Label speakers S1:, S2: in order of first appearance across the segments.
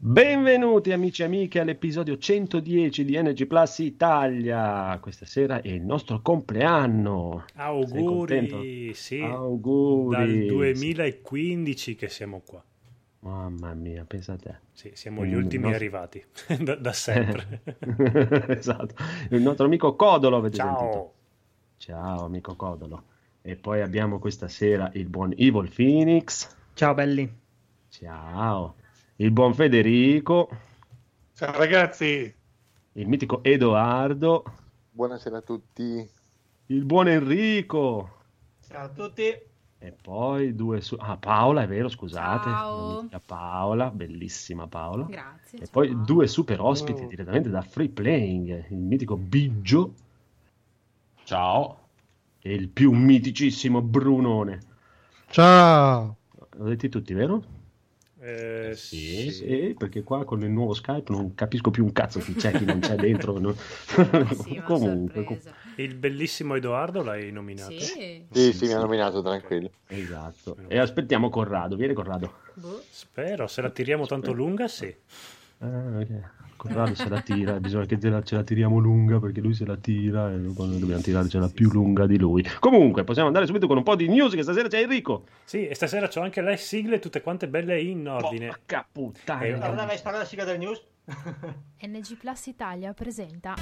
S1: Benvenuti amici e amiche all'episodio 110 di Energy Plus Italia. Questa sera è il nostro compleanno. Sei contento?
S2: Auguri, sì, dal
S1: Auguri. Sì.
S2: 2015 che siamo qua.
S1: Mamma mia, pensa a te.
S2: Sì, siamo gli
S1: Il
S2: ultimi
S1: nostro...
S2: arrivati, da sempre.
S1: Esatto. Il nostro amico Codolo, avete sentito?
S2: Ciao!
S1: Ciao amico Codolo. E poi abbiamo questa sera il buon Evil Phoenix.
S3: Ciao belli.
S1: Ciao. Il buon Federico.
S4: Ciao ragazzi,
S1: Il mitico Edoardo.
S5: Buonasera a tutti.
S1: Il buon Enrico.
S3: Ciao a tutti.
S1: E poi Paola, è vero, scusate.
S6: Ciao.
S1: La Paola, bellissima Paola.
S6: Grazie.
S1: E
S6: ciao.
S1: poi due super ospiti direttamente da Free Playing, il mitico Biggio
S7: Ciao.
S1: e il più miticissimo Brunone.
S4: ciao.
S1: L'ho detti tutti, vero?
S2: Sì.
S1: Sì, perché qua con il nuovo Skype non capisco più un cazzo chi c'è, chi non c'è dentro. No?
S6: Sì, una
S1: Comunque,
S6: sorpresa.
S2: Il bellissimo Edoardo l'hai nominato?
S6: Sì.
S5: Sì, mi ha nominato, tranquillo.
S1: esatto. E aspettiamo Corrado, vieni Corrado.
S6: Boh.
S2: Spero, se la tiriamo tanto lunga, sì.
S1: Ok. Corrado se la tira, bisogna che ce la tiriamo lunga perché lui se la tira e quando dobbiamo tirarcela più lunga di lui. Comunque, possiamo andare subito con un po' di news che stasera c'è Enrico.
S2: Sì, e stasera c'ho anche le sigle tutte quante belle in ordine.
S1: Porca puttana.
S3: Allora vai spara la sigla del news.
S6: NG Plus Italia presenta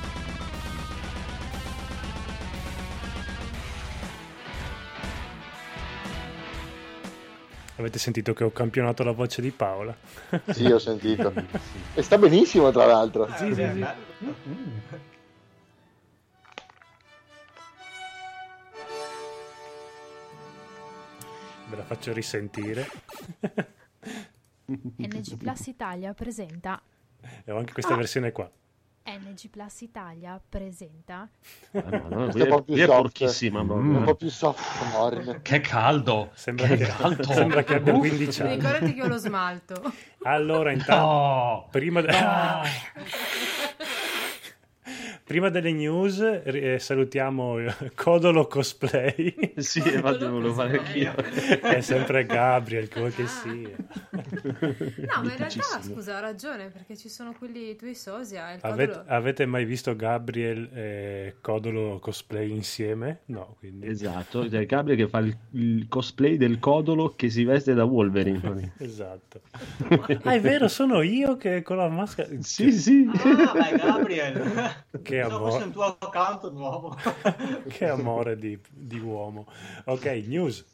S2: Avete sentito che ho campionato la voce di Paola?
S5: Sì, ho sentito. E sta benissimo, tra l'altro.
S2: Sì, sì. Ve la faccio risentire.
S6: NG Plus Italia presenta
S2: E ho anche questa versione qua.
S6: NG Plus Italia presenta
S1: No,
S5: Questa è un po' più
S1: qui è
S5: soft.
S1: porchissima.
S5: Un po' più soft.
S7: Che caldo!
S2: Sembra che abbia 15 anni.
S6: Ricordati che ho lo smalto.
S2: Allora, intanto,
S7: No!
S2: prima delle news, salutiamo Codolo Cosplay.
S1: Sì, infatti volevo fare anch'io.
S2: È sempre Gabriel, come che sia.
S6: No, ma in realtà, scusa, ha ragione, perché ci sono quelli tuoi sosia e il codolo.
S2: Avete mai visto Gabriel e Codolo Cosplay insieme? No, quindi...
S1: Esatto, c'è Gabriel che fa il cosplay del Codolo che si veste da Wolverine.
S2: Esatto. Ah, è vero, sono io che con la maschera...
S1: Sì.
S3: Ah, vai Gabriel.
S2: Che
S3: Pensavo fosse
S2: amore,
S3: un tuo account nuovo.
S2: che amore di uomo. Ok, news.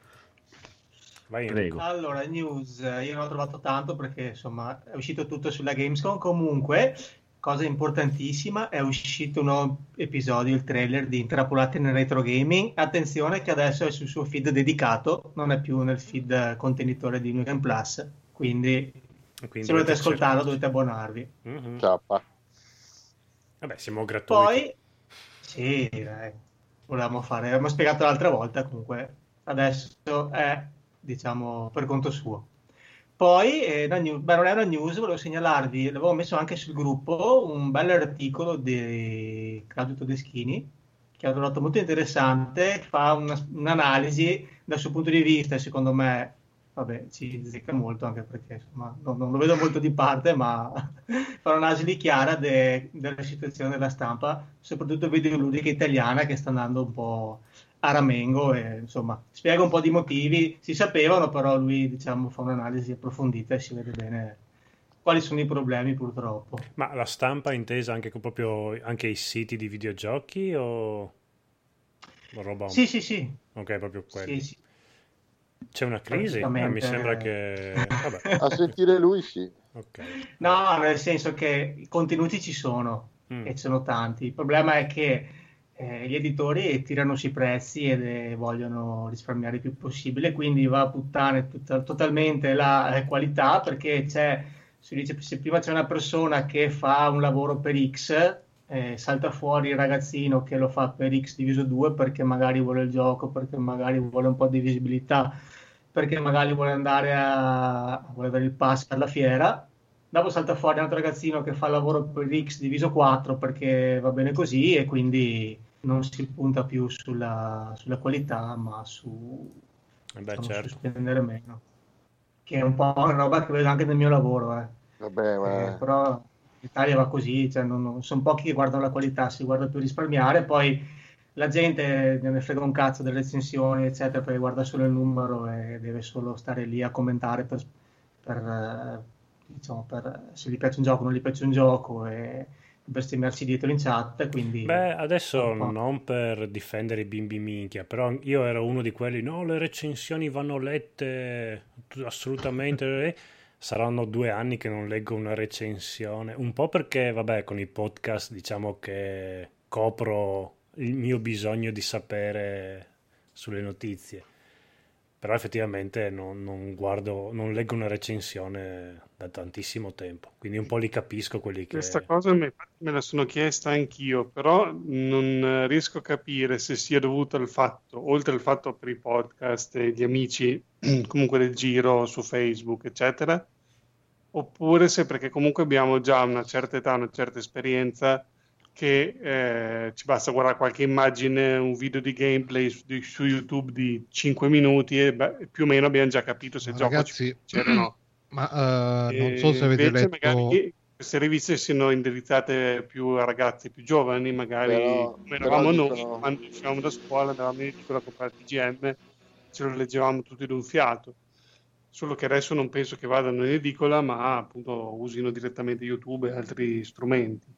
S2: Vai Enrico.
S1: Prego.
S3: Allora, news, io non ho trovato tanto perché insomma è uscito tutto sulla Gamescom. Comunque, cosa importantissima, è uscito un nuovo episodio, il trailer di Intrappolati nel Retro Gaming. Attenzione che adesso è sul suo feed dedicato, non è più nel feed contenitore di New Game Plus, quindi se volete ascoltarlo dovete abbonarvi.
S2: Mm-hmm.
S5: Ciappa.
S2: Vabbè, siamo gratuiti.
S3: Poi, sì, dai, volevamo fare, abbiamo spiegato l'altra volta, comunque adesso è, diciamo, per conto suo. Poi, non è una news, volevo segnalarvi, l'avevo messo anche sul gruppo, un bel articolo di Claudio Todeschini, che ho trovato molto interessante, fa un'analisi dal suo punto di vista, e secondo me, vabbè, ci zecca molto, anche perché insomma, non lo vedo molto di parte, ma fa un'analisi chiara della situazione della stampa, soprattutto videoludica italiana, che sta andando un po' a ramengo e insomma spiega un po' di motivi, si sapevano, però lui diciamo fa un'analisi approfondita e si vede bene quali sono i problemi purtroppo.
S2: Ma la stampa è intesa anche proprio anche i siti di videogiochi o roba?
S3: Sì.
S2: Ok, proprio quelli.
S3: Sì.
S2: C'è una crisi? Mi sembra che... Vabbè.
S5: A sentire lui, sì.
S2: Okay.
S3: No, nel senso che i contenuti ci sono e ci sono tanti. Il problema è che gli editori tirano sui prezzi e vogliono risparmiare il più possibile, quindi va a puttane totalmente la qualità, perché si dice, se prima c'è una persona che fa un lavoro per X, salta fuori il ragazzino che lo fa per X diviso 2 perché magari vuole il gioco, perché magari vuole un po' di visibilità, perché magari vuole vuole avere il pass per la fiera. Dopo salta fuori un altro ragazzino che fa il lavoro per X diviso 4 perché va bene così, e quindi non si punta più sulla qualità, ma su
S2: certo.
S3: su spendere meno. che è un po' una roba che vedo anche nel mio lavoro.
S5: Vabbè, ma...
S3: Però l'Italia va così, cioè sono pochi che guardano la qualità, si guarda più risparmiare, poi la gente ne frega un cazzo delle recensioni, eccetera, perché guarda solo il numero e deve solo stare lì a commentare diciamo, per se gli piace un gioco o non gli piace un gioco e bestemmiarsi dietro in chat, quindi...
S2: Beh, adesso non per difendere i bimbi minchia, però io ero uno di quelli, no, le recensioni vanno lette assolutamente. Saranno 2 anni che non leggo una recensione, un po' perché, vabbè, con i podcast diciamo che copro il mio bisogno di sapere sulle notizie, però effettivamente non leggo una recensione da tantissimo tempo, quindi un po' li capisco quelli che...
S4: Questa cosa me la sono chiesta anch'io, però non riesco a capire se sia dovuto al fatto, oltre al fatto per i podcast e gli amici comunque del giro su Facebook, eccetera, oppure se perché comunque abbiamo già una certa età, una certa esperienza che ci basta guardare qualche immagine, un video di gameplay su YouTube di 5 minuti e più o meno abbiamo già capito se il gioco ci piace o no.
S8: Ma non so se avete letto...
S4: Magari queste riviste siano indirizzate più a ragazzi più giovani, magari come eravamo noi, quando uscivamo da scuola, andavamo in edicola a comprare TGM, ce lo leggevamo tutti d'un fiato. Solo che adesso non penso che vadano in edicola, ma appunto usino direttamente YouTube e altri strumenti.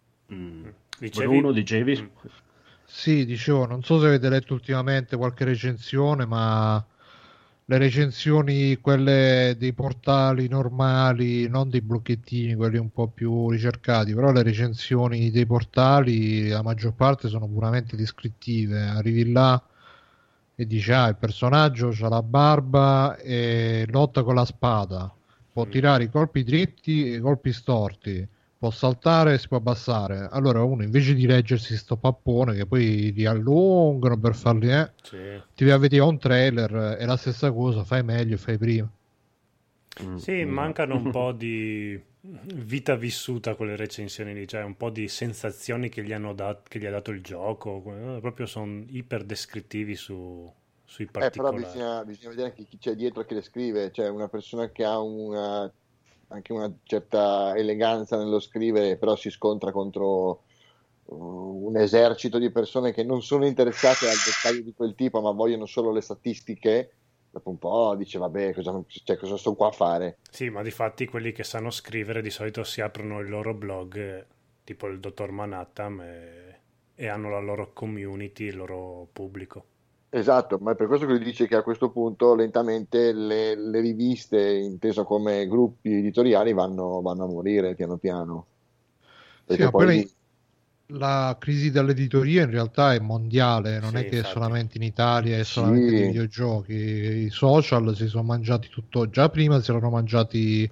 S1: Bruno, dicevi?
S8: Sì, dicevo, non so se avete letto ultimamente qualche recensione, ma le recensioni, quelle dei portali normali, non dei blocchettini, quelli un po' più ricercati, però le recensioni dei portali, la maggior parte sono puramente descrittive. Arrivi là e dice, il personaggio ha la barba e lotta con la spada, può tirare i colpi dritti e i colpi storti, può saltare e si può abbassare. Allora uno, invece di leggersi sto pappone che poi riallungano per farli ti vai a vedere un trailer, è la stessa cosa, fai meglio, fai prima.
S2: Sì, mancano un po' di vita vissuta quelle recensioni lì, cioè un po' di sensazioni che gli ha dato il gioco, proprio sono iper descrittivi sui particolari.
S5: Però bisogna vedere anche chi c'è dietro che le scrive, cioè una persona che ha anche una certa eleganza nello scrivere, però si scontra contro un esercito di persone che non sono interessate al dettaglio di quel tipo, ma vogliono solo le statistiche. Dopo un po' dice vabbè, cosa sto qua a fare?
S2: Sì, ma difatti quelli che sanno scrivere di solito si aprono il loro blog, tipo il dottor Manhattan, e hanno la loro community, il loro pubblico.
S5: Esatto, ma è per questo che lui dice che a questo punto lentamente le riviste, inteso come gruppi editoriali, vanno a morire piano piano.
S8: Perché sì, poi la crisi dell'editoria in realtà è mondiale, non è che è solamente in Italia, è solamente nei videogiochi. I social si sono mangiati tutto, già prima si erano mangiati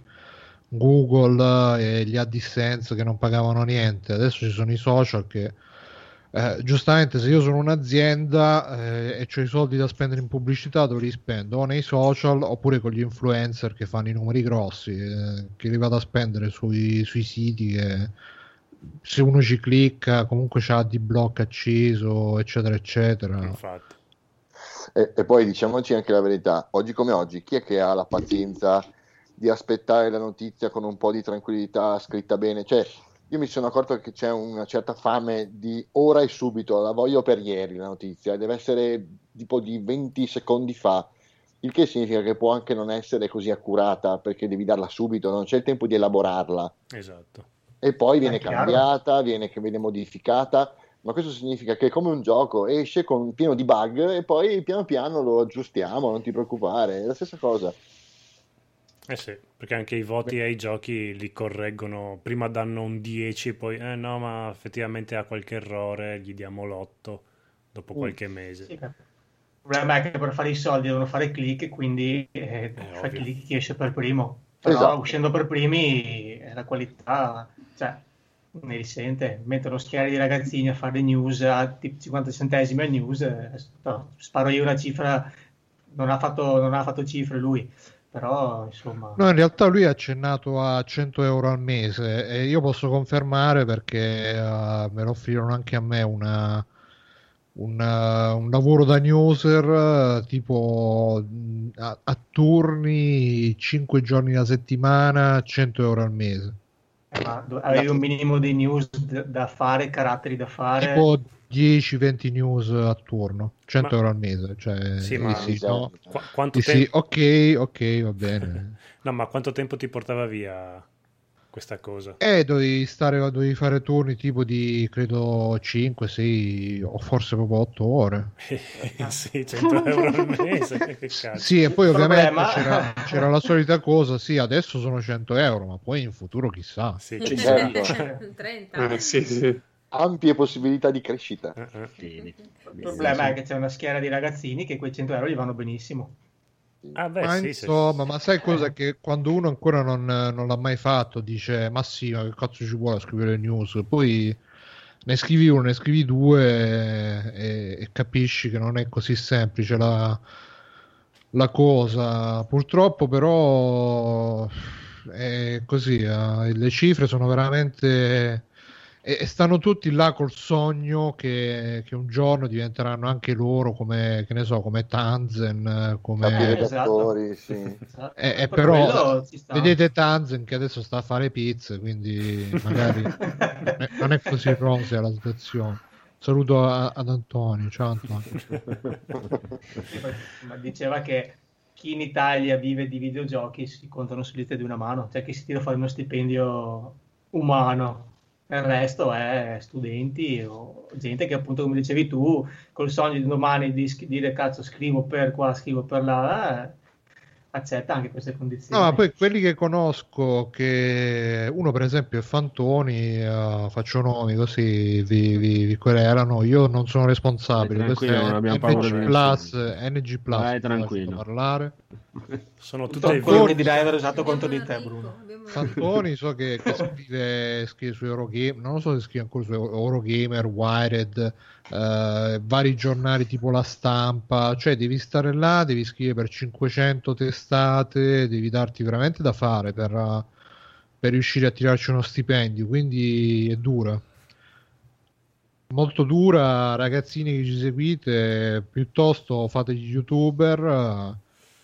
S8: Google e gli AdSense che non pagavano niente, adesso ci sono i social che giustamente se io sono un'azienda e ho i soldi da spendere in pubblicità, dove li spendo? O nei social oppure con gli influencer che fanno i numeri grossi, che li vado a spendere sui siti che se uno ci clicca comunque c'ha di blocco acceso, eccetera eccetera.
S2: Infatti.
S5: E poi diciamoci anche la verità, oggi come oggi chi è che ha la pazienza di aspettare la notizia con un po' di tranquillità, scritta bene? Cioè io mi sono accorto che c'è una certa fame di ora e subito, la voglio per ieri la notizia, deve essere tipo di 20 secondi fa, il che significa che può anche non essere così accurata perché devi darla subito, non c'è il tempo di elaborarla.
S2: Esatto.
S5: E poi viene cambiata, viene modificata, ma questo significa che come un gioco esce pieno di bug e poi piano piano lo aggiustiamo, non ti preoccupare, è la stessa cosa.
S2: Sì, perché anche i voti ai giochi li correggono, prima danno un 10 e poi no, ma effettivamente ha qualche errore, gli diamo l'8 dopo qualche mese.
S3: Sì, il problema è che per fare i soldi devono fare click e quindi fai click chi esce per primo, però uscendo per primi la qualità, cioè ne risente, mettono schiere di ragazzini a fare le news a tipo 50 centesimi al news, sparo io una cifra, non ha fatto cifre lui. Però insomma
S8: no, in realtà lui ha accennato a 100 euro al mese e io posso confermare perché me lo offrirono anche a me un lavoro da newser tipo a turni 5 giorni alla settimana, 100 euro al mese.
S3: Ma avevi un minimo di news da fare, caratteri da fare?
S8: Tipo 10-20 news a turno, 100 euro al mese. Cioè,
S2: Sì, ma
S8: sì, no.
S2: quanto
S8: Sì,
S2: tempo...
S8: ok, va bene.
S2: No, ma quanto tempo ti portava via questa cosa?
S8: Dovevi fare turni tipo di credo 5, 6 o forse proprio 8 ore.
S2: Sì, 100 euro al mese, che cazzo.
S8: Sì, e poi ovviamente
S3: Problema.
S8: c'era la solita cosa, sì, adesso sono 100 euro, ma poi in futuro chissà.
S2: Sì,
S5: Certo.
S6: 30.
S4: Sì.
S5: Ampie possibilità di crescita.
S3: Il problema è che c'è una schiera di ragazzini che quei 100 euro gli vanno benissimo.
S2: Ah, beh,
S8: Ma
S2: sì,
S8: insomma, ma sai cosa? Che quando uno ancora non l'ha mai fatto, dice ma sì, ma che cazzo ci vuole a scrivere news? Poi ne scrivi uno, ne scrivi due e capisci che non è così semplice la cosa. Purtroppo però è così, le cifre sono veramente... E stanno tutti là col sogno che un giorno diventeranno anche loro come, che ne so, come Tanzen, come...
S5: Capi redattori, sì.
S8: E
S3: Per
S8: però
S3: quello ci sta.
S8: vedete Tanzen che adesso sta a fare pizze, quindi magari non è così rosea la situazione. Saluto ad Antonio, ciao Antonio.
S3: Sì, ma diceva che chi in Italia vive di videogiochi si contano su dita di una mano, cioè chi si tira fuori uno stipendio umano. Il resto è studenti o gente che appunto, come dicevi tu, col sogno di domani di dire cazzo scrivo per qua, scrivo per là, accetta anche queste condizioni.
S8: No, ma poi quelli che conosco, che uno per esempio è Fantoni, faccio nomi così vi querelano, io non sono responsabile, questo
S1: tranquillo, non
S8: è
S1: abbiamo paura di
S8: NG Plus,
S1: Vai tranquillo.
S8: parlare.
S2: Sono tutte
S3: quello che direi aver usato contro di te, Bruno.
S8: Fantoni so che scrive su Eurogamer, non lo so se scrive ancora su Eurogamer, Wired, vari giornali tipo La Stampa, cioè devi stare là, devi scrivere per 500 testate, devi darti veramente da fare per riuscire a tirarci uno stipendio, quindi è dura. Molto dura, ragazzini che ci seguite, piuttosto fate gli youtuber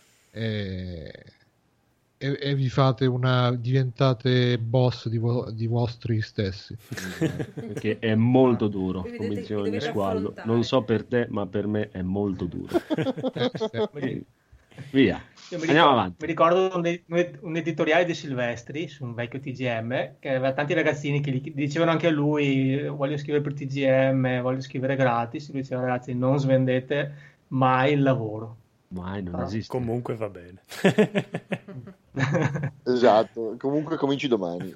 S8: e vi fate diventate boss di vostri stessi.
S1: Perché è molto duro,
S6: Vi
S1: come
S6: vedete-
S1: diceva
S6: vi
S1: ogni
S6: dovete
S1: squallo.
S6: affrontare.
S1: Non so per te, ma per me è molto duro.
S8: Sì.
S1: Via.
S3: Io
S1: Andiamo avanti.
S3: mi ricordo un editoriale di Silvestri su un vecchio TGM che aveva tanti ragazzini che gli dicevano anche a lui voglio scrivere per TGM, voglio scrivere gratis. Lui diceva ragazzi non svendete mai il lavoro.
S1: Mai non
S3: Ah,
S1: esiste.
S2: Comunque va bene.
S5: Esatto, comunque cominci domani.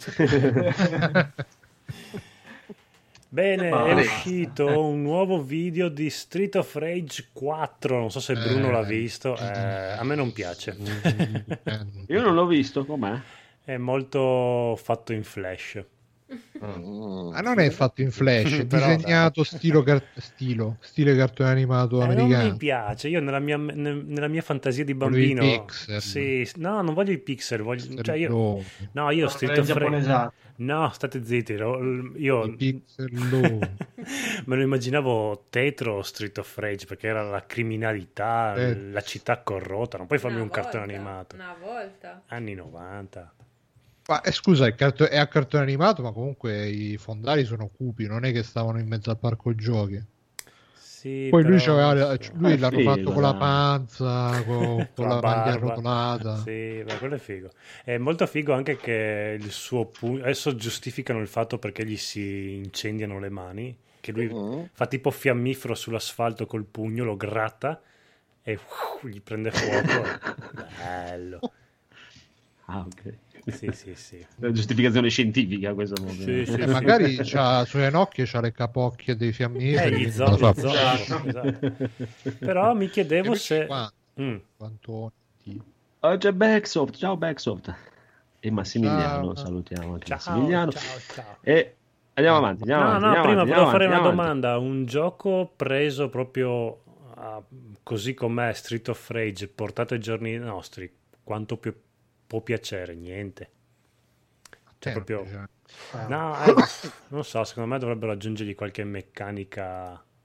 S2: Bene, è
S3: Basta.
S2: uscito un nuovo video di Street of Rage 4. Non so se Bruno l'ha visto. A me non piace.
S1: Io non l'ho visto, com'è?
S2: È molto fatto in flash.
S8: Ma non è fatto in flash, è
S2: Però,
S8: disegnato stile cartone animato
S2: non
S8: americano.
S2: mi piace. Io nella mia fantasia di
S8: Volevi i
S2: bambino,
S8: pixel.
S2: sì, no, non voglio i pixel, cioè io,
S8: Pixel
S2: no, io Street of Rage,
S3: giapponesato.
S2: no, state zitti, io
S8: I pixel
S2: me lo immaginavo Tetro Street of Rage perché era la criminalità, la città corrotta, non puoi farmi un cartone animato.
S6: Una volta.
S2: Anni 90.
S8: Ma scusa, è a cartone animato, ma comunque i fondali sono cupi, non è che stavano in mezzo al parco giochi.
S2: Sì,
S8: Poi lui,
S2: però,
S8: lui l'hanno
S1: figo,
S8: fatto con la
S1: dai.
S8: panza, con la maglia
S2: barba.
S8: arrotolata.
S2: Sì, beh, quello è figo. È molto figo anche che il suo pugno. Adesso giustificano il fatto perché gli si incendiano le mani. Che lui fa tipo fiammifero sull'asfalto col pugno, lo gratta e gli prende fuoco. Bello.
S1: Ah, ok.
S2: Sì.
S1: La giustificazione scientifica questa
S2: Sì, sì.
S8: Magari c'ha sulle nocchie c'ha le capocchie dei fiammiferi.
S2: Gli
S8: non lo so.
S2: esatto. Però mi chiedevo se...
S8: Quanto
S1: Oh, c'è Backsoft, ciao Backsoft. E Massimiliano,
S8: Ciao.
S1: salutiamo anche
S2: Ciao.
S1: Massimiliano.
S2: Ciao.
S1: E andiamo avanti,
S2: Prima
S1: avanti,
S2: volevo fare una
S1: avanti.
S2: domanda. Un gioco preso proprio così com'è, Street of Rage, portato ai giorni nostri, quanto può piacere? Niente. Cioè proprio... No, non so, secondo me dovrebbero aggiungergli qualche meccanica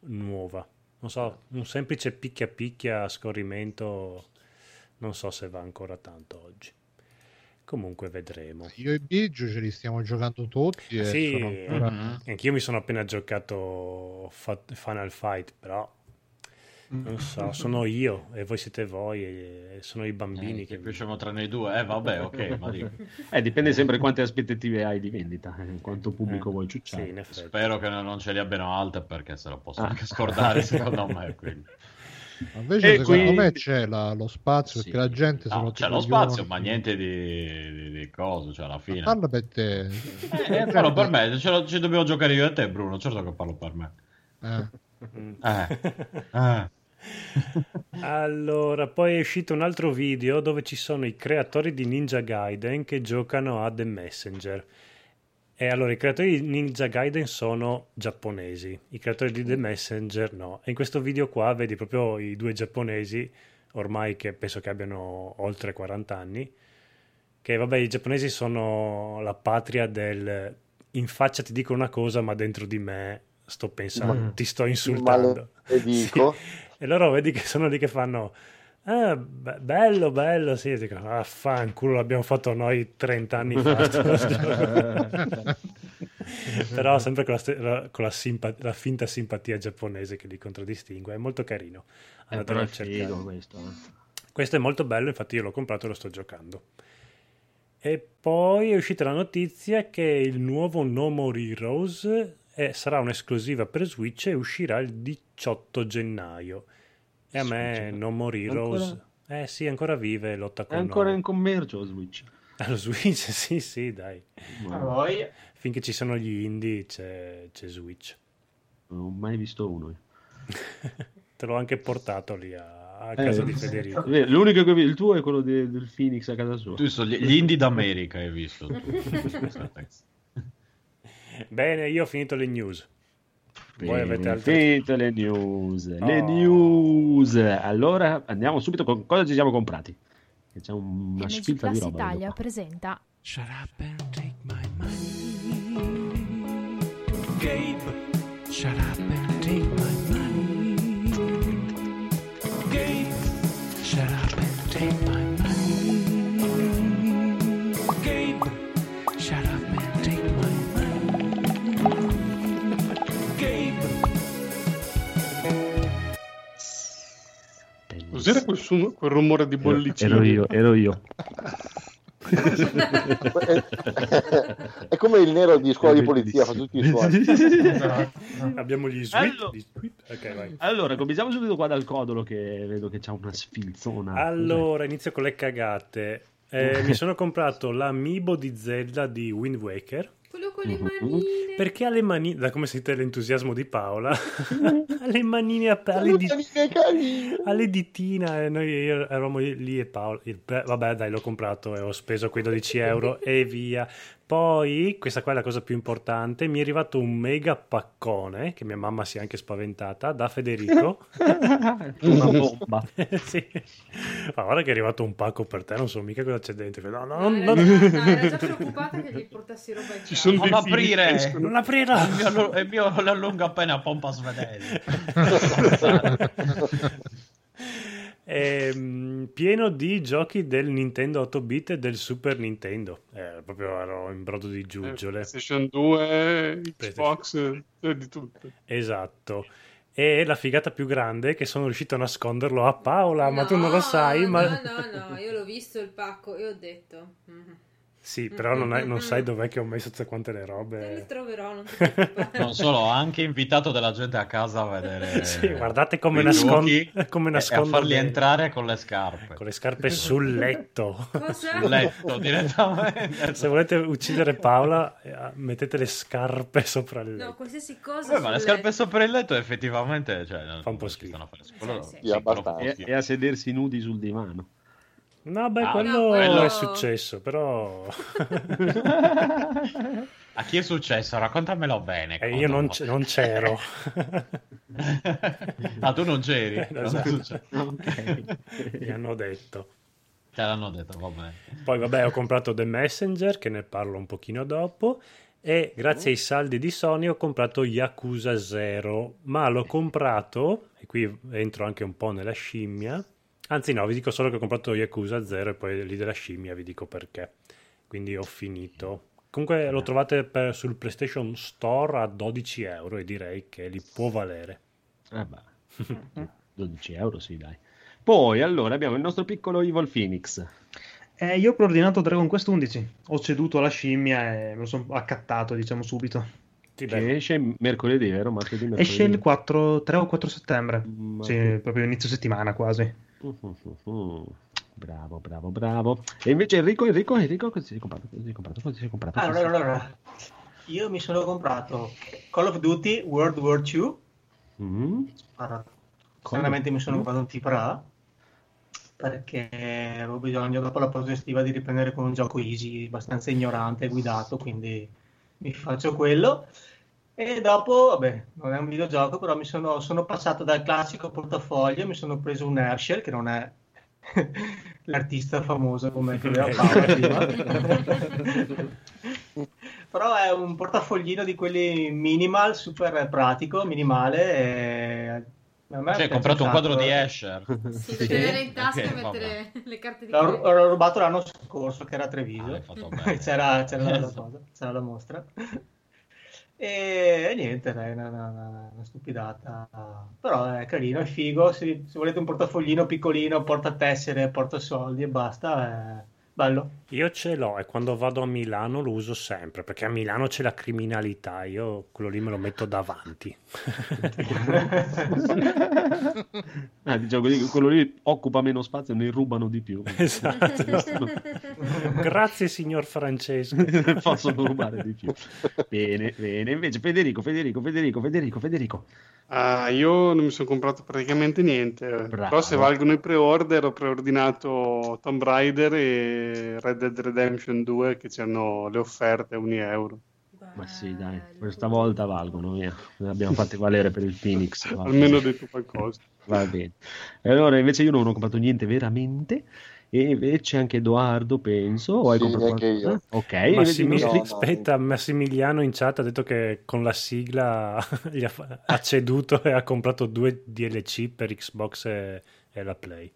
S2: nuova. Non so, un semplice picchia picchia a scorrimento, non so se va ancora tanto oggi. Comunque vedremo.
S8: Io e Biggio ce li stiamo giocando tutti.
S2: Sì,
S8: Sono ancora...
S2: anch'io mi sono appena giocato Final Fight, però non so, sono io e voi siete voi e sono i bambini
S7: che più siamo tra noi due. Vabbè, ok, ma dico.
S1: Dipende sempre quante aspettative hai di vendita, quanto pubblico vuoi
S2: sì,
S1: ciucciare.
S2: in effetti.
S7: Spero che non ce li abbiano alte, perché se lo possono anche scordare, secondo me. Quindi.
S8: Invece
S1: E
S8: secondo
S1: quindi-
S8: me c'è lo spazio,
S7: Sì.
S8: perché la gente
S7: No, c'è lo spazio, ma niente di cose, cioè alla fine.
S8: Parla per te.
S7: Parlo per me, ci dobbiamo giocare io e te, Bruno, certo che parlo per me.
S8: Eh.
S2: Allora, poi è uscito un altro video dove ci sono i creatori di Ninja Gaiden che giocano a The Messenger. E allora i creatori di Ninja Gaiden sono giapponesi, i creatori di The Messenger no. E in questo video qua vedi proprio i due giapponesi, ormai che penso che abbiano oltre 40 anni, che vabbè, i giapponesi sono la patria del in faccia ti dico una cosa, ma dentro di me sto pensando, ti sto insultando.
S5: E dico,
S2: Sì. E loro vedi che sono lì che fanno bello, sì, e dico, affanculo, l'abbiamo fatto noi 30 anni fa. Però sempre con la finta simpatia giapponese che li contraddistingue, è molto carino. Andatelo
S1: Però
S2: a
S1: è
S2: cercare.
S1: figo questo.
S2: Questo è molto bello, infatti io l'ho comprato e lo sto giocando. E poi è uscita la notizia che il nuovo No More Heroes sarà un'esclusiva per Switch e uscirà il 18 gennaio. E a me No More Heroes... sì, ancora vive, lotta
S1: È
S2: con
S1: ancora
S2: noi.
S1: in commercio Switch.
S2: Lo Switch, sì, dai.
S3: A voi?
S2: Finché ci sono gli indie c'è Switch.
S1: Non ho mai visto uno.
S2: Te l'ho anche portato lì a casa di Federico.
S1: L'unico che il tuo è quello del Phoenix a casa sua.
S7: Tu gli indie d'America hai visto tu.
S2: Bene, io ho finito le news. Voi avete altre...
S1: Finite le news. Le news. Allora andiamo subito con cosa ci siamo comprati. Che c'è una
S9: Energy
S1: sfilza di
S9: Plus
S1: roba.
S9: Italia presenta
S10: Shut up and take my money. Gabe, shut up and take my money. Gabe, shut up and take my money. Gabe, shut up and take my money. Gabe.
S4: Cos'era quel rumore di bollicine?
S1: Ero io.
S5: è come il nero di scuola di polizia, fa tutti i suoni.
S2: Abbiamo gli sweet. Ok, vai.
S1: Allora, cominciamo subito qua dal codolo che vedo che c'ha una sfilzona.
S2: Allora, inizio con le cagate. Mi sono comprato l'amiibo di Zelda di Wind Waker.
S6: Quello con le manine.
S2: Perché ha le manine, da come sentite l'entusiasmo di Paola, ha le manine alle ditine. E noi eravamo lì e Paola. Vabbè, dai, l'ho comprato e ho speso quei 12 euro e via. Poi, questa qua è la cosa più importante, mi è arrivato un mega paccone, che mia mamma si è anche spaventata, da Federico.
S1: Una bomba.
S2: Sì. Ma guarda che è arrivato un pacco per te, non so mica cosa c'è dentro. No,
S6: era già preoccupata che gli portassi roba in casa.
S7: Non aprire!
S2: Non aprirla!
S7: È il mio la lunga appena pompa svedese.
S2: Pieno di giochi del Nintendo 8-bit e del Super Nintendo. Proprio ero in brodo di giuggiole.
S4: PlayStation 2, Xbox, di tutto.
S2: Esatto. E la figata più grande è che sono riuscito a nasconderlo a Paola, ma tu non lo sai.
S6: No, io l'ho visto il pacco e ho detto...
S2: Sì, però non sai dov'è che ho messo tutte quante le robe.
S6: Te le troverò, non ti preoccupare.
S7: Non solo, ho anche invitato della gente a casa a vedere.
S2: Sì, guardate come
S7: quei giochi
S2: nascondo
S7: e a farli
S2: bene.
S7: entrare con le scarpe.
S2: Con le scarpe sul letto.
S6: Cosa?
S7: Sul letto direttamente.
S2: Se volete uccidere Paola, mettete le scarpe sopra il letto.
S6: No, qualsiasi cosa.
S7: Ma le scarpe sopra il letto effettivamente
S2: fa un po' schifo.
S5: Sì, abbastanza.
S1: E a sedersi nudi sul divano.
S2: No, beh,
S7: quello
S2: è successo, però...
S7: A chi è successo? Raccontamelo bene.
S2: Io non c'ero.
S7: Tu non c'eri?
S2: Esatto. Okay. Mi hanno detto.
S7: Te l'hanno detto, va bene.
S2: Poi vabbè, ho comprato The Messenger, che ne parlo un pochino dopo. e grazie ai saldi di Sony ho comprato Yakuza 0, ma l'ho comprato, e qui entro anche un po' nella scimmia, anzi no, vi dico solo che ho comprato Yakuza 0 e poi lì della scimmia vi dico perché, quindi ho finito. Comunque lo trovate sul PlayStation Store a 12 euro e direi che li può valere.
S1: Beh, 12 euro sì, dai. Poi allora abbiamo il nostro piccolo Evil Phoenix.
S9: Io ho preordinato Dragon Quest 11, ho ceduto alla scimmia e me lo sono accattato, diciamo, subito.
S1: Che esce mercoledì, vero? Martedì, mercoledì.
S9: Esce il 3 o 4 settembre, sì, proprio inizio settimana quasi.
S1: Bravo. E invece Enrico, cosa ti sei comprato?
S3: Allora, io mi sono comprato Call of Duty World War II. Stranamente mi sono comprato un T-Pra perché avevo bisogno dopo la pausa estiva di riprendere con un gioco easy, abbastanza ignorante e guidato, quindi mi faccio quello. E dopo, vabbè, non è un videogioco, però sono passato dal classico portafoglio, mi sono preso un Herschel, che non è l'artista famoso come credeva Paolo prima. Però è un portafoglino di quelli minimal, super pratico, minimale.
S7: Cioè, hai comprato un quadro di Escher?
S6: Sì, da tenere in tasca e mettere le carte di
S3: L'ho rubato l'anno scorso, che era a Treviso. C'era la mostra. E niente, dai, una stupidata. Però è carino, è figo. Se volete un portafoglino piccolino, porta tessere, porta soldi e basta, è bello.
S2: Io ce l'ho e quando vado a Milano lo uso sempre, perché a Milano c'è la criminalità, io quello lì me lo metto davanti.
S1: Diciamo così, quello lì occupa meno spazio e ne rubano di più.
S2: Esatto. Grazie signor Francesco.
S1: Possono rubare di più. Bene. Invece Federico.
S4: Io non mi sono comprato praticamente niente.
S1: Bravo.
S4: Però se valgono i pre-order, ho preordinato Tomb Raider e Red Dead Redemption 2 che c'hanno le offerte a €1.
S1: Ma sì, dai, questa volta valgono, via. Ne abbiamo fatti valere per il Phoenix.
S4: Almeno ho detto qualcosa.
S1: Va bene. E allora invece io non ho comprato niente veramente. E invece anche Edoardo, penso, o hai comprato
S5: anche io.
S1: Ok,
S2: aspetta, Massimiliano in chat ha detto che con la sigla ha ceduto e ha comprato 2 DLC per Xbox e la Play.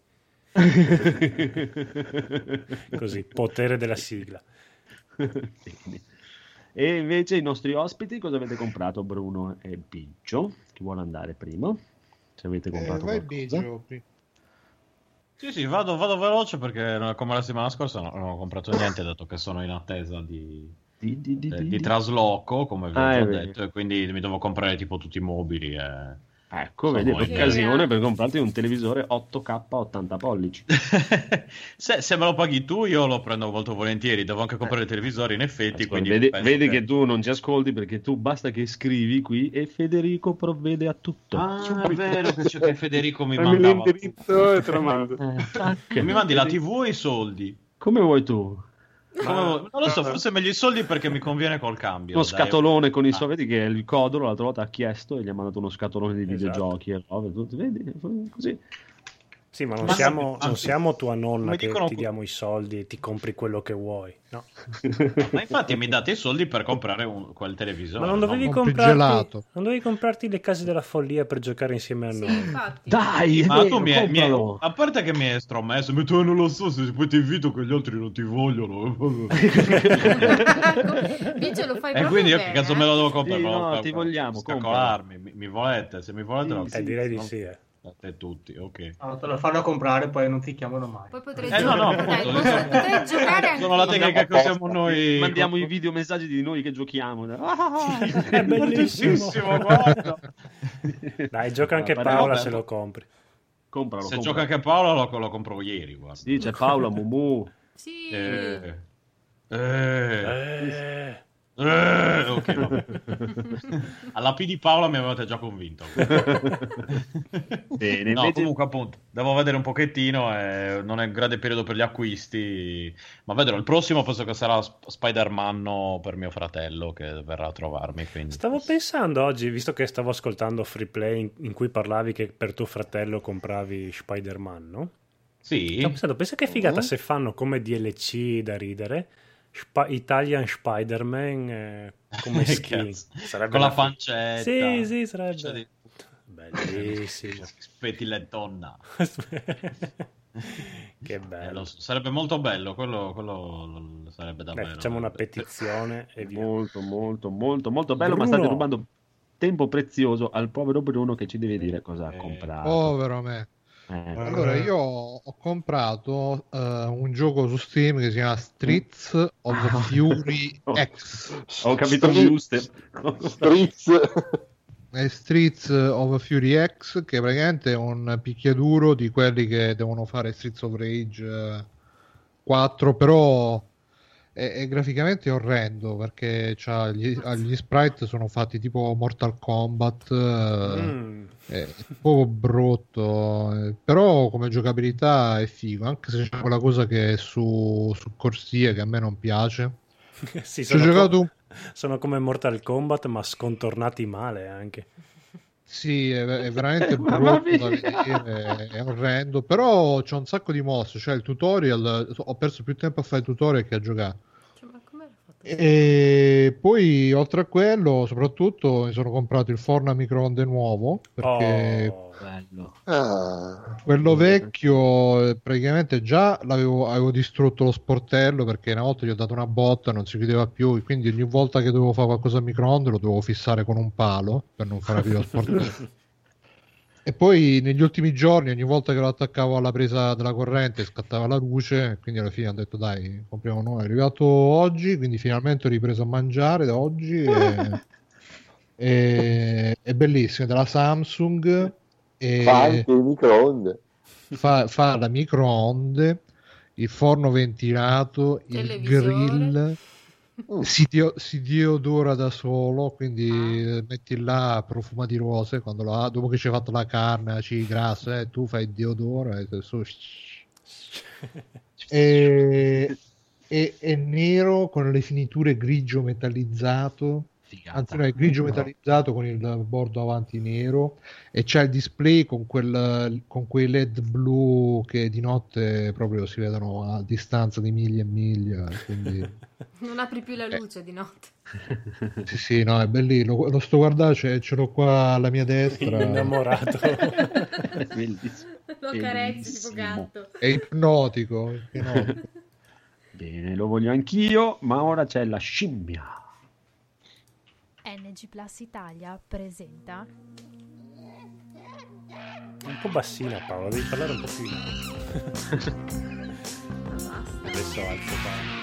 S2: Così, potere della sigla.
S1: Bene. E invece i nostri ospiti cosa avete comprato, Bruno e Biggio? Chi vuole andare prima? Se avete comprato
S8: vai
S1: qualcosa.
S8: Biggio.
S7: Sì, vado veloce perché come la settimana scorsa non ho comprato niente, dato che sono in attesa di trasloco, come vi ho già detto, e quindi mi devo comprare tipo tutti i mobili.
S1: Ecco, vedi l'occasione per comprarti un televisore 8K 80 pollici.
S7: Se me lo paghi tu, io lo prendo molto volentieri. Devo anche comprare il televisore, in effetti.
S1: Quindi
S7: vedi
S1: che tu non ci ascolti, perché tu basta che scrivi qui e Federico provvede a tutto.
S7: Ah, è vero che Federico mi mandava
S4: l'indirizzo e te lo mando.
S7: Mi mandi la TV e i soldi.
S1: Come vuoi tu?
S7: Non lo so, forse meglio i soldi perché mi conviene col cambio.
S1: Uno scatolone con i soldi, che il Codolo l'altra volta ha chiesto e gli ha mandato uno scatolone di videogiochi e robe, vedi, così.
S2: Sì, ma non siamo tua nonna che ti diamo i soldi e ti compri quello che vuoi, no?
S7: Ma infatti mi date i soldi per comprare quel televisore.
S2: Ma non dovevi comprarti le case della follia per giocare insieme a noi?
S6: Infatti.
S1: Dai,
S7: ma tu a parte che mi hai estromesso, ma tu non lo so, se poi ti invito che gli altri non ti vogliono.
S6: Biggio, lo fai
S7: e quindi io che cazzo me lo devo comprare?
S1: Sì, no, ti vogliamo
S7: scaccolarmi, mi volete? Se mi volete
S2: direi di sì,
S7: A te tutti, ok.
S3: Te lo fanno comprare, poi non ti chiamano mai.
S6: Poi potrei
S7: potrei
S6: giocare anche.
S7: Sono la tecnica che usiamo noi.
S1: Mandiamo i video messaggi di noi che giochiamo.
S2: È bellissimo, guarda. Dai, gioca anche Paola se lo compri.
S1: Compralo.
S7: Se gioca anche Paola lo compro ieri, guarda.
S1: Sì, c'è Paola, Mumu.
S6: Sì.
S7: Ok, vabbè. Alla P di Paola mi avevate già convinto.
S1: Bene,
S7: no, comunque appunto devo vedere un pochettino, non è un grande periodo per gli acquisti, ma vedrò. Il prossimo penso che sarà Spider-Man per mio fratello, che verrà a trovarmi, quindi.
S2: Stavo pensando oggi, visto che stavo ascoltando Free Play in cui parlavi che per tuo fratello compravi Spider-Man, no?
S7: Sì.
S2: Stavo pensando, pensa che figata se fanno come DLC da ridere Italian Spider-Man come skin.
S7: Con la pancetta.
S2: Sì, sarebbe bellissimo.
S7: Spetilettonna.
S2: Che bello.
S7: Sarebbe molto bello, quello sarebbe davvero.
S2: Facciamo una petizione e via.
S1: Molto bello,
S2: Bruno.
S1: ma state rubando tempo prezioso al povero Bruno che ci deve dire cosa ha comprato.
S8: Povero me. Allora, io ho comprato un gioco su Steam che si chiama Streets of Fury X.
S1: Ho capito giusto.
S8: Streets of Fury X, che praticamente è un picchiaduro di quelli che devono fare Streets of Rage 4, però è graficamente orrendo perché gli sprite sono fatti tipo Mortal Kombat, è un po' brutto, però come giocabilità è figo, anche se c'è quella cosa che è su corsie che a me non piace.
S2: Sì,
S8: Ci ho giocato
S2: sono come Mortal Kombat ma scontornati male anche.
S8: Sì, è veramente brutto da vedere, è orrendo, però c'è un sacco di mosse, cioè il tutorial, ho perso più tempo a fare il tutorial che a giocare. E poi oltre a quello, soprattutto mi sono comprato il forno a microonde nuovo perché
S1: bello.
S8: Quello vecchio praticamente già avevo distrutto lo sportello perché una volta gli ho dato una botta, non si chiudeva più, quindi ogni volta che dovevo fare qualcosa a microonde lo dovevo fissare con un palo per non far aprire lo sportello. E poi negli ultimi giorni ogni volta che lo attaccavo alla presa della corrente scattava la luce, quindi alla fine ho detto dai, compriamo nuovo. È arrivato oggi, quindi finalmente ho ripreso a mangiare da oggi è bellissimo, è della Samsung e
S5: fa anche il microonde,
S8: fa la microonde, il forno ventilato, il grill, si deodora da solo, quindi metti là profuma di rose quando dopo che ci hai fatto la carne, il grasso, tu fai il deodora e è nero con le finiture grigio metallizzato. Anzi no, è grigio metallizzato con il bordo avanti nero e c'è il display con quei LED blu che di notte proprio si vedono a distanza di miglia e miglia, quindi...
S6: Non apri più la luce di notte.
S8: Sì, no, è bellissimo, lo sto guardando, ce l'ho qua alla mia destra.
S2: Innamorato.
S6: Lo carezzi tipo gatto.
S8: È ipnotico.
S1: Bene, lo voglio anch'io, ma ora c'è la scimmia.
S11: NG Plus Italia presenta.
S2: Un po' bassina Paolo, devi parlare un po' più in alto. Adesso alzo Paolo.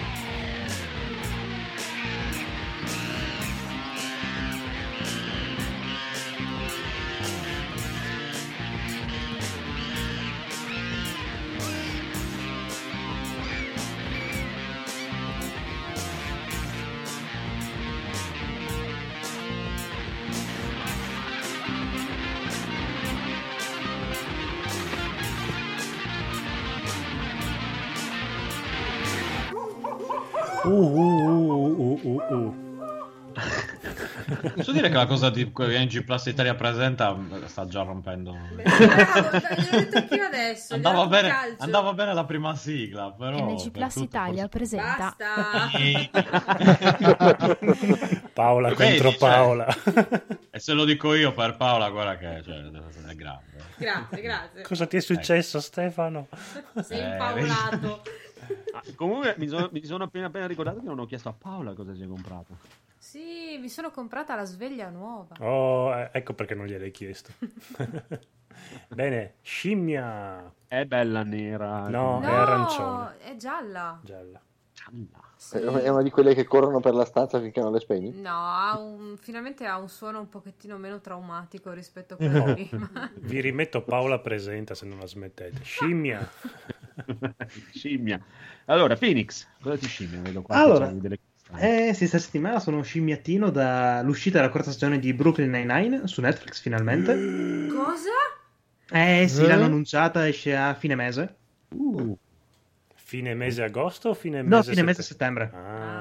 S7: Posso dire che la cosa di NG Plus Italia presenta sta già rompendo.
S6: Adesso,
S7: andava bene la prima sigla, però
S11: NG Plus Italia presenta.
S2: Paola contro Paola.
S7: E se lo dico io per Paola, guarda che è grave.
S6: Grazie.
S2: Cosa ti è successo, Stefano?
S6: Sei impaolato.
S1: Comunque mi sono appena ricordato che non ho chiesto a Paola cosa si è comprato.
S6: Sì, mi sono comprata la sveglia nuova.
S2: Oh, ecco perché non gliel'hai chiesto. Bene, scimmia.
S1: È bella nera.
S2: No, è arancione.
S6: È gialla. Sì.
S5: È una di quelle che corrono per la stanza finché non le spegni?
S6: No, finalmente ha un suono un pochettino meno traumatico rispetto a quello prima.
S2: Vi rimetto Paola presenta se non la smettete. Scimmia.
S1: Scimmia. Allora, Phoenix, cosa ti scimmia? Vedo qua
S9: allora,
S1: delle...
S9: sì, sta settimana sono scimmiattino dall'uscita della quarta stagione di Brooklyn Nine-Nine su Netflix, finalmente.
S6: Cosa?
S9: Sì, l'hanno annunciata, esce a fine mese.
S2: Fine mese agosto o fine mese?
S9: No, fine mese settembre.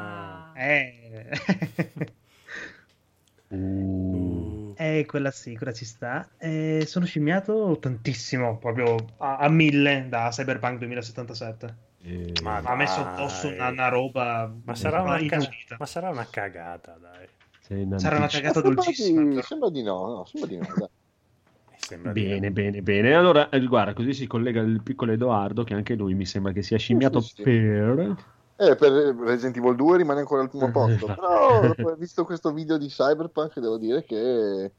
S9: Quella ci sta. Sono scimmiato tantissimo, proprio a 1000 da Cyberpunk 2077. ha messo addosso una roba.
S2: Ma sarà una
S9: inaudita.
S2: ma sarà una cagata, dai.
S9: Sarà una cagata dolcissima.
S5: Sembra di no, sembra di no. Dai.
S1: Bene. Allora, guarda, così si collega il piccolo Edoardo, che anche lui mi sembra che sia scimmiato
S5: Sì.
S1: per
S5: Resident Evil 2 rimane ancora al primo posto. Però dopo aver visto questo video di Cyberpunk devo dire che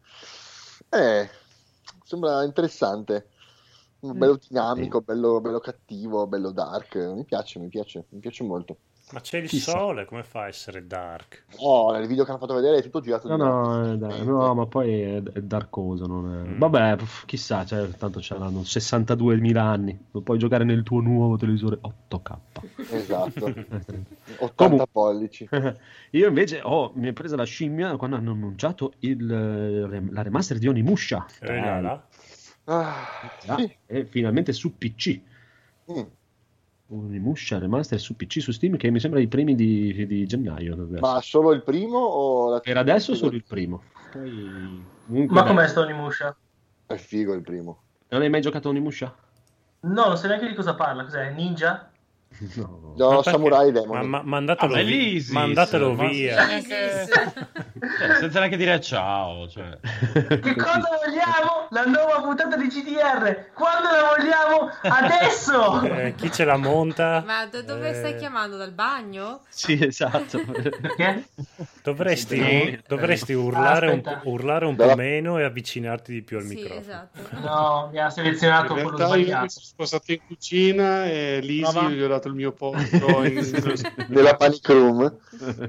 S5: sembra interessante. Bello dinamico, bello cattivo, bello dark. Mi piace molto.
S2: Ma c'è il sole, come fa a essere dark?
S5: Nel video che hanno fatto vedere è tutto girato
S1: No, ma poi è darkoso. Vabbè, chissà, tanto c'erano 62.000 anni. Lo puoi giocare nel tuo nuovo televisore 8K.
S5: Esatto. 80 pollici.
S1: Io invece mi è presa la scimmia quando hanno annunciato la remaster di Onimusha.
S5: Sì.
S1: E finalmente su PC. Onimusha remaster su PC su Steam, che mi sembra i primi di gennaio.
S5: Ma solo il primo o
S1: per adesso solo il primo.
S12: Ma com'è sto Onimusha?
S5: È figo il primo.
S1: Non hai mai giocato a Onimusha?
S12: No, non so neanche di cosa parla. Cos'è? Ninja?
S5: No, Samurai Demon.
S2: Ma mandatelo via.
S7: Senza neanche dire ciao. Cioè.
S12: Che cosa vogliamo? La nuova puntata di GDR. Quando la vogliamo? Adesso!
S2: Chi ce la monta?
S6: Ma da dove stai chiamando? Dal bagno?
S1: Sì, esatto.
S12: Perché?
S2: Dovresti urlare un po' meno e avvicinarti di più al microfono.
S6: Esatto.
S12: No, mi ha selezionato
S4: In
S12: quello
S4: realtà io mi
S12: sbagliato.
S4: sono spostato in cucina e Lisi gli ho dato il mio posto
S5: nella panic room.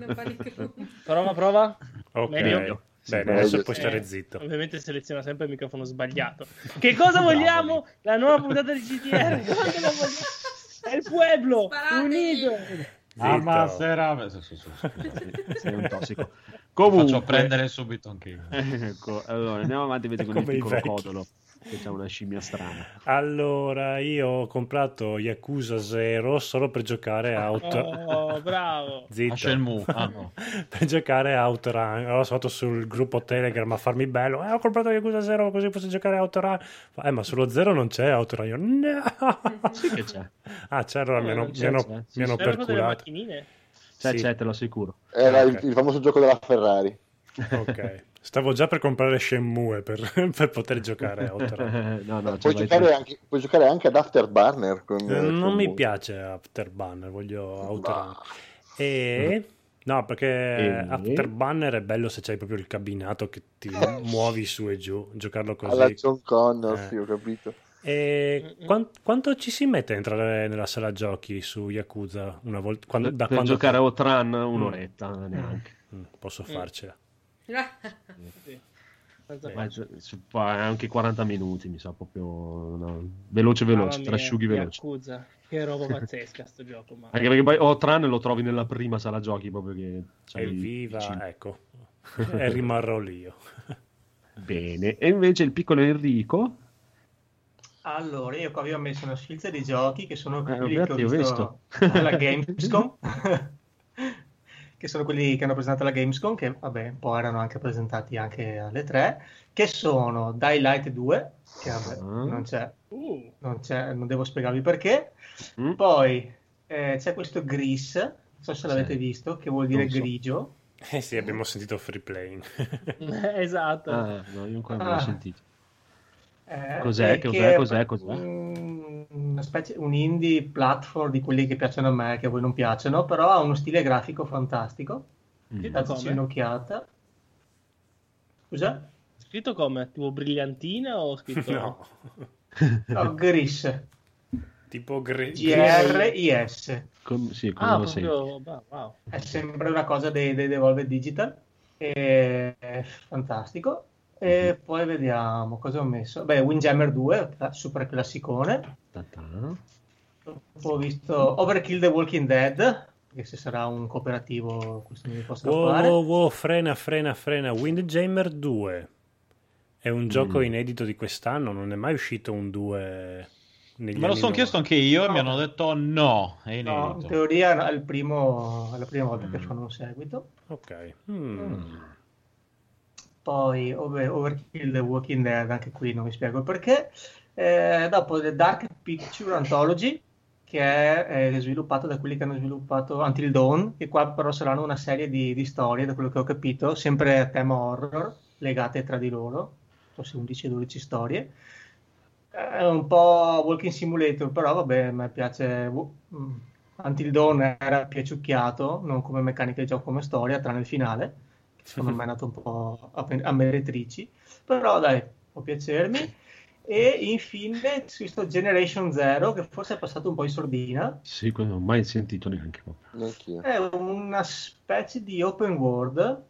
S13: Prova.
S2: Ok.
S13: Meglio?
S2: Bene, adesso puoi stare zitto.
S13: Ovviamente seleziona sempre il microfono sbagliato. Che cosa vogliamo? La nuova puntata di GTR. Quando la vogliamo? È il pueblo unito.
S7: Mamma sera.
S1: Sei un tossico.
S7: Comunque faccio prendere subito anche io.
S1: Ecco, allora andiamo avanti invece con
S2: Come
S1: il piccolo
S2: i vecchi.
S1: Codolo, che c'ha una scimmia strana.
S2: Allora, io ho comprato Yakuza 0 solo per giocare a
S13: Oh, bravo.
S2: Zitto.
S7: No.
S2: Per giocare a Outrun. Allora sono andato sul gruppo Telegram a farmi bello. Ho comprato Yakuza 0 così posso giocare a Outrun. Ma sullo 0 non c'è Outrun. Io, no!
S1: Sì che c'è.
S2: Ah, c'è, allora mi hanno perculato.
S1: C'è, te lo assicuro.
S5: Era il famoso gioco della Ferrari.
S2: Ok. Stavo già per comprare Shenmue per poter giocare a Outrun.
S1: No,
S5: puoi giocare anche ad Afterburner con
S2: non mi piace Afterburner, voglio Outrun. No, perché Afterburner è bello se c'hai proprio il cabinato che ti muovi su e giù, giocarlo così.
S5: Alla John Connor, sì, ho capito.
S2: E quanto ci si mette a entrare nella sala giochi su Yakuza una volta?
S1: Per giocare a Outrun un'oretta neanche.
S2: Posso farcela.
S1: Anche 40 minuti mi sa proprio veloce, trasciughi veloce.
S13: Yakuza. Che roba pazzesca sto gioco, ma...
S1: Anche perché poi Outrun lo trovi nella prima sala giochi proprio che
S2: evviva, ecco. E rimarrò lì io.
S1: Bene, e invece il piccolo Enrico.
S3: Allora, io qua vi ho messo una sfilza di giochi che sono quelli che ho
S1: ho
S3: visto alla Gamescom, che sono quelli che hanno presentato alla Gamescom, che vabbè, un po' erano anche presentati anche alle 3, che sono Dying Light 2, che vabbè, non devo spiegarvi perché. Poi c'è questo Gris, non so se l'avete visto, che vuol dire grigio.
S2: Sì, abbiamo sentito Free Playing.
S13: Esatto.
S1: No, io ancora non l'ho sentito. Cos'è?
S3: Una specie, un indie platform di quelli che piacciono a me, che a voi non piacciono, però ha uno stile grafico fantastico. Dateci un'occhiata. Scusa?
S13: Scritto come? Tipo brillantina o scritto...
S3: No, Gris.
S2: Tipo
S3: GRIS.
S13: Proprio... Wow.
S3: È sempre una cosa dei Devolver Digital. È fantastico. E poi vediamo cosa ho messo. Windjammer 2, super classicone. Ho visto Overkill The Walking Dead, che se sarà un cooperativo questo mi possa fare.
S2: Frena. Windjammer 2 è un gioco inedito di quest'anno, non è mai uscito un 2 negli
S7: Me lo sono chiesto anche io e mi hanno detto no, è inedito.
S3: No, in teoria è la prima volta che fanno un seguito.
S2: Ok.
S3: Poi Overkill The Walking Dead, anche qui non vi spiego il perché. Dopo The Dark Picture Anthology, che è sviluppato da quelli che hanno sviluppato Until Dawn, che qua però saranno una serie di storie, da quello che ho capito, sempre a tema horror, legate tra di loro, forse 11-12 storie. È un po' walking simulator, però vabbè, a me piace. Until Dawn era piaciucchiato, non come meccanica di gioco, come storia, tranne il finale, che secondo me è andato un po' a meretrici, però dai, può piacermi. E infine ho visto Generation Zero, che forse è passato un po' in sordina.
S1: Sì, non ho mai sentito neanche.
S3: È una specie di open world,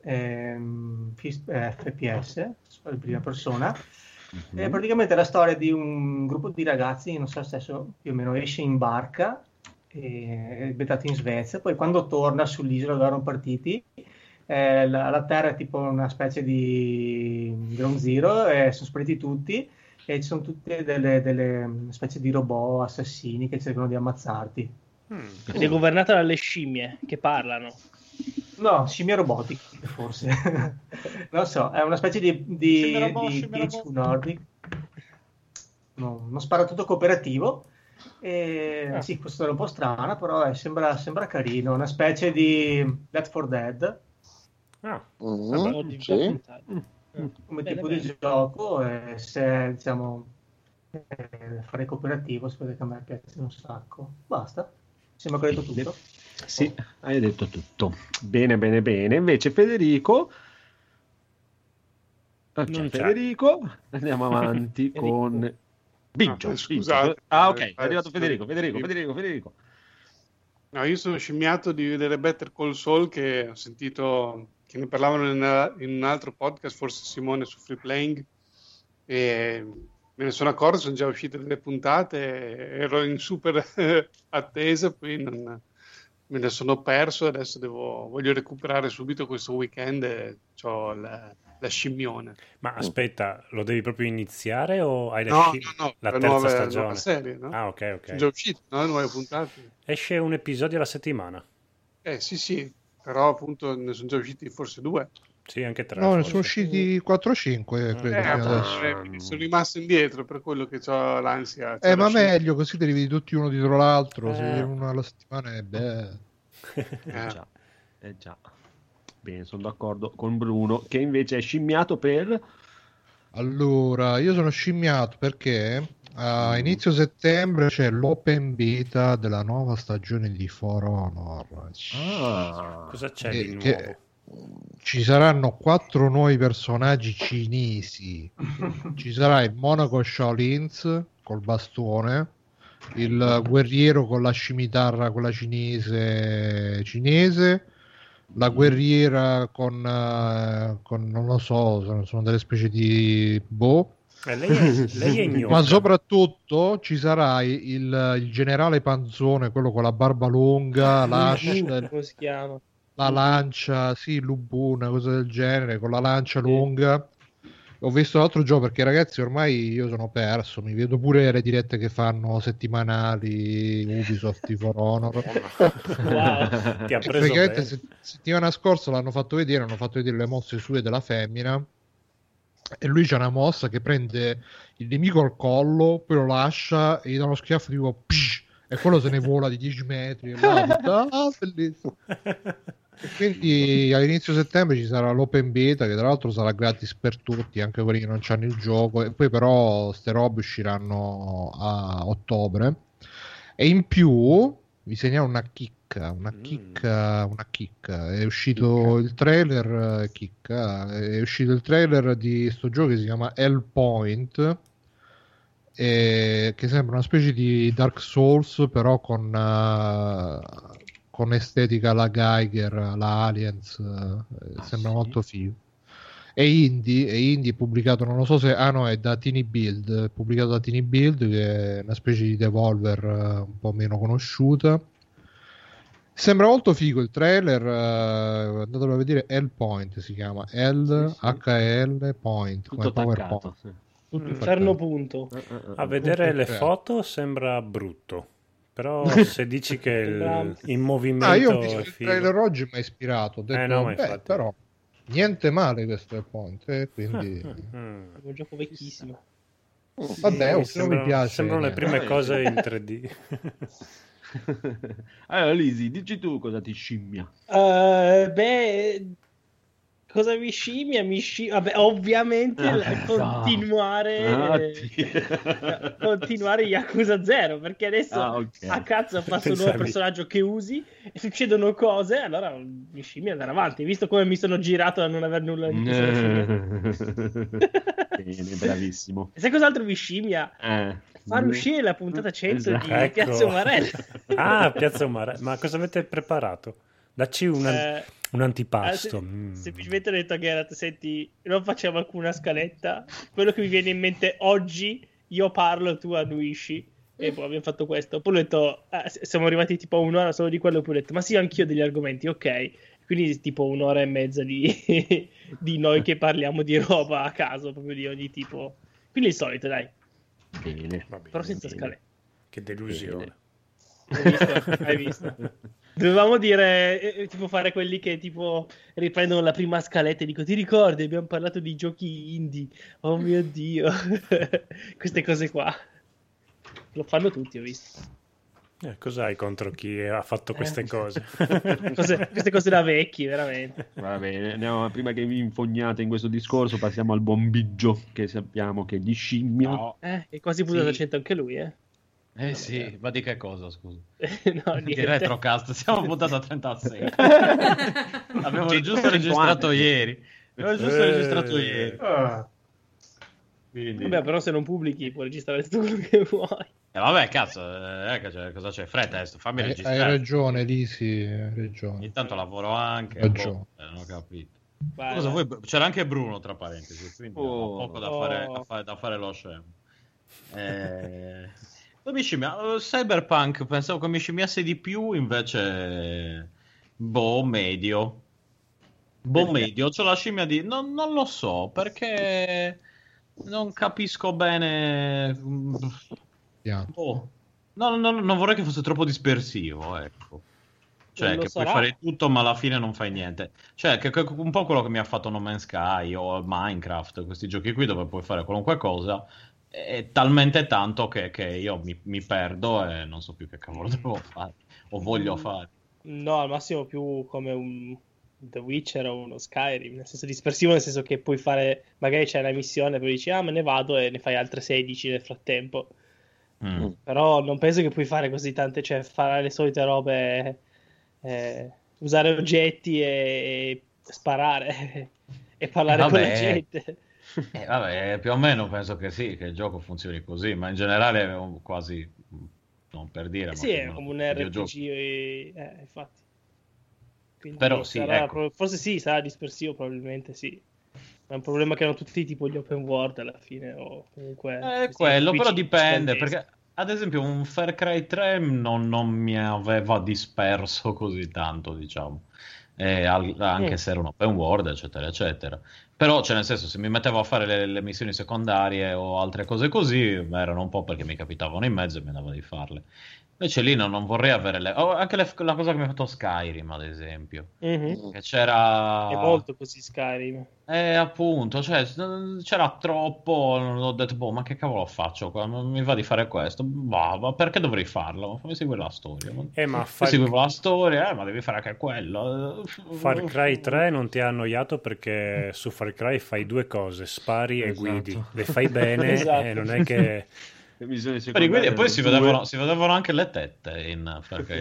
S3: FPS, in prima persona. È praticamente la storia di un gruppo di ragazzi, non so se adesso più o meno esce in barca, è abitato in Svezia, poi quando torna sull'isola dove erano partiti, la terra è tipo una specie di ground zero, sono spariti tutti e ci sono tutte delle specie di robot assassini che cercano di ammazzarti.
S13: Ed è governata dalle scimmie che parlano.
S3: No, scimmie robotiche forse. Non so, è una specie di THQ Nordic. No, non spara tutto cooperativo. Sì, questo è un po' strana, però sembra carino. Una specie di Left 4 Dead.
S5: Sì.
S3: Come tipo di gioco, se diciamo fare cooperativo, sapete che a me piace un sacco. Basta. Sembra che ho detto tutto.
S1: Sì, hai detto tutto. Bene. Invece Federico, Federico, andiamo avanti con Biggio.
S4: Scusate.
S1: Ok, è arrivato Federico.
S4: No, io sono scimmiato di vedere Better Call Saul, che ho sentito che ne parlavano in un altro podcast, forse Simone su Free Playing, e me ne sono accorto, sono già uscite delle puntate, ero in super attesa, poi me ne sono perso, adesso voglio recuperare subito questo weekend e ho la scimmione.
S2: Ma aspetta, lo devi proprio iniziare o hai
S4: la
S2: terza
S4: nuova
S2: stagione?
S4: Serie, no?
S2: Ah, ok.
S4: Sono già uscite, no? Le nuove puntate.
S2: Esce un episodio alla settimana.
S4: Sì, però appunto ne sono già usciti forse 2.
S2: Sì, anche 3.
S8: No, ne sono usciti 4-5, credo. Adesso.
S4: Sono rimasto indietro, per quello che ho l'ansia.
S8: Ma meglio, così te li vedi tutti uno dietro l'altro. Se uno alla settimana è bello.
S1: Già. Bene, sono d'accordo con Bruno, che invece è scimmiato per...
S8: Allora, io sono scimmiato perché a inizio settembre c'è l'open beta della nuova stagione di For Honor.
S2: Cosa c'è di nuovo?
S8: Ci saranno 4 nuovi personaggi cinesi. Ci sarà il monaco Shaolin col bastone, il guerriero con la scimitarra, quella cinese, la guerriera con non lo so, sono delle specie di
S2: lei è ignota.
S8: Ma soprattutto ci sarà il generale Panzone, quello con la barba lunga,
S13: come si chiama?
S8: La lancia, sì, Lubu, una cosa del genere, con la lancia lunga. Ho visto l'altro giorno, perché ragazzi ormai io sono perso, mi vedo pure le dirette che fanno settimanali Ubisoft di For Honor.
S2: Wow. Ti ha preso
S8: praticamente settimana scorsa hanno fatto vedere le mosse sue della femmina, e lui c'ha una mossa che prende il nemico al collo, poi lo lascia e gli dà uno schiaffo tipo psh, e quello se ne vola di 10 metri e bellissimo. E quindi all'inizio settembre ci sarà l'open beta, che tra l'altro sarà gratis per tutti, anche quelli che non hanno il gioco, e poi però ste robe usciranno a ottobre. E in più vi segnalo una chicca. È uscito il trailer di sto gioco che si chiama Hellpoint, che sembra una specie di Dark Souls, però con estetica alla Geiger, alla Aliens, sembra molto figo. È indie, è pubblicato, non lo so se... no, è da Tiny Build, è pubblicato da Tiny Build, che è una specie di Devolver un po' meno conosciuta. Sembra molto figo il trailer, andatelo a vedere. Hellpoint si chiama, HL Point, come PowerPoint.
S13: Inferno punto.
S2: A vedere le foto sembra brutto. Però se dici che il movimento
S8: io ho visto
S2: è
S8: il
S2: figo.
S8: trailer oggi, mi ha ispirato. Ho detto,
S2: infatti.
S8: però niente male questo è Point, quindi
S13: È un gioco vecchissimo.
S8: Vabbè, se non mi piace.
S2: Sembrano le prime cose in 3D.
S1: Allora, Lisi, dici tu cosa ti scimmia.
S13: Cosa mi scimmia? Vabbè, ovviamente continuare Yakuza 0, perché adesso a cazzo passo un nuovo personaggio che usi e succedono cose, allora mi scimmia andare avanti, visto come mi sono girato da non aver nulla di
S1: Bene, bravissimo.
S13: E sai cos'altro mi scimmia? Far uscire la puntata 100 di Piazza Umarella.
S2: Piazza Umarella. Ma cosa avete preparato? Dacci un antipasto.
S13: Semplicemente ho detto a Geralt, senti, non facciamo alcuna scaletta, quello che mi viene in mente oggi io parlo, tu annuisci, e poi abbiamo fatto questo. Poi ho detto, siamo arrivati tipo a un'ora solo di quello, poi ho detto, ma sì, anch'io degli argomenti, ok, quindi tipo un'ora e mezza di noi che parliamo di roba a caso, proprio di ogni tipo, quindi il solito, dai.
S1: Bene.
S13: Però senza scaletta.
S2: Che delusione.
S13: Hai visto? Dovevamo dire, tipo fare quelli che tipo riprendono la prima scaletta e dico, ti ricordi, abbiamo parlato di giochi indie, oh mio Dio. Queste cose qua lo fanno tutti, ho visto.
S2: Cos'hai contro chi ha fatto queste cose?
S13: Queste cose da vecchi, veramente.
S1: Va bene, andiamo, prima che vi infognate in questo discorso, passiamo al buon Biggio, che sappiamo che gli scimmia.
S13: È quasi puntata 100 anche lui,
S7: sì, ma di che cosa, scusa?
S13: No,
S7: di Retrocast, siamo puntati a 36. Abbiamo giusto registrato ieri. Quindi...
S13: Vabbè, però se non pubblichi puoi registrare tutto quello che vuoi.
S7: Vabbè, cazzo, cosa c'è? Fretta, fammi registrare.
S8: Hai ragione, Lisi, hai ragione.
S7: Intanto lavoro anche. Non ho capito. Cosa vuoi? C'era anche Bruno, tra parentesi, quindi ho poco da fare lo scemo. Cyberpunk pensavo che mi scimmiasse di più, invece medio. C'ho la scimmia di non lo so, perché non capisco bene. Non vorrei che fosse troppo dispersivo, ecco. Cioè che puoi fare tutto ma alla fine non fai niente. Cioè che un po' quello che mi ha fatto No Man's Sky o Minecraft, questi giochi qui dove puoi fare qualunque cosa. È talmente tanto che io mi perdo e non so più che cavolo devo fare o voglio fare.
S13: No, al massimo più come un The Witcher o uno Skyrim, nel senso dispersivo, nel senso che puoi fare, magari c'è la missione, poi dici me ne vado e ne fai altre 16 nel frattempo. Però non penso che puoi fare così tante, cioè fare le solite robe, usare oggetti e sparare e parlare con la gente.
S7: Vabbè, più o meno penso che sì, che il gioco funzioni così, ma in generale è quasi, non per dire,
S13: sì, è come un RPG, infatti. Quindi
S7: però sì, ecco.
S13: Forse sì, sarà dispersivo, probabilmente sì. È un problema che hanno tutti tipo gli open world alla fine, o comunque...
S7: quello, però dipende, perché ad esempio un Far Cry 3 non mi aveva disperso così tanto, diciamo. Anche se era un open world, eccetera eccetera, però nel senso, se mi mettevo a fare le missioni secondarie o altre cose così, erano un po' perché mi capitavano in mezzo e mi andava di farle. Invece lì non vorrei avere anche la cosa che mi ha fatto Skyrim, ad esempio, che c'era...
S13: È molto così Skyrim.
S7: Appunto, cioè c'era troppo, ho detto, ma che cavolo faccio qua? Mi va di fare questo, ma perché dovrei farlo? Fammi seguire la storia. Seguivo la storia, ma devi fare anche quello.
S2: Far Cry 3 non ti ha annoiato perché su Far Cry fai due cose, spari e guidi, le fai bene e non è che...
S7: E poi si vedevano anche le tette in Far Cry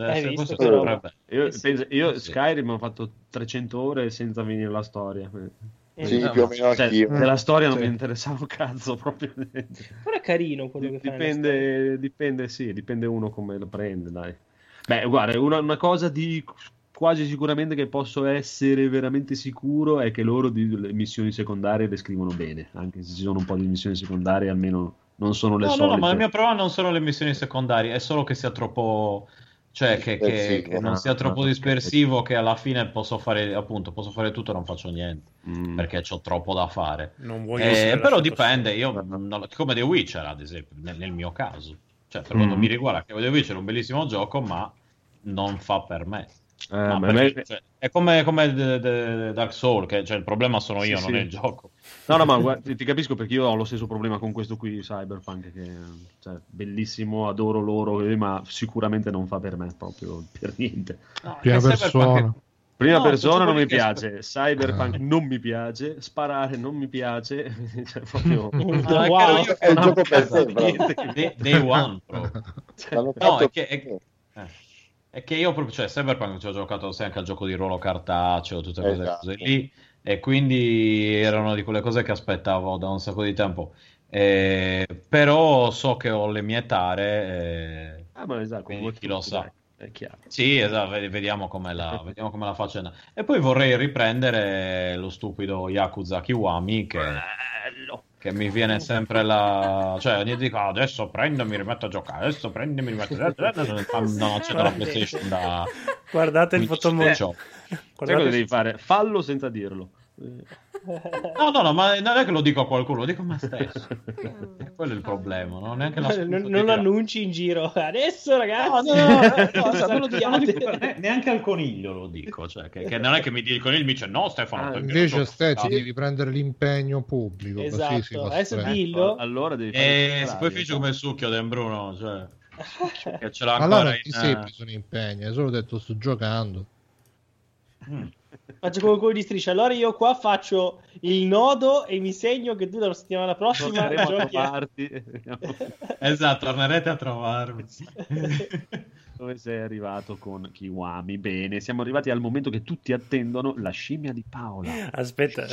S7: 3.
S1: Io Skyrim ho fatto 300 ore senza finire la storia.
S5: Sì, più o meno anch'io.
S1: Della storia non mi interessava un cazzo proprio.
S13: Però è carino quello che
S1: dipende uno come lo prende, dai. Beh, guarda, una cosa di quasi sicuramente che posso essere veramente sicuro è che loro le missioni secondarie le scrivono bene, anche se ci sono un po' di missioni secondarie, almeno non sono le solite.
S7: No, ma il mio problema non sono le missioni secondarie, è solo che sia troppo, cioè che non sia troppo dispersivo, che alla fine posso fare tutto e non faccio niente, perché c'ho troppo da fare.
S2: Non voglio
S7: però dipende, come The Witcher ad esempio, nel mio caso, cioè per quanto mi riguarda, che The Witcher è un bellissimo gioco, ma non fa per me. Cioè, è come Dark Souls, che cioè, il problema sono io, non è il gioco.
S1: No, ma guarda, ti capisco, perché io ho lo stesso problema con questo qui, Cyberpunk, che cioè, bellissimo, adoro loro, ma sicuramente non fa per me, proprio per niente.
S8: No, prima persona.
S1: Prima persona non mi piace, Cyberpunk non mi piace, sparare non mi piace, cioè proprio...
S5: è un gioco per te,
S7: Day one, proprio. No, è che io proprio, cioè Cyberpunk ci ho giocato anche al gioco di ruolo cartaceo, tutte quelle cose lì, e quindi era una di quelle cose che aspettavo da un sacco di tempo. Però so che ho le mie tare,
S1: ma esatto,
S7: quindi chi lo sa.
S1: È chiaro.
S7: Sì, esatto, vediamo come la faccenda. E poi vorrei riprendere lo stupido Yakuza Kiwami che mi viene sempre cioè ogni dico adesso prendo mi rimetto a giocare, adesso prendo mi rimetto non accendo la PlayStation da...
S2: Guardate il fotomontaggio.
S1: Sai cosa devi fare? Fallo senza dirlo.
S7: No, ma non è che lo dico a qualcuno, lo dico a me stesso. Quello è il problema, no? Neanche
S13: non annunci in giro adesso, ragazzi.
S7: Non lo dico neanche al coniglio, lo dico, cioè che non è che il coniglio mi dice no, Stefano,
S8: invece ti devi prendere l'impegno pubblico,
S13: esatto.
S8: Così
S13: adesso dillo.
S1: Allora devi fare
S7: poi faccio come il succhio del Bruno, cioè che ce l'ha
S8: ancora.
S7: Allora
S8: non ti sei preso un impegno, hai solo detto sto giocando.
S13: Faccio come quello di Striscia. Allora io qua faccio il nodo e mi segno che tu dalla settimana prossima giochi
S1: a
S7: esatto, tornerete a trovarmi.
S1: Dove sei arrivato con Kiwami? Bene, siamo arrivati al momento che tutti attendono, la scimmia di Paola.
S2: Aspetta,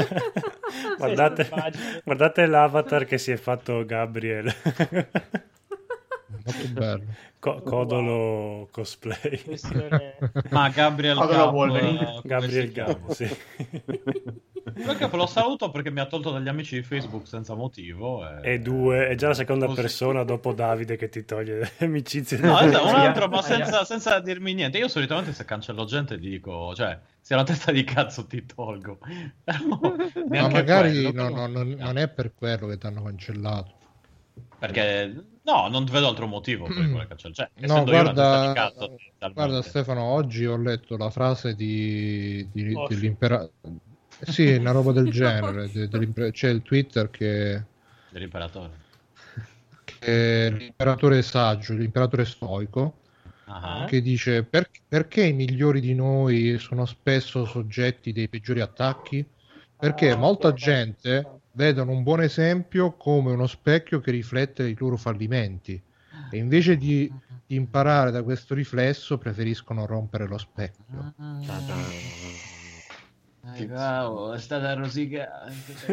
S2: guardate l'avatar che si è fatto Gabriel.
S8: Molto bello.
S2: Codolo cosplay.
S7: Ma Gabriel
S2: Gabo, sì.
S7: Perché lo saluto perché mi ha tolto dagli amici di Facebook senza motivo.
S2: E è già la seconda persona dopo Davide che ti toglie amicizie.
S7: No, un altro, ma senza dirmi niente. Io solitamente se cancello gente dico, cioè, se la testa di cazzo ti tolgo.
S8: Ma magari non è per quello che ti hanno cancellato.
S7: Perché no, non vedo altro motivo per quello che cioè,
S8: no, guarda Stefano, oggi ho letto la frase dell'imperatore. Sì, una roba del genere. C'è il Twitter
S7: dell'imperatore.
S8: Che l'imperatore saggio, l'imperatore stoico, che dice perché i migliori di noi sono spesso soggetti dei peggiori attacchi? Perché molta gente vedono un buon esempio come uno specchio che riflette i loro fallimenti e invece di imparare da questo riflesso preferiscono rompere lo specchio.
S7: Wow, è stata rosicata.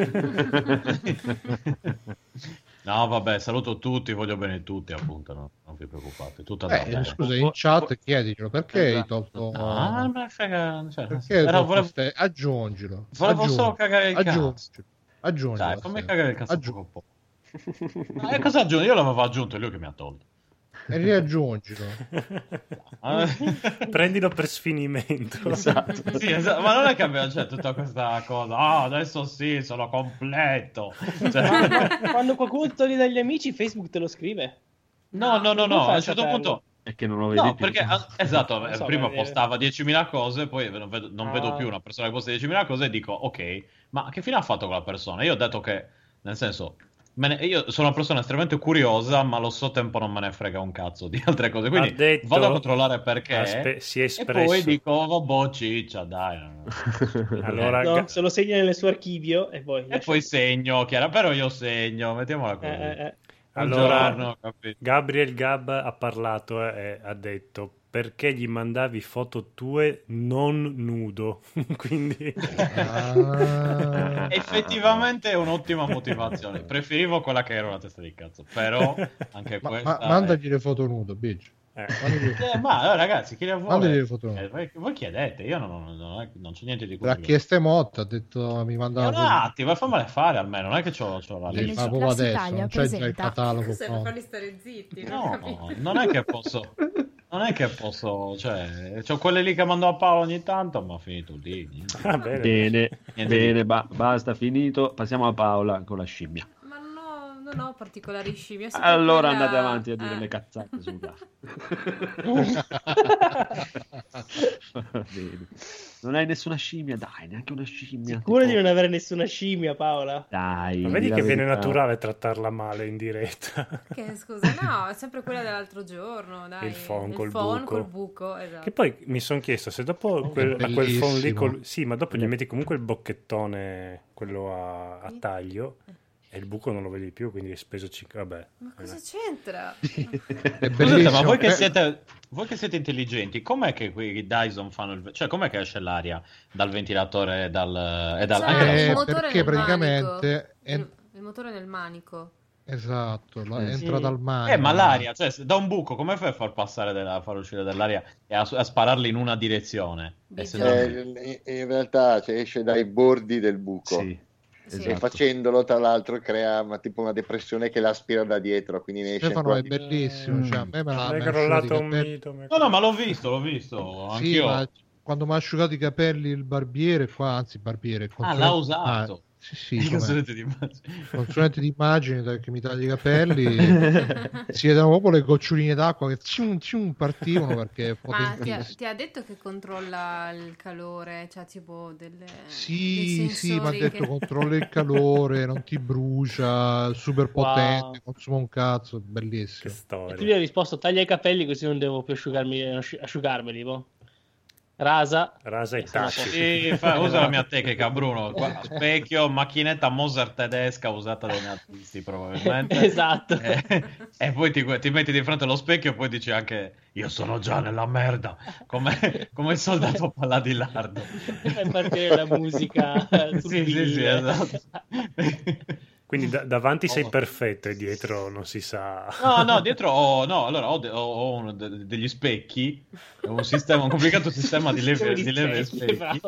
S7: No, vabbè, saluto tutti, voglio bene tutti, appunto, no? Non vi preoccupate.
S8: Scusa, in chat chiediglielo perché hai tolto.
S7: No, non me ne frega. Cioè,
S8: perché aggiungilo.
S7: Volevo solo cagare il cazzo.
S8: Aggiungilo.
S7: Dai, fammi cagare il cazzo un po'. Ma cosa aggiungo? Io l'avevo aggiunto, è lui che mi ha tolto.
S8: E riaggiungilo.
S2: Prendilo per sfinimento.
S7: Esatto. Sì, esatto. Ma non è che c'è tutta questa cosa. Adesso sì, sono completo. Cioè...
S13: Quando qualcuno ti toglie dagli amici, Facebook te lo scrive.
S7: No. A un certo punto.
S1: È che non lo vedi più.
S7: Perché esatto, prima postava 10.000 cose, poi non vedo più una persona che posta 10.000 cose e dico ok, ma che fine ha fatto quella persona? Io ho detto che, nel senso, io sono una persona estremamente curiosa, ma allo stesso tempo non me ne frega un cazzo di altre cose, quindi vado a controllare perché
S2: si è espresso.
S7: E poi dico vabbè, ciccia, dai.
S2: Allora
S13: se lo segna nel suo archivio e poi
S7: segno, chiaro, però io segno, mettiamola così.
S2: Allora, Gabriel Gab ha parlato e ha detto perché gli mandavi foto tue non nudo. Quindi
S7: effettivamente è un'ottima motivazione. Preferivo quella che era la testa di cazzo, però anche questa
S8: mandagli le foto nudo, bitch.
S7: Ma ragazzi, chi le
S8: vuole?
S7: Voi chiedete, io non c'è niente di cui.
S8: L'ha chiesto Motta, ha detto mi mandava
S7: un attimo, fammele fare almeno, non è che c'ho la
S8: lista. Ma adesso non c'è già il catalogo.
S6: Per farli stare zitti.
S7: No, non è che posso, cioè, c'ho quelle lì che mando a Paolo ogni tanto, ma ho finito lì.
S1: Bene, basta, finito. Passiamo a Paola con la scimmia.
S6: Ma no, non ho particolari scimmie.
S1: Allora andate avanti a dire le cazzate sulla. Non hai nessuna scimmia, dai, neanche una scimmia.
S13: Sicuro di non avere nessuna scimmia, Paola?
S1: Dai.
S2: Ma vedi che viene naturale trattarla male in diretta.
S6: Che scusa, no, è sempre quella dell'altro giorno, dai.
S2: Il phon col
S6: buco, esatto.
S2: Che poi mi sono chiesto se dopo quel phon lì sì, ma dopo gli metti comunque il bocchettone, quello a taglio, e il buco non lo vedi più, quindi hai speso 5. Vabbè.
S6: Ma cosa c'entra?
S7: Scusate, ma voi che siete intelligenti, com'è che i Dyson fanno cioè com'è che esce l'aria dal ventilatore e dal
S6: il motore
S8: perché praticamente
S6: il motore nel manico.
S8: Esatto, entra dal manico.
S7: Ma l'aria, cioè da un buco come fai a far far uscire dell'aria e a spararli in una direzione?
S5: In realtà esce dai bordi del buco.
S1: Sì.
S5: E facendolo tra l'altro crea tipo una depressione che l'aspira da dietro, quindi ne esce.
S8: Stefano è bellissimo, cioè, a me me l'ha
S2: crollato un mito.
S7: No, ma l'ho visto anch'io.
S8: Ma quando mi ha asciugato i capelli il barbiere
S7: l'ha usato.
S8: Sì, consulente di immagine che mi taglia i capelli. Si vedono proprio le goccioline d'acqua che partivano perché
S6: ma ti ha detto che controlla il calore, cioè tipo delle
S8: sì, mi ha detto controlla il calore, non ti brucia, super potente, consuma un cazzo, bellissimo.
S13: E tu gli hai risposto taglia i capelli così non devo più asciugarmeli, boh. Rasa
S2: e tacci.
S7: Usa la mia tecnica, Bruno. Specchio, macchinetta Moser tedesca usata dai nazisti probabilmente.
S13: Esatto.
S7: E poi ti metti di fronte allo specchio e poi dici anche io sono già nella merda, come il soldato Palladilardo.
S13: Fai partire la musica.
S7: Sì, esatto.
S2: Quindi davanti sei perfetto e dietro non si sa.
S7: No, dietro ho degli specchi, un complicato sistema di leve e specchi.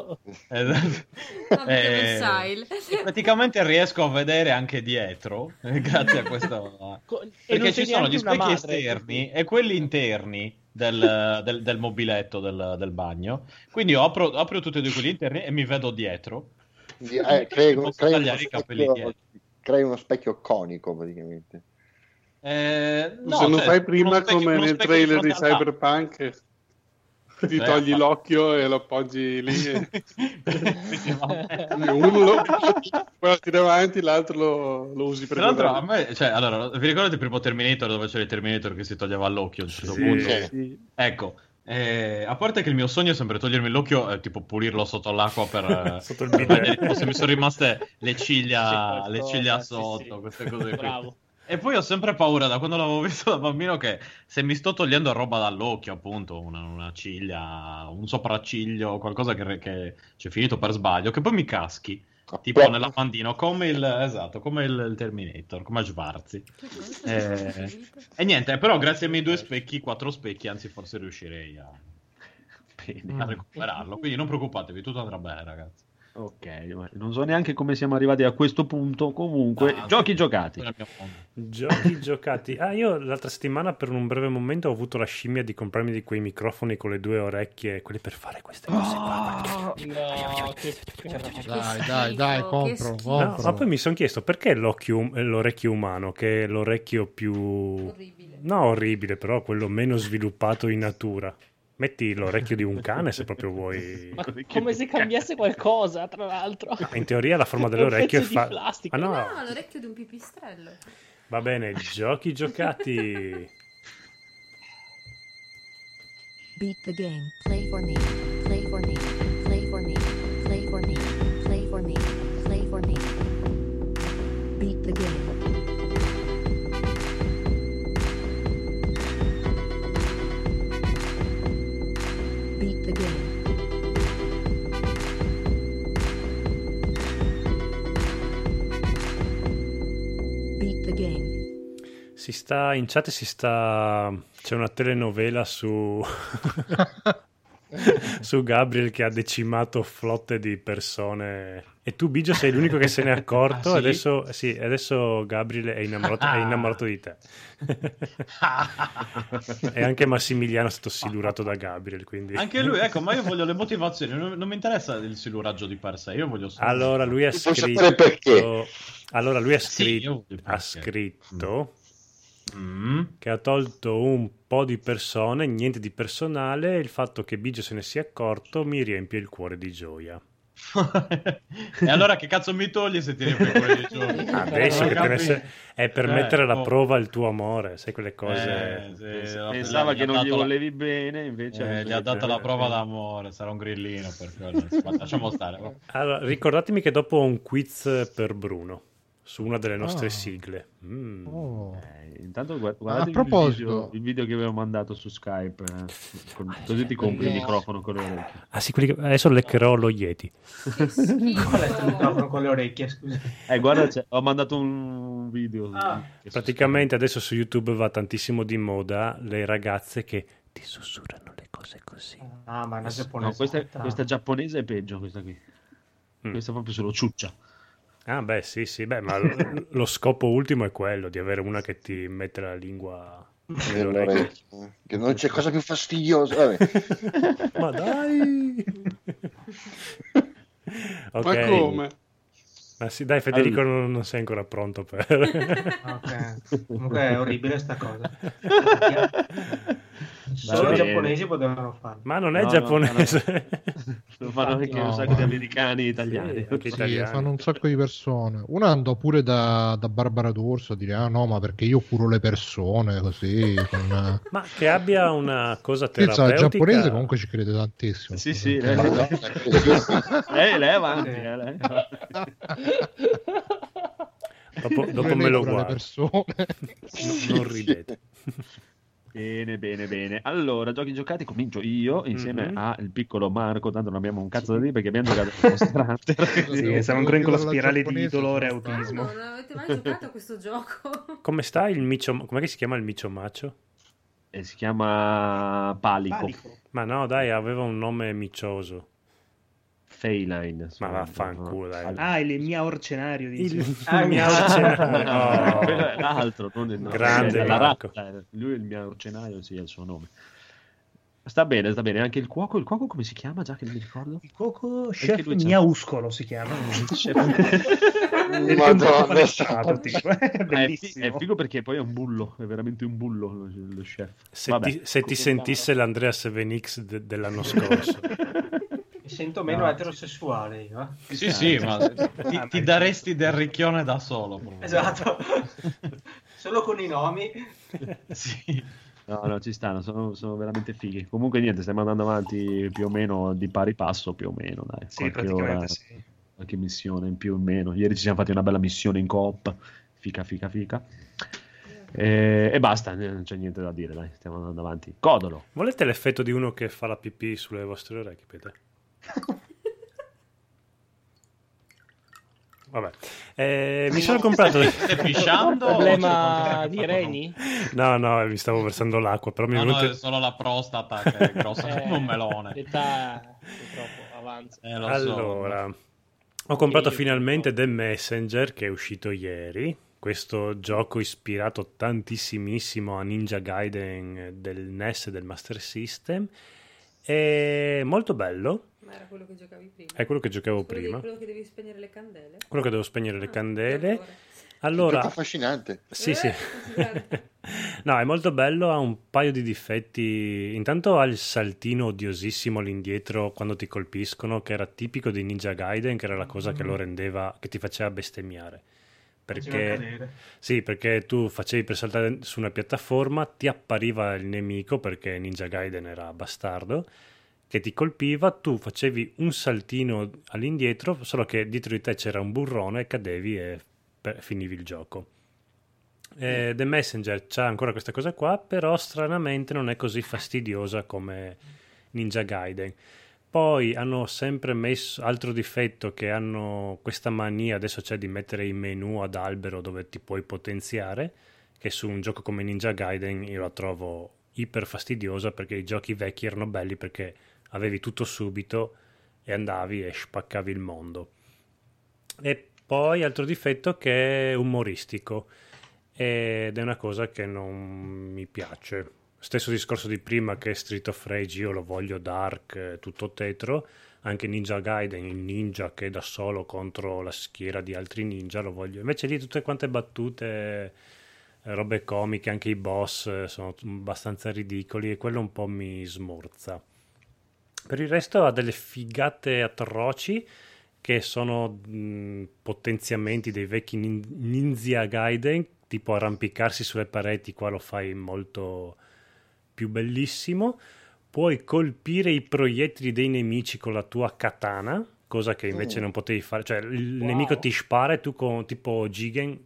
S7: Praticamente riesco a vedere anche dietro, grazie a questo. Perché ci sono gli specchi esterni e quelli interni del mobiletto del bagno. Quindi io apro tutti e due quelli interni e mi vedo dietro.
S5: Tagliare i capelli dietro. Crei uno specchio conico praticamente.
S4: Se non fai prima come nel trailer di Cyberpunk, ti togli l'occhio e lo appoggi lì. Uno lo tira avanti, l'altro lo usi per
S7: l'altro. A me, allora, vi ricordate il primo Terminator dove c'era il Terminator che si toglieva l'occhio a un certo punto?
S4: Sì.
S7: Ecco. A parte che il mio sogno è sempre togliermi l'occhio e tipo pulirlo sotto l'acqua per
S2: sotto il bidet.
S7: Se mi sono rimaste le ciglia sotto, queste cose qui.
S13: Bravo.
S7: E poi ho sempre paura da quando l'avevo visto da bambino che se mi sto togliendo roba dall'occhio, appunto una ciglia, un sopracciglio, qualcosa che c'è finito per sbaglio, che poi mi caschi tipo nel lavandino come il Terminator, come Schwarzi. E niente, però grazie ai miei 4 specchi, anzi forse riuscirei a recuperarlo, quindi non preoccupatevi, tutto andrà bene, ragazzi.
S1: Ok, ma non so neanche come siamo arrivati a questo punto. Comunque, giochi giocati.
S2: Io l'altra settimana per un breve momento ho avuto la scimmia di comprarmi di quei microfoni con le 2 orecchie, quelli per fare queste cose qua.
S8: Dai, compro.
S2: No, ma poi mi sono chiesto perché l'orecchio umano, che è l'orecchio più orribile, però quello meno sviluppato in natura. Metti l'orecchio di un cane se proprio vuoi.
S13: Ma come se cambiasse qualcosa, tra l'altro.
S2: In teoria la forma dell'orecchio è
S13: plastica.
S6: No, l'orecchio di un pipistrello.
S2: Va bene, giochi giocati.
S14: Beat the game. Play for me. Play for me. Play for me. Play for me. Play for me. Play for me. Beat the game. Beat the game. Beat the game.
S2: In chat c'è una telenovela su su Gabriel che ha decimato flotte di persone e tu Biggio sei l'unico che se n'è accorto.
S7: Sì?
S2: Adesso Gabriel è innamorato di te. E anche Massimiliano è stato silurato da Gabriel, quindi...
S7: Anche lui, ecco, ma io voglio le motivazioni, non mi interessa il siluraggio di per sé, io voglio solo...
S2: Allora lui ha
S5: Posso
S2: scritto
S5: sapere perché?
S2: allora lui
S7: Sì, io voglio
S2: ha
S7: perché.
S2: scritto che ha tolto un po' di persone, niente di personale, il fatto che Biggio se ne sia accorto mi riempie il cuore di gioia.
S7: E allora che cazzo mi togli se ti riempie il cuore di gioia?
S2: Adesso che è per mettere alla
S7: oh.
S2: prova il tuo amore, sai quelle cose.
S1: Pensava che non gli volevi bene, invece
S7: gli ha dato la prova d'amore, sarà un grillino per quello. Ma lasciamo stare.
S2: Allora, ricordatemi che dopo ho un quiz per Bruno su una delle nostre sigle.
S1: Intanto guardate il video che avevo mandato su Skype, così ti compri il microfono con le orecchie.
S2: Ah sì, adesso leccherò lo Yeti.
S3: Qual è il microfono con le orecchie, scusa?
S1: Guarda, ho mandato un video.
S2: Praticamente adesso su YouTube va tantissimo di moda le ragazze che ti sussurrano le cose così.
S3: Ah, ma è una giapponese.
S1: No, questa giapponese è peggio, questa qui. Questa è proprio solo ciuccia.
S2: Ah beh sì, beh, ma lo scopo ultimo è quello di avere una che ti mette la lingua
S5: nell'orecchio, che non c'è cosa più fastidiosa. Vabbè.
S2: Ma dai. Ok.
S4: Ma come?
S2: Ma sì, dai Federico, non sei ancora pronto per...
S3: Ok, comunque è orribile sta cosa. Solo i giapponesi potevano farlo.
S2: Ma non è giapponese.
S1: Lo fanno anche un sacco di americani e italiani.
S8: Sì, fanno un sacco di persone. Una andò pure da Barbara D'Urso a dire no, ma perché io curo le persone così
S2: ma che abbia una cosa
S8: terapeutica. Il giapponese comunque ci crede tantissimo.
S1: Sì, lei è avanti.
S2: Dopo me lo guardo. Non ridete.
S1: Bene. Allora, giochi giocati, comincio io insieme al piccolo Marco, tanto non abbiamo un cazzo da dire perché abbiamo giocato a Monster Hunter.
S9: Sì, siamo ancora in quella spirale di dolore e autismo.
S6: Non avete mai giocato a questo gioco?
S2: Come sta il micio? Com'è che si chiama il micio macio?
S1: Si chiama Palico.
S2: Ma no, dai, aveva un nome micioso.
S1: Feline.
S2: Ma vaffanculo, dai.
S9: Ah, il mio orcenario.
S2: Il mio orcenario.
S1: Quello è l'altro, non il nome.
S2: Grande Marco.
S1: Lui è il mio orcenario, sì, è il suo nome. Sta bene. Anche il cuoco come si chiama? Già che non mi ricordo.
S9: Il cuoco Chef Miauscolo si chiama.
S5: Madonna,
S1: è figo perché poi è un bullo, è veramente un bullo lo chef.
S2: Se ti sentisse l'Andrea 7X dell'anno scorso.
S3: Mi sento meno eterosessuale io.
S7: Sì, ma ti daresti del ricchione da solo.
S3: Esatto. Solo con i nomi.
S1: Sì. No, ci stanno, sono veramente fighi. Comunque niente, stiamo andando avanti più o meno di pari passo, più o meno, dai.
S9: Sì, praticamente
S1: ora,
S9: sì.
S1: Qualche missione in più o meno. Ieri ci siamo fatti una bella missione in coop. Fica. E basta, non c'è niente da dire, dai, stiamo andando avanti. Codolo.
S2: Volete l'effetto di uno che fa la pipì sulle vostre orecchie, Peter? Vabbè, mi sono comprato.
S7: Stai pisciando?
S13: Problema di reni?
S2: No, mi stavo versando l'acqua. Però mi
S7: no, è solo la prostata che è grossa come un melone.
S13: L'età purtroppo avanza.
S2: Allora, ho comprato finalmente The Messenger, che è uscito ieri. Questo gioco ispirato tantissimissimo a Ninja Gaiden del NES e del Master System. È molto bello.
S6: Ma era quello che giocavi prima?
S2: È quello che giocavo prima.
S6: Quello che devi spegnere le candele?
S2: Quello che devo spegnere le candele. Allora,
S5: è affascinante.
S2: Sì. No, è molto bello, ha un paio di difetti. Intanto ha il saltino odiosissimo all'indietro quando ti colpiscono, che era tipico di Ninja Gaiden, che era la cosa che lo rendeva, che ti faceva bestemmiare. Perché tu facevi per saltare su una piattaforma, ti appariva il nemico, perché Ninja Gaiden era bastardo, che ti colpiva, tu facevi un saltino all'indietro, solo che dietro di te c'era un burrone, cadevi e finivi il gioco. The Messenger c'ha ancora questa cosa qua, però stranamente non è così fastidiosa come Ninja Gaiden. Poi hanno sempre messo altro difetto, che hanno questa mania, adesso c'è, di mettere i menu ad albero dove ti puoi potenziare, che su un gioco come Ninja Gaiden io la trovo iper fastidiosa, perché i giochi vecchi erano belli perché avevi tutto subito e andavi e spaccavi il mondo. E poi altro difetto che è umoristico, ed è una cosa che non mi piace. Stesso discorso di prima, che Street of Rage io lo voglio dark, tutto tetro. Anche Ninja Gaiden, il ninja che è da solo contro la schiera di altri ninja, lo voglio. Invece lì tutte quante battute, robe comiche, anche i boss sono abbastanza ridicoli e quello un po' mi smorza. Per il resto ha delle figate atroci che sono potenziamenti dei vecchi Ninja Gaiden, tipo arrampicarsi sulle pareti, qua lo fai molto più bellissimo. Puoi colpire i proiettili dei nemici con la tua katana, cosa che invece non potevi fare. Cioè il nemico ti spara e tu con tipo Jigen,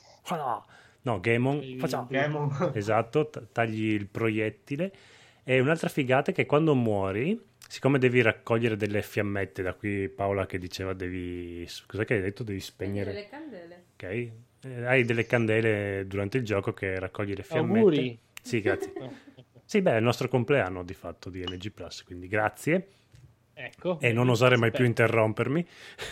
S2: Gemon, esatto, tagli il proiettile. E un'altra figata è che quando muori, siccome devi raccogliere delle fiammette, da qui Paola che diceva cos'è che hai detto? Devi spegnere
S6: delle candele.
S2: Ok, hai delle candele durante il gioco che raccogli le fiammette.
S13: Auguri.
S2: Sì, grazie. Sì, beh, è il nostro compleanno di fatto di NG Plus, quindi grazie.
S13: Ecco.
S2: E non osare mai più interrompermi.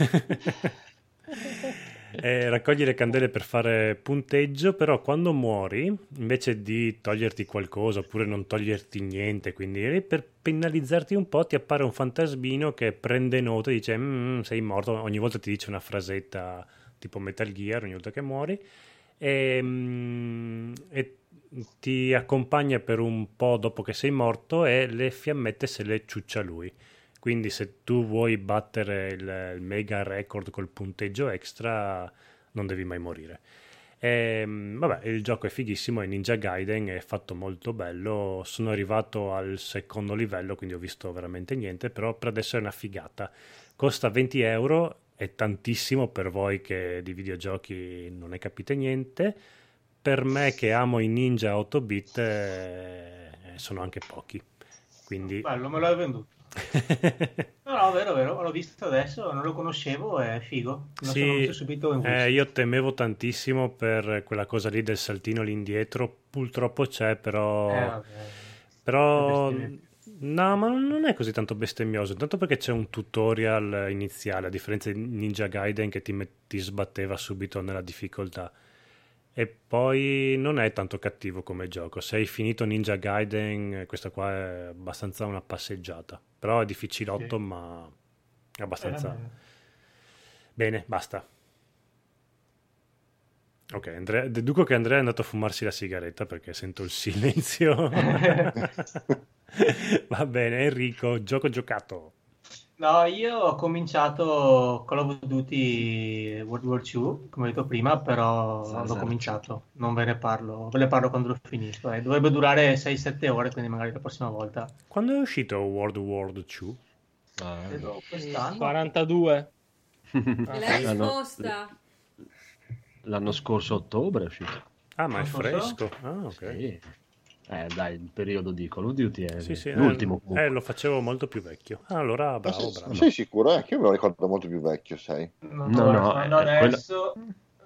S2: Raccogli le candele per fare punteggio, però quando muori, invece di toglierti qualcosa oppure non toglierti niente, quindi per penalizzarti un po' ti appare un fantasmino che prende nota e dice sei morto, ogni volta ti dice una frasetta tipo Metal Gear ogni volta che muori, e ti accompagna per un po' dopo che sei morto e le fiammette se le ciuccia lui. Quindi se tu vuoi battere il mega record col punteggio extra non devi mai morire. Vabbè, il gioco è fighissimo, è Ninja Gaiden, è fatto molto bello. Sono arrivato al secondo livello, quindi ho visto veramente niente, però per adesso è una figata. Costa 20 euro, è tantissimo per voi che di videogiochi non ne capite niente. Per me che amo i ninja 8-bit sono anche pochi. Quindi...
S3: Bello, me l'hai venduto. No, vero, l'ho visto adesso, non lo conoscevo, è figo. Sono messo subito in gusto.
S2: Io temevo tantissimo per quella cosa lì del saltino all'indietro, purtroppo c'è, però no, ma non è così tanto bestemmioso, intanto perché c'è un tutorial iniziale, a differenza di Ninja Gaiden che ti sbatteva subito nella difficoltà. E poi non è tanto cattivo come gioco. Se hai finito Ninja Gaiden, questa qua è abbastanza una passeggiata. Però è difficilotto, sì. Ma è abbastanza... Bene, basta. Ok, deduco che Andrea è andato a fumarsi la sigaretta perché sento il silenzio. Va bene, Enrico, gioco giocato.
S3: No, io ho cominciato Call of Duty World War II, come ho detto prima, però non l'ho cominciato, non ve ne parlo quando l'ho finito. Dovrebbe durare 6-7 ore, quindi magari la prossima volta.
S2: Quando è uscito World War II?
S3: Credo quest'anno.
S13: 42.
S6: La risposta.
S1: L'anno scorso ottobre è uscito.
S2: Ah, ma è fresco. Ah, ok.
S1: Sì. Dai, il periodo di Call of Duty è
S2: sì,
S1: l'ultimo.
S2: Lo facevo molto più vecchio. Allora, bravo.
S5: Sei sicuro? Anche io me lo ricordo molto più vecchio, sai?
S3: No, adesso...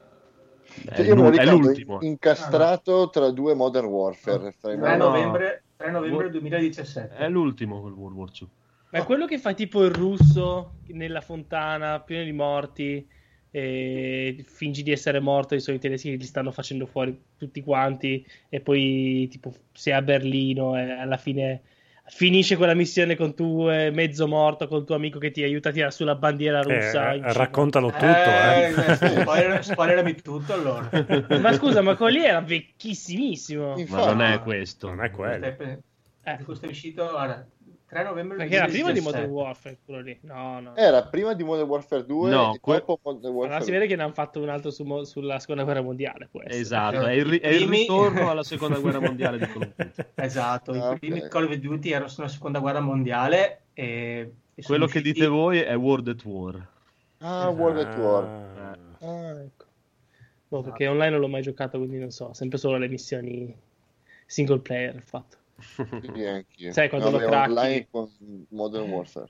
S5: Io me lo ricordo l'ultimo. Incastrato tra due Modern Warfare.
S3: 3 novembre 2017.
S1: È l'ultimo quel World War II.
S13: Ma è quello che fa tipo il russo nella fontana, pieno di morti, e fingi di essere morto, i suoi tedeschi li stanno facendo fuori tutti quanti, e poi tipo sei a Berlino e alla fine finisce quella missione con tu mezzo morto, con il tuo amico che ti aiuta a tirare sulla bandiera russa.
S2: Raccontalo tutto.
S3: Spoilerami tutto allora.
S13: Ma scusa, ma quello lì era vecchissimissimo.
S1: Ma non è questo.
S2: Non è quello.
S3: Questo è uscito... Guarda, 3 novembre
S13: perché era prima di Modern Warfare quello lì. No.
S5: Era prima di Modern Warfare 2 e dopo Modern Warfare.
S13: Allora si vede che ne hanno fatto un altro sulla seconda guerra mondiale, può essere.
S1: Esatto, è il ritorno alla seconda guerra mondiale di Call of Duty.
S3: Esatto, i primi Call of Duty erano sulla seconda guerra mondiale e
S1: quello che dite voi è World at War.
S5: World at War.
S13: Ecco. No, perché online non l'ho mai giocato, quindi non so, sempre solo le missioni single player fatto.
S5: Anch'io.
S13: Sai quando lo cracchi
S5: online con Modern Warfare.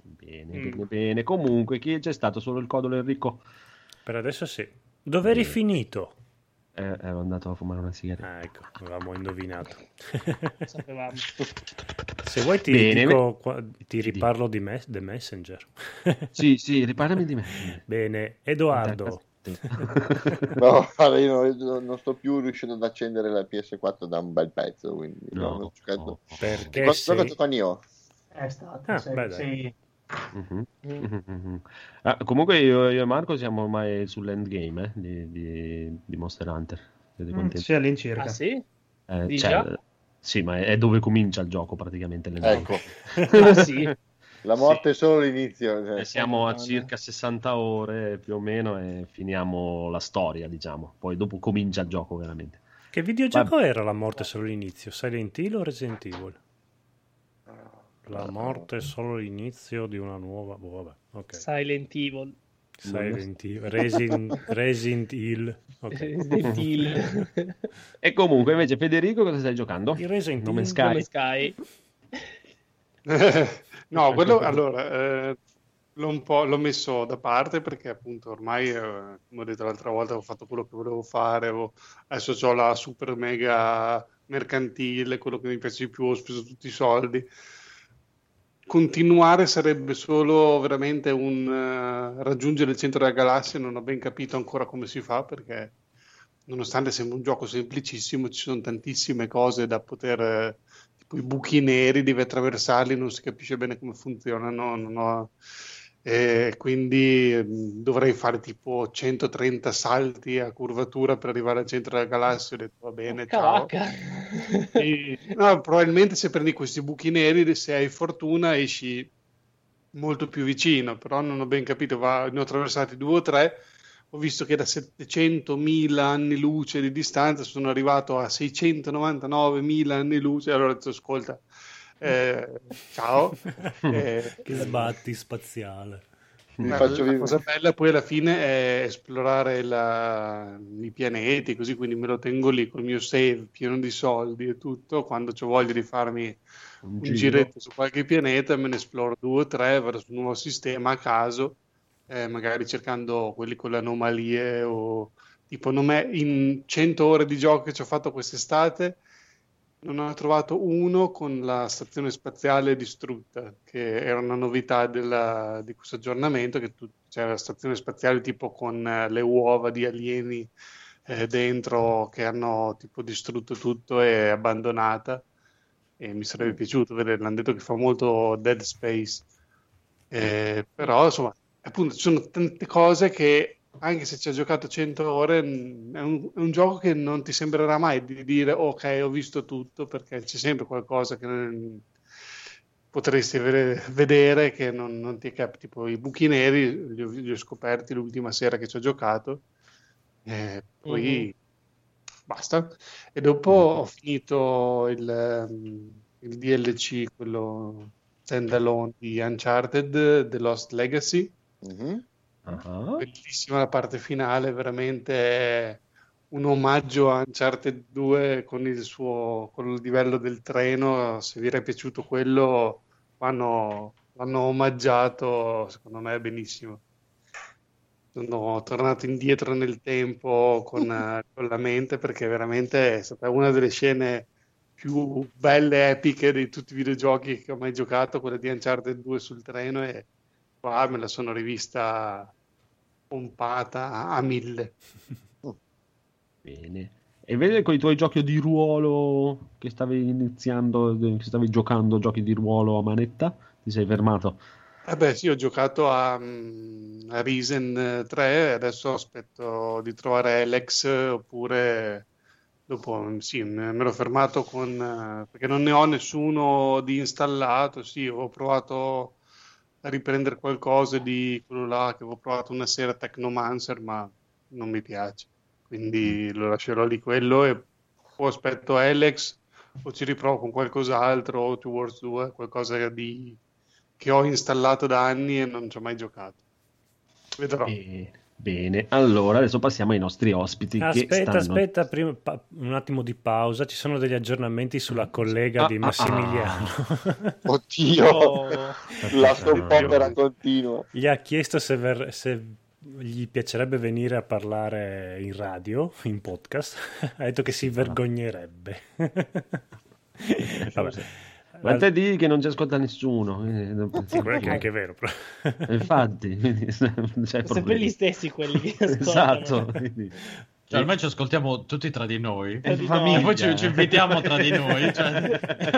S1: Bene. Comunque, chi c'è stato solo il codolo Enrico?
S2: Per adesso sì. Dove eri finito?
S1: Ero andato a fumare una sigaretta.
S2: Ecco, avevamo indovinato.
S13: Sapevamo.
S2: Se vuoi ti riparlo di The Messenger.
S1: Sì, riparlami di Messenger.
S2: Bene, Edoardo.
S5: No, io non sto più riuscendo ad accendere la PS4 da un bel pezzo, quindi non ho giocato.
S2: Perché
S5: cosa ho giocato io?
S3: È stato, sì.
S1: Comunque io e Marco siamo ormai sull'endgame di Monster Hunter. Siete contenti?
S9: Sì, all'incirca.
S13: Ah sì?
S1: Sì, ma è dove comincia il gioco praticamente.
S5: Ecco.
S13: Ah, sì.
S5: La morte è solo l'inizio.
S1: Siamo a circa 60 ore più o meno e finiamo la storia, diciamo. Poi dopo comincia il gioco veramente.
S2: Che videogioco era La morte solo l'inizio? Silent Hill o Resident Evil? La morte è solo l'inizio di una nuova... vabbè, okay.
S13: Silent Evil.
S2: Resident Evil. Okay.
S13: Resident Evil.
S1: E comunque invece Federico cosa stai giocando?
S2: Il Resident
S13: Nome Sky.
S4: No, quello allora l'ho messo da parte perché appunto ormai, come ho detto l'altra volta, ho fatto quello che volevo fare, adesso ho la super mega mercantile, quello che mi piace di più, ho speso tutti i soldi. Continuare sarebbe solo veramente raggiungere il centro della galassia, non ho ben capito ancora come si fa perché nonostante sembra un gioco semplicissimo ci sono tantissime cose da poter... i buchi neri, devi attraversarli, non si capisce bene come funzionano, quindi dovrei fare tipo 130 salti a curvatura per arrivare al centro della galassia. Ho detto va bene, ciao. No, probabilmente se prendi questi buchi neri, se hai fortuna esci molto più vicino, però non ho ben capito, ne ho attraversati 2 o 3. Ho visto che da 700.000 anni luce di distanza sono arrivato a 699.000 anni luce. Allora ho detto, ascolta, ciao.
S2: Che sbatti spaziale.
S4: La cosa bella poi alla fine è esplorare i pianeti, così, quindi me lo tengo lì col mio save pieno di soldi e tutto. Quando ho voglia di farmi un giretto su qualche pianeta, me ne esploro 2 o 3, vado su un nuovo sistema a caso. Magari cercando quelli con le anomalie o tipo in 100 ore di gioco che ci ho fatto quest'estate non ho trovato uno con la stazione spaziale distrutta, che era una novità di questo aggiornamento, che c'è la stazione spaziale tipo con le uova di alieni dentro che hanno tipo distrutto tutto e abbandonata, e mi sarebbe piaciuto vederla. Hanno detto che fa molto Dead Space, però insomma appunto ci sono tante cose che anche se ci ha giocato 100 ore è un gioco che non ti sembrerà mai di dire ok, ho visto tutto, perché c'è sempre qualcosa che potresti vedere che non ti capita. Tipo i buchi neri li ho scoperti l'ultima sera che ci ho giocato, poi basta. E dopo ho finito il DLC, quello standalone di Uncharted, The Lost Legacy. Bellissima la parte finale, veramente un omaggio a Uncharted 2 con il livello del treno. Se vi era piaciuto quello, l'hanno omaggiato, secondo me benissimo. Sono tornato indietro nel tempo con la mente, perché veramente è stata una delle scene più belle, epiche di tutti i videogiochi che ho mai giocato, quella di Uncharted 2 sul treno, e qua me la sono rivista pompata a 1000.
S1: Bene. E vedi con i tuoi giochi di ruolo che stavi iniziando, che stavi giocando giochi di ruolo a manetta, ti sei fermato?
S4: Sì, ho giocato a Risen 3, adesso aspetto di trovare Alex, oppure dopo sì, me l'ho fermato perché non ne ho nessuno di installato. Sì, ho provato a riprendere qualcosa di quello là che avevo provato una sera, Technomancer, ma non mi piace, quindi lo lascerò lì quello, e poi aspetto Alex o ci riprovo con qualcos'altro, o Towards 2, qualcosa che ho installato da anni e non ci ho mai giocato. Vedrò.
S1: Bene, allora adesso passiamo ai nostri ospiti.
S2: Aspetta, prima un attimo di pausa. Ci sono degli aggiornamenti sulla collega di Massimiliano.
S5: Oddio, la soppopera continua.
S2: Gli ha chiesto se gli piacerebbe venire a parlare in radio, in podcast. Ha detto che si vergognerebbe. Vabbè.
S1: Ma te di che non ci ascolta nessuno.
S2: Sì, quello che è anche vero. Però.
S1: Infatti,
S13: sono sempre gli stessi quelli che ascoltano.
S1: Esatto. Quindi...
S7: Cioè, ormai ci ascoltiamo tutti tra di noi
S1: e
S7: poi ci invitiamo tra di noi. Cioè...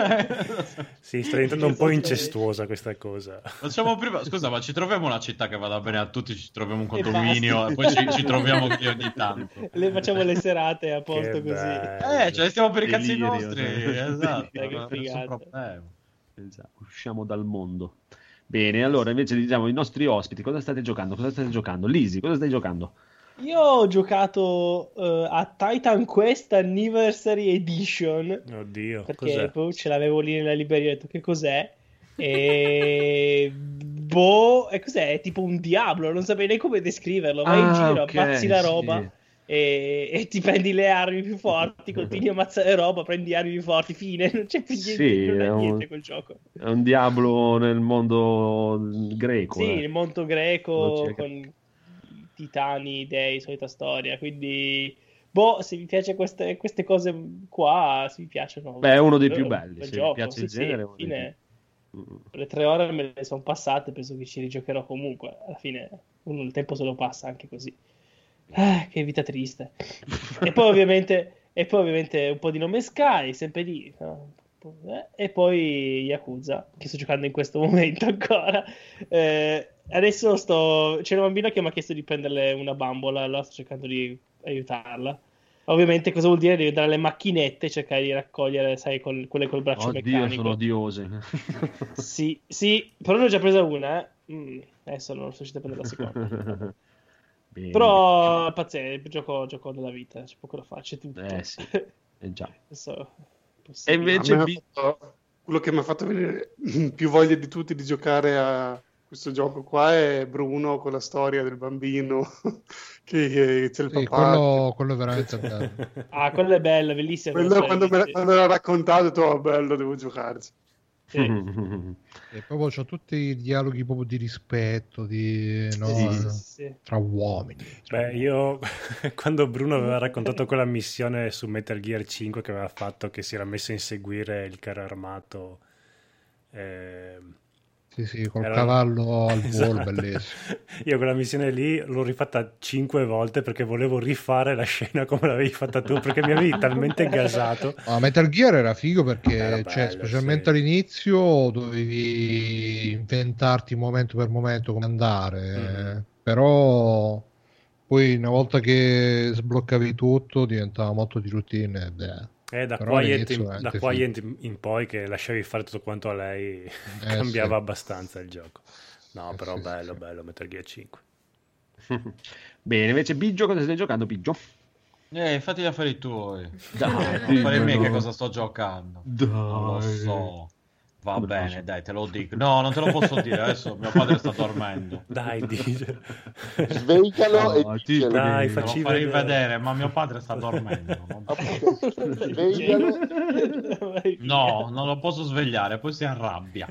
S2: Sì, sta diventando un po' incestuosa questa cosa.
S7: Facciamo prima, scusa, ma ci troviamo una città che vada bene a tutti, ci troviamo un condominio e poi ci troviamo qui ogni tanto.
S13: Le facciamo le serate a posto così.
S7: Cioè stiamo per i cazzi
S1: Delirio,
S7: nostri.
S1: cioè.
S7: Esatto.
S13: Che figata.
S1: Esatto. Usciamo dal mondo. Bene, allora invece diciamo i nostri ospiti, cosa state giocando? Lisi, cosa stai giocando?
S13: Io ho giocato a Titan Quest Anniversary Edition.
S2: Oddio,
S13: perché poi ce l'avevo lì nella libreria, ho detto che cos'è? E e cos'è? È tipo un Diablo, non saprei neanche come descriverlo. Vai in giro, ammazzi la roba e ti prendi le armi più forti, continui a ammazzare roba, prendi armi più forti, fine, non c'è più niente, non è niente quel gioco.
S1: È un Diablo nel mondo greco.
S13: Sì, nel mondo greco con titani, dei, solita storia, quindi se vi piace queste cose qua, se vi piacciono,
S1: beh, è uno dei più belli, se
S13: gioco.
S1: vi piace il genere,
S13: alla fine le 3 ore me le sono passate, penso che ci rigiocherò comunque, alla fine uno il tempo se lo passa anche così. Che vita triste. E poi ovviamente un po' di Nome Sky, sempre lì, no? E poi Yakuza, che sto giocando in questo momento ancora. Adesso c'è una bambina che mi ha chiesto di prenderle una bambola, allora sto cercando di aiutarla. Ovviamente cosa vuol dire? Devi dare le macchinette e cercare di raccogliere, sai, quelle col braccio meccanico.
S1: Sono odiose.
S13: Sì, però ne ho già presa una. Adesso non sono riuscito a prendere la seconda.
S1: Bene.
S13: Però pazienza, gioco della vita, c'è poco da fare, c'è tutto.
S1: Sì, già.
S13: E
S1: invece
S4: quello che mi ha fatto venire più voglia di tutti di giocare a questo gioco qua è Bruno, con la storia del bambino che c'è il papà.
S8: Quello è veramente bello.
S13: Quello è bello, bellissimo.
S4: Quando l'ha raccontato, ho detto, bello, devo giocarci.
S8: Sì. E proprio c'ho tutti i dialoghi proprio di rispetto tra uomini.
S2: Io quando Bruno aveva raccontato quella missione su Metal Gear 5 che aveva fatto, che si era messo a inseguire il carro armato,
S8: sì, col cavallo al volo, bellissimo.
S2: Io quella missione lì l'ho rifatta 5 volte perché volevo rifare la scena come l'avevi fatta tu, perché mi avevi talmente gasato.
S8: Metal Gear era figo perché bello, specialmente all'inizio dovevi inventarti momento per momento come andare, però poi una volta che sbloccavi tutto diventava molto di routine.
S2: Da Quiet in poi, che lasciavi fare tutto quanto a lei, cambiava abbastanza il gioco. No, però bello Metal Gear 5.
S1: Bene, invece Biggio, cosa stai giocando, Biggio?
S7: Fatti gli affari tuoi.
S1: Dai,
S7: non fare me che cosa sto giocando.
S1: Dai.
S7: Non lo so. Va bene, dai, te lo dico. No, non te lo posso dire, adesso mio padre sta dormendo.
S2: Dai, dice.
S5: Sveglialo e dicelo.
S2: Dai,
S7: facci vedere, ma mio padre sta dormendo.
S5: Sveglialo.
S7: No, non lo posso svegliare, poi si arrabbia.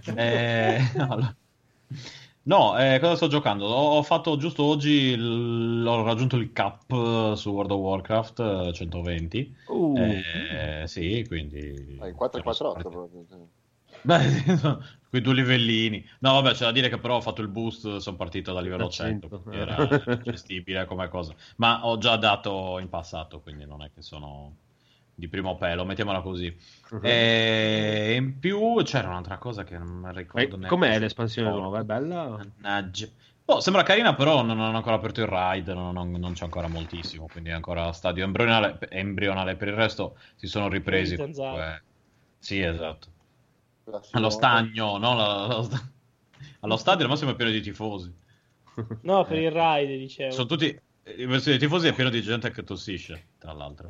S7: Cosa sto giocando? Ho fatto giusto oggi, ho raggiunto il cap su World of Warcraft 120. Sì, quindi
S5: 448 proprio.
S7: Beh, quei 2 livellini. No, vabbè, c'è da dire che però ho fatto il boost, sono partito da livello 100, era gestibile come cosa. Ma ho già dato in passato, quindi non è che sono di primo pelo, mettiamola così. E in più c'era un'altra cosa che non mi ricordo neanche.
S1: Com'è l'espansione nuova? È bella?
S7: Mannaggia. Sembra carina, però non ho ancora aperto il raid, non c'è ancora moltissimo, quindi è ancora stadio embrionale. Per il resto si sono ripresi. Sì, esatto. Allo stagno, no? Allo stadio al massimo è pieno di tifosi.
S13: No, per il raid, dicevo.
S7: Sono tutti... In versione dei tifosi è pieno di gente che tossisce, tra l'altro.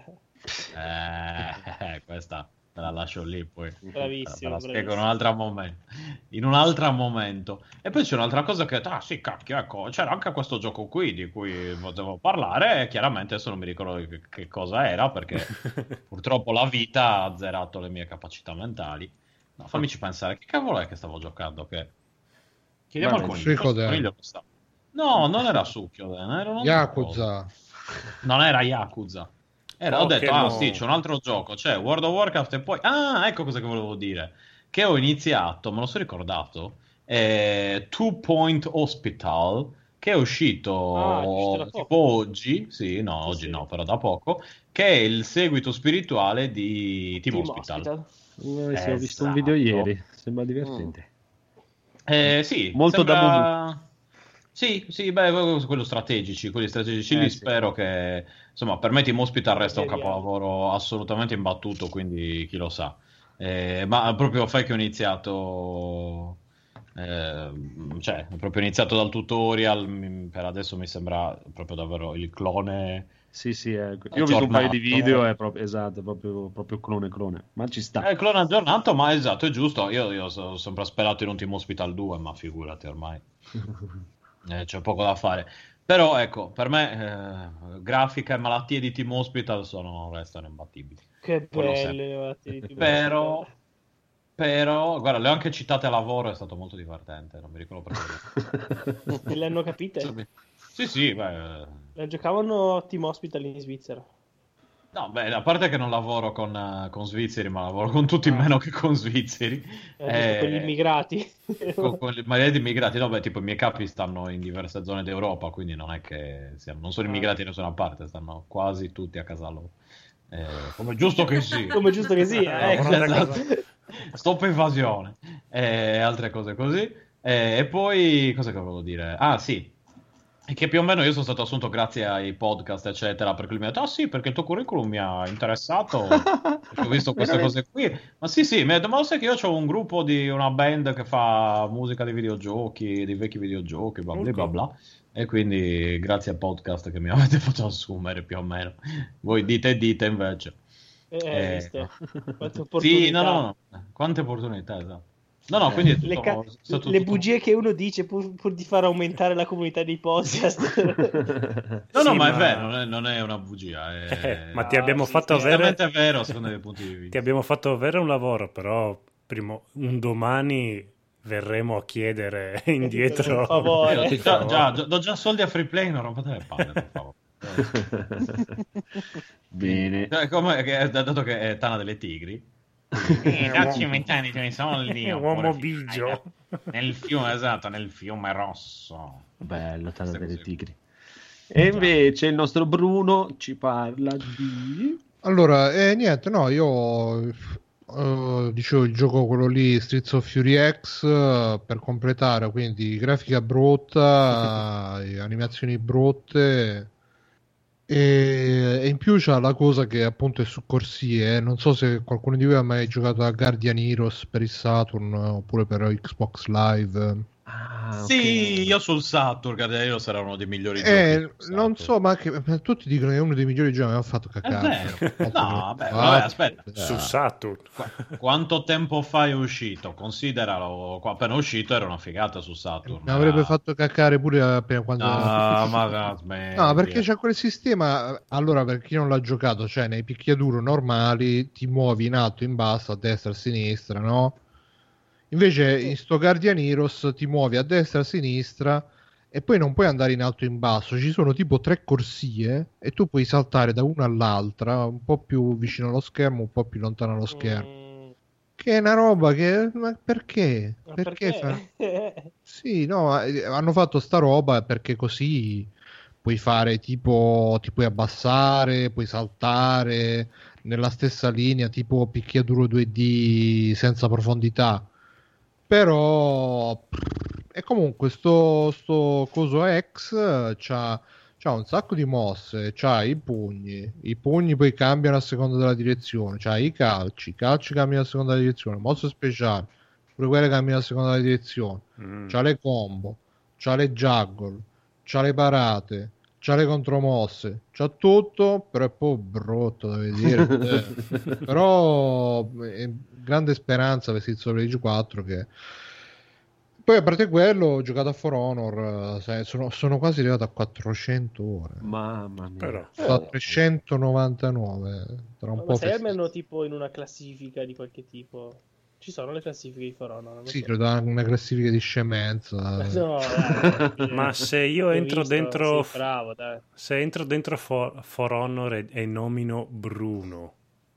S7: Questa me la lascio lì, poi
S13: bravissimo,
S7: me la spiego in un altro momento. E poi c'è un'altra cosa che sì, cacchio, ecco, c'era anche questo gioco qui di cui potevo parlare, e chiaramente adesso non mi ricordo che cosa era, perché purtroppo la vita ha azzerato le mie capacità mentali. No, fammici pensare, che cavolo è che stavo giocando? Chiediamo al coniglio. No, non era Succhioden, era
S8: Yakuza.
S7: Non era Yakuza. Ho detto, sì, c'è un altro gioco, c'è World of Warcraft e poi... Ah, ecco cosa che volevo dire. Che ho iniziato, me lo sono ricordato, Two Point Hospital, che è uscito tipo oggi, oggi no, però da poco, che è il seguito spirituale di Team Hospital.
S1: Sì, ho visto un video ieri, sembra divertente.
S7: Sì,
S1: molto da
S7: Sì, quelli strategici lì
S1: sì.
S7: spero che, insomma, per me Team Hospital resta un capolavoro assolutamente imbattuto, quindi chi lo sa. Ma proprio fai che ho iniziato, cioè, ho proprio iniziato dal tutorial, per adesso mi sembra proprio davvero il clone.
S1: Sì, io ho visto un paio di video, è proprio, esatto, proprio clone, ma ci sta.
S7: È il clone aggiornato, ma esatto, è giusto. Io ho sempre sperato in un Team Hospital 2, ma figurati ormai. C'è poco da fare. Però ecco, per me grafica e malattie di Team Hospital restano imbattibili.
S13: Che belle le malattie di Team
S7: Hospital. Però, guarda, le ho anche citate a lavoro, è stato molto divertente, non mi ricordo perché.
S13: Le hanno capite?
S7: Sì, beh...
S13: Giocavano Team Hospital in Svizzera.
S7: No, beh, a parte che non lavoro con svizzeri, ma lavoro con tutti meno che con svizzeri.
S13: Con gli immigrati.
S7: Con gli immigrati, no, beh, tipo i miei capi stanno in diverse zone d'Europa, quindi non è che non sono immigrati da nessuna parte, stanno quasi tutti a casa loro. Come giusto che sia.
S13: Come giusto che sia,
S7: esatto. Stop invasione. Altre cose così. E poi, cosa che volevo dire? Ah, sì. E che più o meno io sono stato assunto grazie ai podcast, eccetera, perché lui mi ha detto, sì, perché il tuo curriculum mi ha interessato, ho visto queste cose qui. Ma sì, mi ha detto, ma lo sai che io ho un gruppo di una band che fa musica di videogiochi, di vecchi videogiochi, bla bla bla bla. E quindi grazie al podcast che mi avete fatto assumere, più o meno. Voi dite invece.
S13: Visto. Quante opportunità.
S7: Sì, no, quante opportunità, esatto. No, quindi
S13: le bugie che uno dice pur di far aumentare la comunità dei podcast.
S7: No, ma è vero, non è una bugia.
S2: Ma ti abbiamo fatto avere...
S7: è vero, secondo i punti di vista.
S2: Ti abbiamo fatto avere un lavoro, però un domani verremo a chiedere indietro.
S13: Per favore.
S7: Do già soldi a Freeplay, non rompete le palle, per favore.
S1: Bene.
S7: Dato che è Tana delle Tigri. Dacci 20 anni di soldi.
S2: Uomo bigio.
S7: Nel fiume, esatto, nel fiume rosso.
S1: Bello, Tana delle Tigri. E invece il nostro Bruno ci parla di...
S8: Allora, niente, no, io dicevo il gioco quello lì, Streets of Fury X, per completare, quindi grafica brutta, animazioni brutte. E in più c'ha la cosa che appunto è su corsie, non so se qualcuno di voi ha mai giocato a Guardian Heroes per il Saturn oppure per Xbox Live.
S7: Sì, io sul Saturn Guardian Heroes era uno dei migliori giochi.
S8: Non so, ma tutti dicono che è uno dei migliori giochi, mi ha fatto cacare.
S7: No, vabbè, aspetta.
S2: Su Saturn.
S7: Quanto tempo fa è uscito? Consideralo, appena uscito era una figata su Saturn.
S8: Mi avrebbe fatto cacare pure appena quando...
S7: No,
S8: perché c'è quel sistema, allora per chi non l'ha giocato, cioè nei picchiaduro normali ti muovi in alto, in basso, a destra, a sinistra, no? Invece in sto Guardian Heroes ti muovi a destra, a sinistra e poi non puoi andare in alto e in basso, ci sono tipo 3 corsie e tu puoi saltare da una all'altra, un po' più vicino allo schermo, un po' più lontano allo schermo. Che è una roba che... Ma perché? Perché? Sì, no, hanno fatto sta roba perché così puoi fare tipo, ti puoi abbassare, puoi saltare nella stessa linea, tipo picchiaduro 2D senza profondità. Però e comunque sto coso X c'ha un sacco di mosse, c'ha i pugni poi cambiano a seconda della direzione, c'ha i calci cambiano a seconda della direzione, mosse speciali pure quelle cambiano a seconda della direzione, c'ha le combo, c'ha le juggle, c'ha le parate, c'ha le contromosse, c'ha tutto, però è un po' brutto da vedere. Però grande speranza per Streets of Rage 4 che... Poi a parte quello ho giocato a For Honor, sono quasi arrivato a 400 ore.
S1: Mamma mia.
S8: Però sto a 399 tra un po'.
S13: Sei almeno tipo in una classifica di qualche tipo? Ci sono le classifiche di For Honor?
S8: Sì, credo anche una classifica di scemenza.
S13: No,
S2: Ma se io entro dentro,
S13: Sì, bravo, dai.
S2: se entro dentro For Honor e nomino Bruno,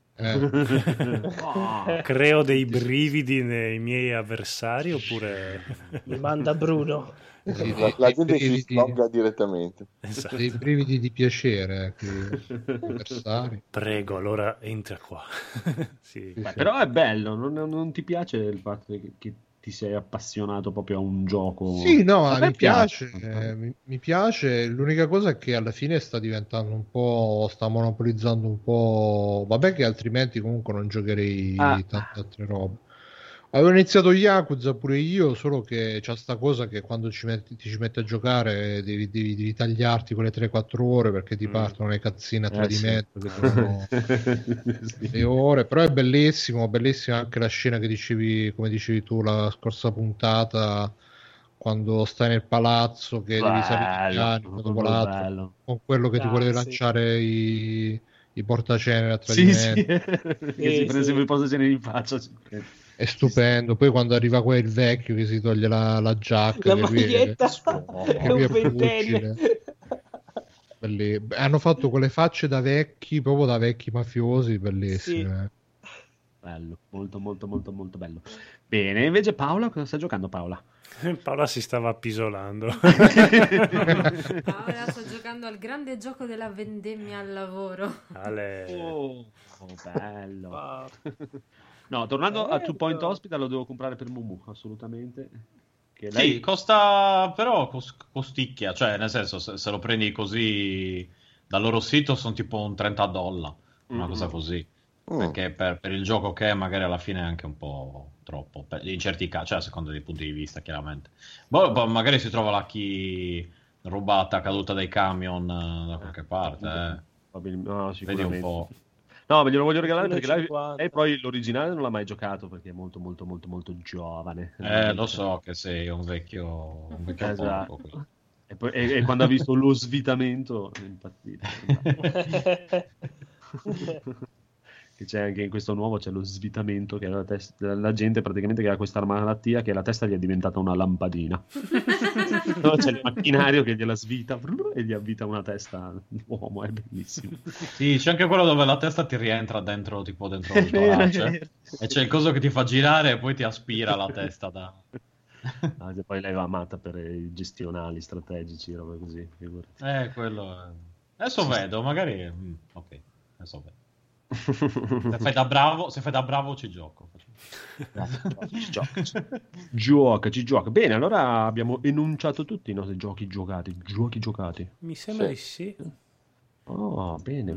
S2: creo dei brividi nei miei avversari oppure
S13: Mi manda Bruno.
S5: La gente si slogga direttamente.
S2: Esatto.
S8: Dei brividi di piacere avversari.
S2: Prego, allora entra qua. Sì.
S1: Beh, però è bello, non ti piace il fatto che ti sei appassionato proprio a un gioco?
S8: Sì, no,
S1: A me
S8: mi piace, mi piace. L'unica cosa è che alla fine sta diventando un po', sta monopolizzando un po'. Vabbè che altrimenti comunque non giocherei tante altre robe. Avevo iniziato Yakuza pure io, solo che c'è sta cosa che quando ti ci metti a giocare devi tagliarti quelle 3-4 ore perché ti partono le cazzine a tradimento che durano le ore, però è bellissima anche la scena che dicevi, come dicevi tu la scorsa puntata, quando stai nel palazzo che devi salire uno dopo l'altro con quello che ti vuole lanciare i portacenere a tradimento.
S1: Che si prende sempre il portacenere in faccia.
S8: È stupendo. Poi quando arriva qua il vecchio che si toglie la giacca,
S13: la maglietta, è un ventenne.
S8: Hanno fatto quelle facce da vecchi, proprio da vecchi mafiosi, bellissime.
S1: Sì. Bello, molto molto molto molto bello. Bene, invece Paola, cosa sta giocando Paola?
S2: Paola si stava appisolando.
S6: Paola sta giocando al grande gioco della vendemmia al lavoro.
S1: Oh, bello. No, tornando a Two Point Hospital, lo devo comprare per Mumu, assolutamente. Che lei...
S7: Sì, costa, però costicchia, cioè nel senso se lo prendi così dal loro sito sono tipo un $30, una cosa così. Perché per il gioco che è magari alla fine è anche un po' troppo, in certi casi, cioè a seconda dei punti di vista chiaramente. Poi magari si trova la key rubata, caduta dai camion da qualche parte.
S1: No,
S7: vedi un po'.
S1: No, me glielo voglio regalare perché lei poi l'originale non l'ha mai giocato perché è molto molto molto molto giovane.
S7: Lo so che sei un vecchio
S1: esatto. Porco, e quando ha visto lo svitamento è impazzito. Che c'è anche in questo nuovo, c'è lo svitamento, che è la gente praticamente che ha questa malattia che la testa gli è diventata una lampadina. No, c'è il macchinario che gliela svita e gli avvita una testa d'uomo, è bellissimo.
S7: Sì, c'è anche quello dove la testa ti rientra dentro il torace e c'è il coso che ti fa girare e poi ti aspira la testa da...
S1: Poi lei va amata per i gestionali strategici, robe così, figurati.
S7: Quello adesso vedo, magari ok, adesso vedo. Se fai da bravo ci gioco.
S1: Ci gioca. Bene, allora abbiamo enunciato tutti i nostri giochi giocati.
S2: Mi sembra di sì.
S1: Oh, bene.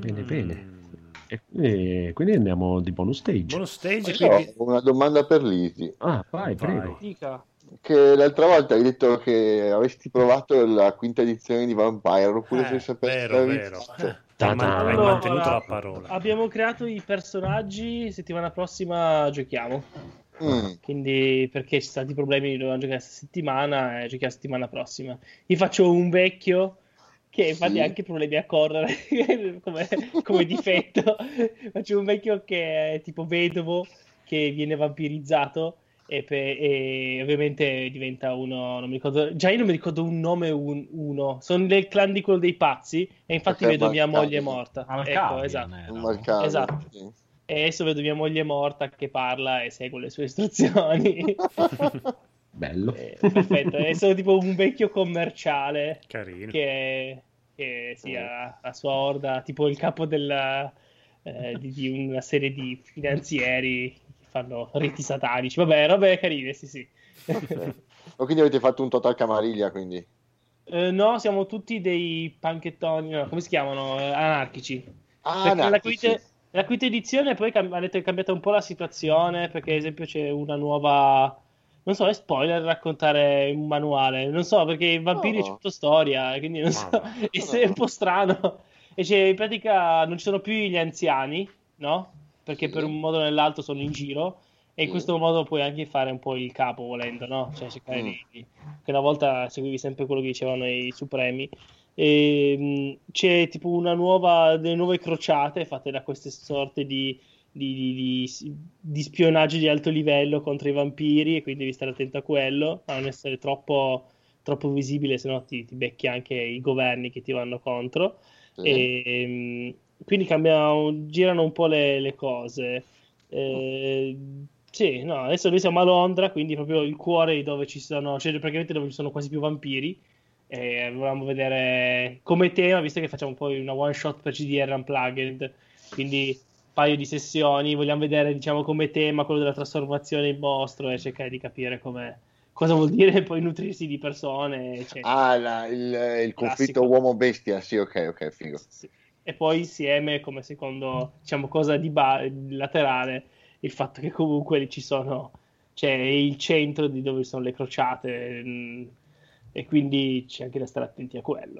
S1: E quindi andiamo di bonus stage.
S5: Ho una domanda per Lisi.
S1: Vai, prego.
S13: Dica.
S5: Che l'altra volta hai detto che avresti provato la quinta edizione di Vampire, oppure se sapessi
S2: vero. Hai mantenuto la parola.
S13: Abbiamo creato i personaggi, settimana prossima giochiamo. Quindi perché ci sono stati problemi, dovevamo giocare questa settimana e giochiamo la settimana prossima. Io faccio un vecchio che infatti ha anche problemi a correre come difetto. Faccio un vecchio che è tipo vedovo, che viene vampirizzato e ovviamente diventa uno, non mi ricordo, già io non mi ricordo un nome uno, sono del clan di quello dei pazzi e infatti vedo mia moglie morta. Ecco, esatto.
S5: Sì.
S13: E adesso vedo mia moglie morta che parla e segue le sue istruzioni.
S1: Bello.
S13: Perfetto, è solo tipo un vecchio commerciale
S2: carino
S13: che sì, ha la sua orda, tipo il capo della di una serie di finanzieri che fanno riti satanici. Vabbè, robe carine, sì.
S5: O quindi avete fatto un total camariglia, quindi?
S13: No, siamo tutti dei panchettoni, no, come si chiamano? Anarchici.
S5: Anarchici.
S13: La quinta edizione poi ha detto che è cambiata un po' la situazione, perché ad esempio c'è una nuova... Non so, è spoiler raccontare un manuale, non so, perché i vampiri c'è tutta storia, quindi non so, è un po' strano. E c'è, in pratica non ci sono più gli anziani, no? Perché per un modo o nell'altro sono in giro, e in questo modo puoi anche fare un po' il capo volendo, no? Cioè cercare che una volta seguivi sempre quello che dicevano i supremi. E c'è tipo delle nuove crociate fatte da queste sorte di di spionaggio di alto livello contro i vampiri, e quindi devi stare attento a quello, a non essere troppo visibile, se no ti becchi anche i governi che ti vanno contro. E quindi girano un po' le cose. Sì, no, adesso noi siamo a Londra, quindi proprio il cuore di dove ci sono, cioè praticamente dove ci sono quasi più vampiri. E volevamo vedere come tema, visto che facciamo poi una one shot per CDR Unplugged, quindi un paio di sessioni, vogliamo vedere, diciamo, come tema quello della trasformazione in mostro e cercare di capire cosa vuol dire poi nutrirsi di persone, eccetera.
S5: Il conflitto uomo-bestia, sì, ok, figo.
S13: Sì. E poi insieme, come secondo, diciamo, cosa di laterale, il fatto che comunque c'è il centro di dove sono le crociate, e quindi c'è anche da stare attenti a quello,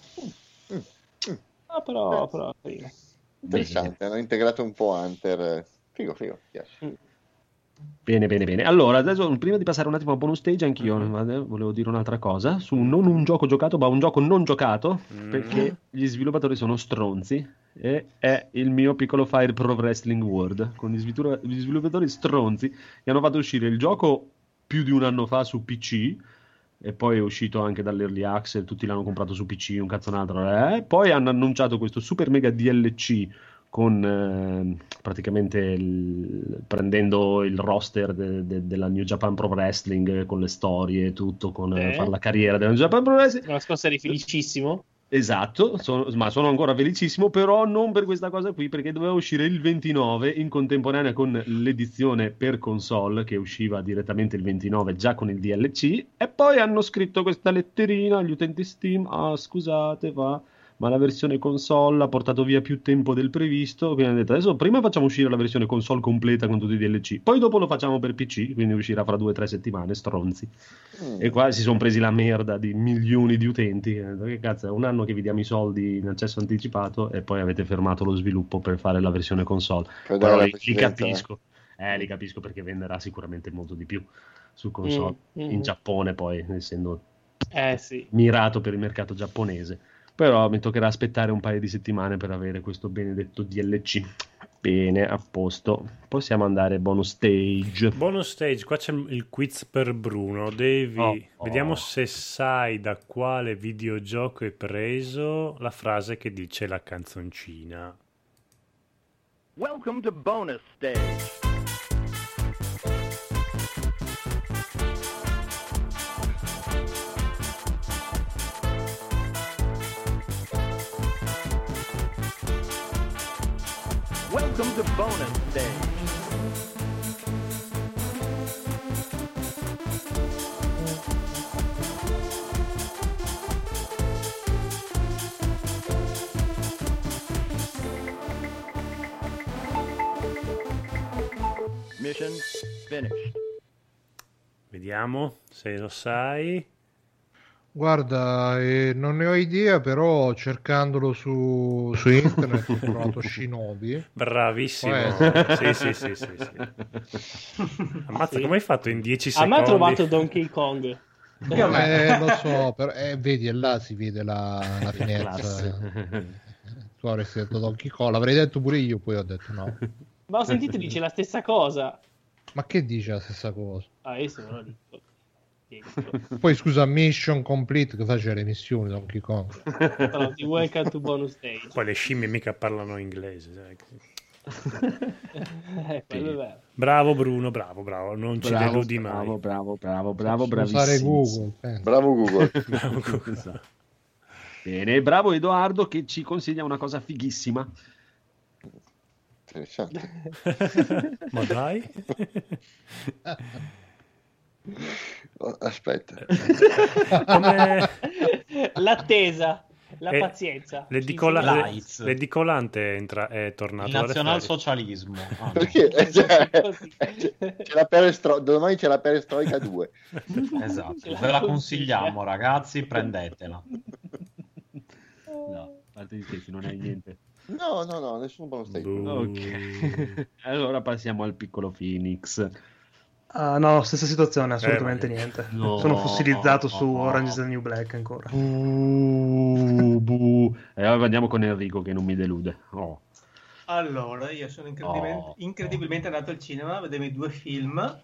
S13: ecco. Però carino.
S5: Interessante, hanno integrato un po' Hunter. Figo, piace.
S1: Bene. Allora, adesso prima di passare un attimo a bonus stage, anch'io volevo dire un'altra cosa su non un gioco giocato, ma un gioco non giocato, perché gli sviluppatori sono stronzi, e è il mio piccolo Fire Pro Wrestling World, con gli sviluppatori stronzi che hanno fatto uscire il gioco più di un anno fa su PC, e poi è uscito anche dall'Early Access, tutti l'hanno comprato su PC, un cazzo un altro, poi hanno annunciato questo super mega DLC con praticamente prendendo il roster della New Japan Pro Wrestling, con le storie e tutto, con fare la carriera della New Japan Pro Wrestling.
S13: La scorsa eri felicissimo.
S1: Esatto, ma sono ancora felicissimo, però non per questa cosa qui, perché doveva uscire il 29 in contemporanea con l'edizione per console, che usciva direttamente il 29 già con il DLC, e poi hanno scritto questa letterina agli utenti Steam: scusate, ma la versione console ha portato via più tempo del previsto, quindi hanno detto adesso prima facciamo uscire la versione console completa con tutti i DLC, poi dopo lo facciamo per PC, quindi uscirà fra 2 o 3 settimane, stronzi. E qua si sono presi la merda di milioni di utenti, che cazzo, è un anno che vi diamo i soldi in accesso anticipato e poi avete fermato lo sviluppo per fare la versione console. Però li capisco, li capisco, perché venderà sicuramente molto di più su console in Giappone, poi essendo mirato per il mercato giapponese. Però mi toccherà aspettare un paio di settimane per avere questo benedetto DLC. Bene, a posto. Possiamo andare bonus stage.
S2: Bonus stage, qua c'è il quiz per Bruno. Vediamo se sai da quale videogioco è preso la frase che dice la canzoncina.
S15: Welcome to bonus stage. Welcome to bonus stage. Mission finished.
S2: Vediamo se lo sai.
S8: Guarda, non ne ho idea, però cercandolo su internet ho trovato Shinobi.
S2: Bravissimo. Sì. Ammazza, come hai fatto in 10 secondi?
S13: A me ha trovato Donkey Kong.
S8: Lo so, però, vedi, là si vede la finestra. Tu avresti detto Donkey Kong, l'avrei detto pure io, poi ho detto no.
S13: Ma ho sentito dice la stessa cosa.
S8: Ma che dice la stessa cosa?
S13: Adesso non lo dico.
S8: Poi scusa, mission complete, che faceva le missioni Donkey Kong.
S13: Però di welcome to bonus stage.
S2: Poi le scimmie mica parlano inglese, sai?
S13: Quello è vero.
S2: Bravo Bruno, bravo, non ci deludi mai.
S1: Bravo, bravissimo.
S8: Usare Google,
S5: bravo Google.
S1: Esatto. Bene, bravo Edoardo che ci consiglia una cosa fighissima.
S2: Ma dai.
S5: Aspetta.
S2: Come...
S13: L'attesa, la pazienza.
S2: L'edicolante è tornato.
S7: Il nazionalsocialismo.
S5: Perché c'è la domani c'è la perestroica 2.
S7: Esatto, ve la consigliamo ragazzi, prendetela.
S1: No, a parte di scherzi, non hai niente.
S5: No, nessuno bonus stage.
S1: Ok. Allora passiamo al piccolo Phoenix.
S9: No, stessa situazione, assolutamente niente. No, sono fossilizzato su Orange is the New Black ancora.
S1: Allora andiamo con Enrico che non mi delude.
S3: Allora, io sono incredibilmente andato al cinema a vedere 2 film.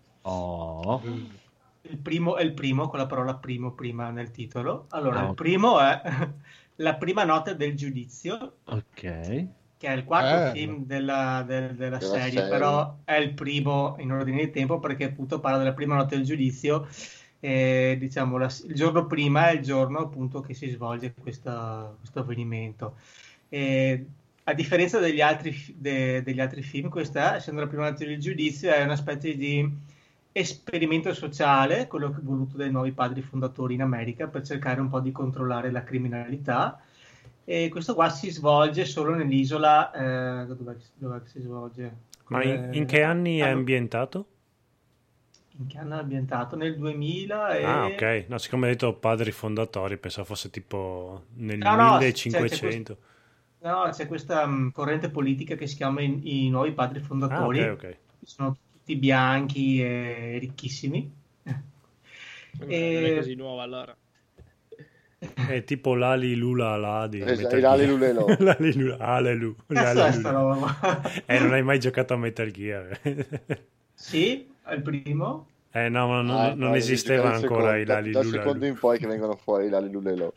S3: Il primo è il primo, con la parola primo prima nel titolo. Allora, il primo è La prima notte del giudizio.
S1: Ok.
S3: Che è il quarto film della serie, però è il primo in ordine di tempo perché appunto parla della prima notte del giudizio. Diciamo il giorno prima è il giorno appunto che si svolge questo avvenimento. A differenza degli altri film, questa, essendo la prima notte del giudizio, è una specie di esperimento sociale, quello che è voluto dai nuovi padri fondatori in America per cercare un po' di controllare la criminalità. E questo qua si svolge solo nell'isola. Dov'è che si svolge?
S2: Ma in che anni è ambientato?
S3: In che anno è ambientato? Nel 2000
S2: Ah, ok. No, siccome hai detto padri fondatori, pensavo fosse tipo nel 1500.
S3: C'è questa corrente politica che si chiama i nuovi padri fondatori.
S2: Ah, ok.
S3: Sono tutti bianchi e ricchissimi.
S13: Non è così nuova allora.
S2: È tipo l'ali lula la di
S5: l'ali lulelo.
S2: Alelu. Non hai mai giocato a Metal Gear?
S3: Sì, al primo.
S2: No, non esistevano ancora i lali lula.
S5: Dal secondo in poi che vengono fuori i lali lulelo.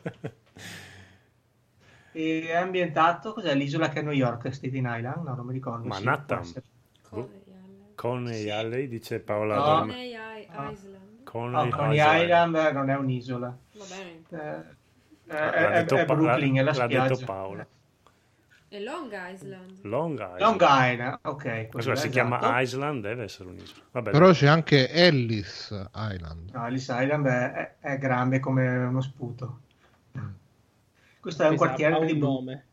S3: E è ambientato, cos'è l'isola che è a New York, Staten Island? No, non mi ricordo.
S2: Manhattan. Coney Island, dice Paola.
S6: Coney Island.
S3: Coney Island non è un'isola. È Brooklyn, è la spiaggia.
S2: L'ha detto Paola.
S6: È Long Island.
S2: Long Island,
S3: ok.
S2: Questo si chiama Island, deve essere un'isola. Vabbè,
S8: però c'è anche Ellis Island.
S3: No, Ellis Island è grande come uno sputo. Questo è un quartiere di
S13: nome.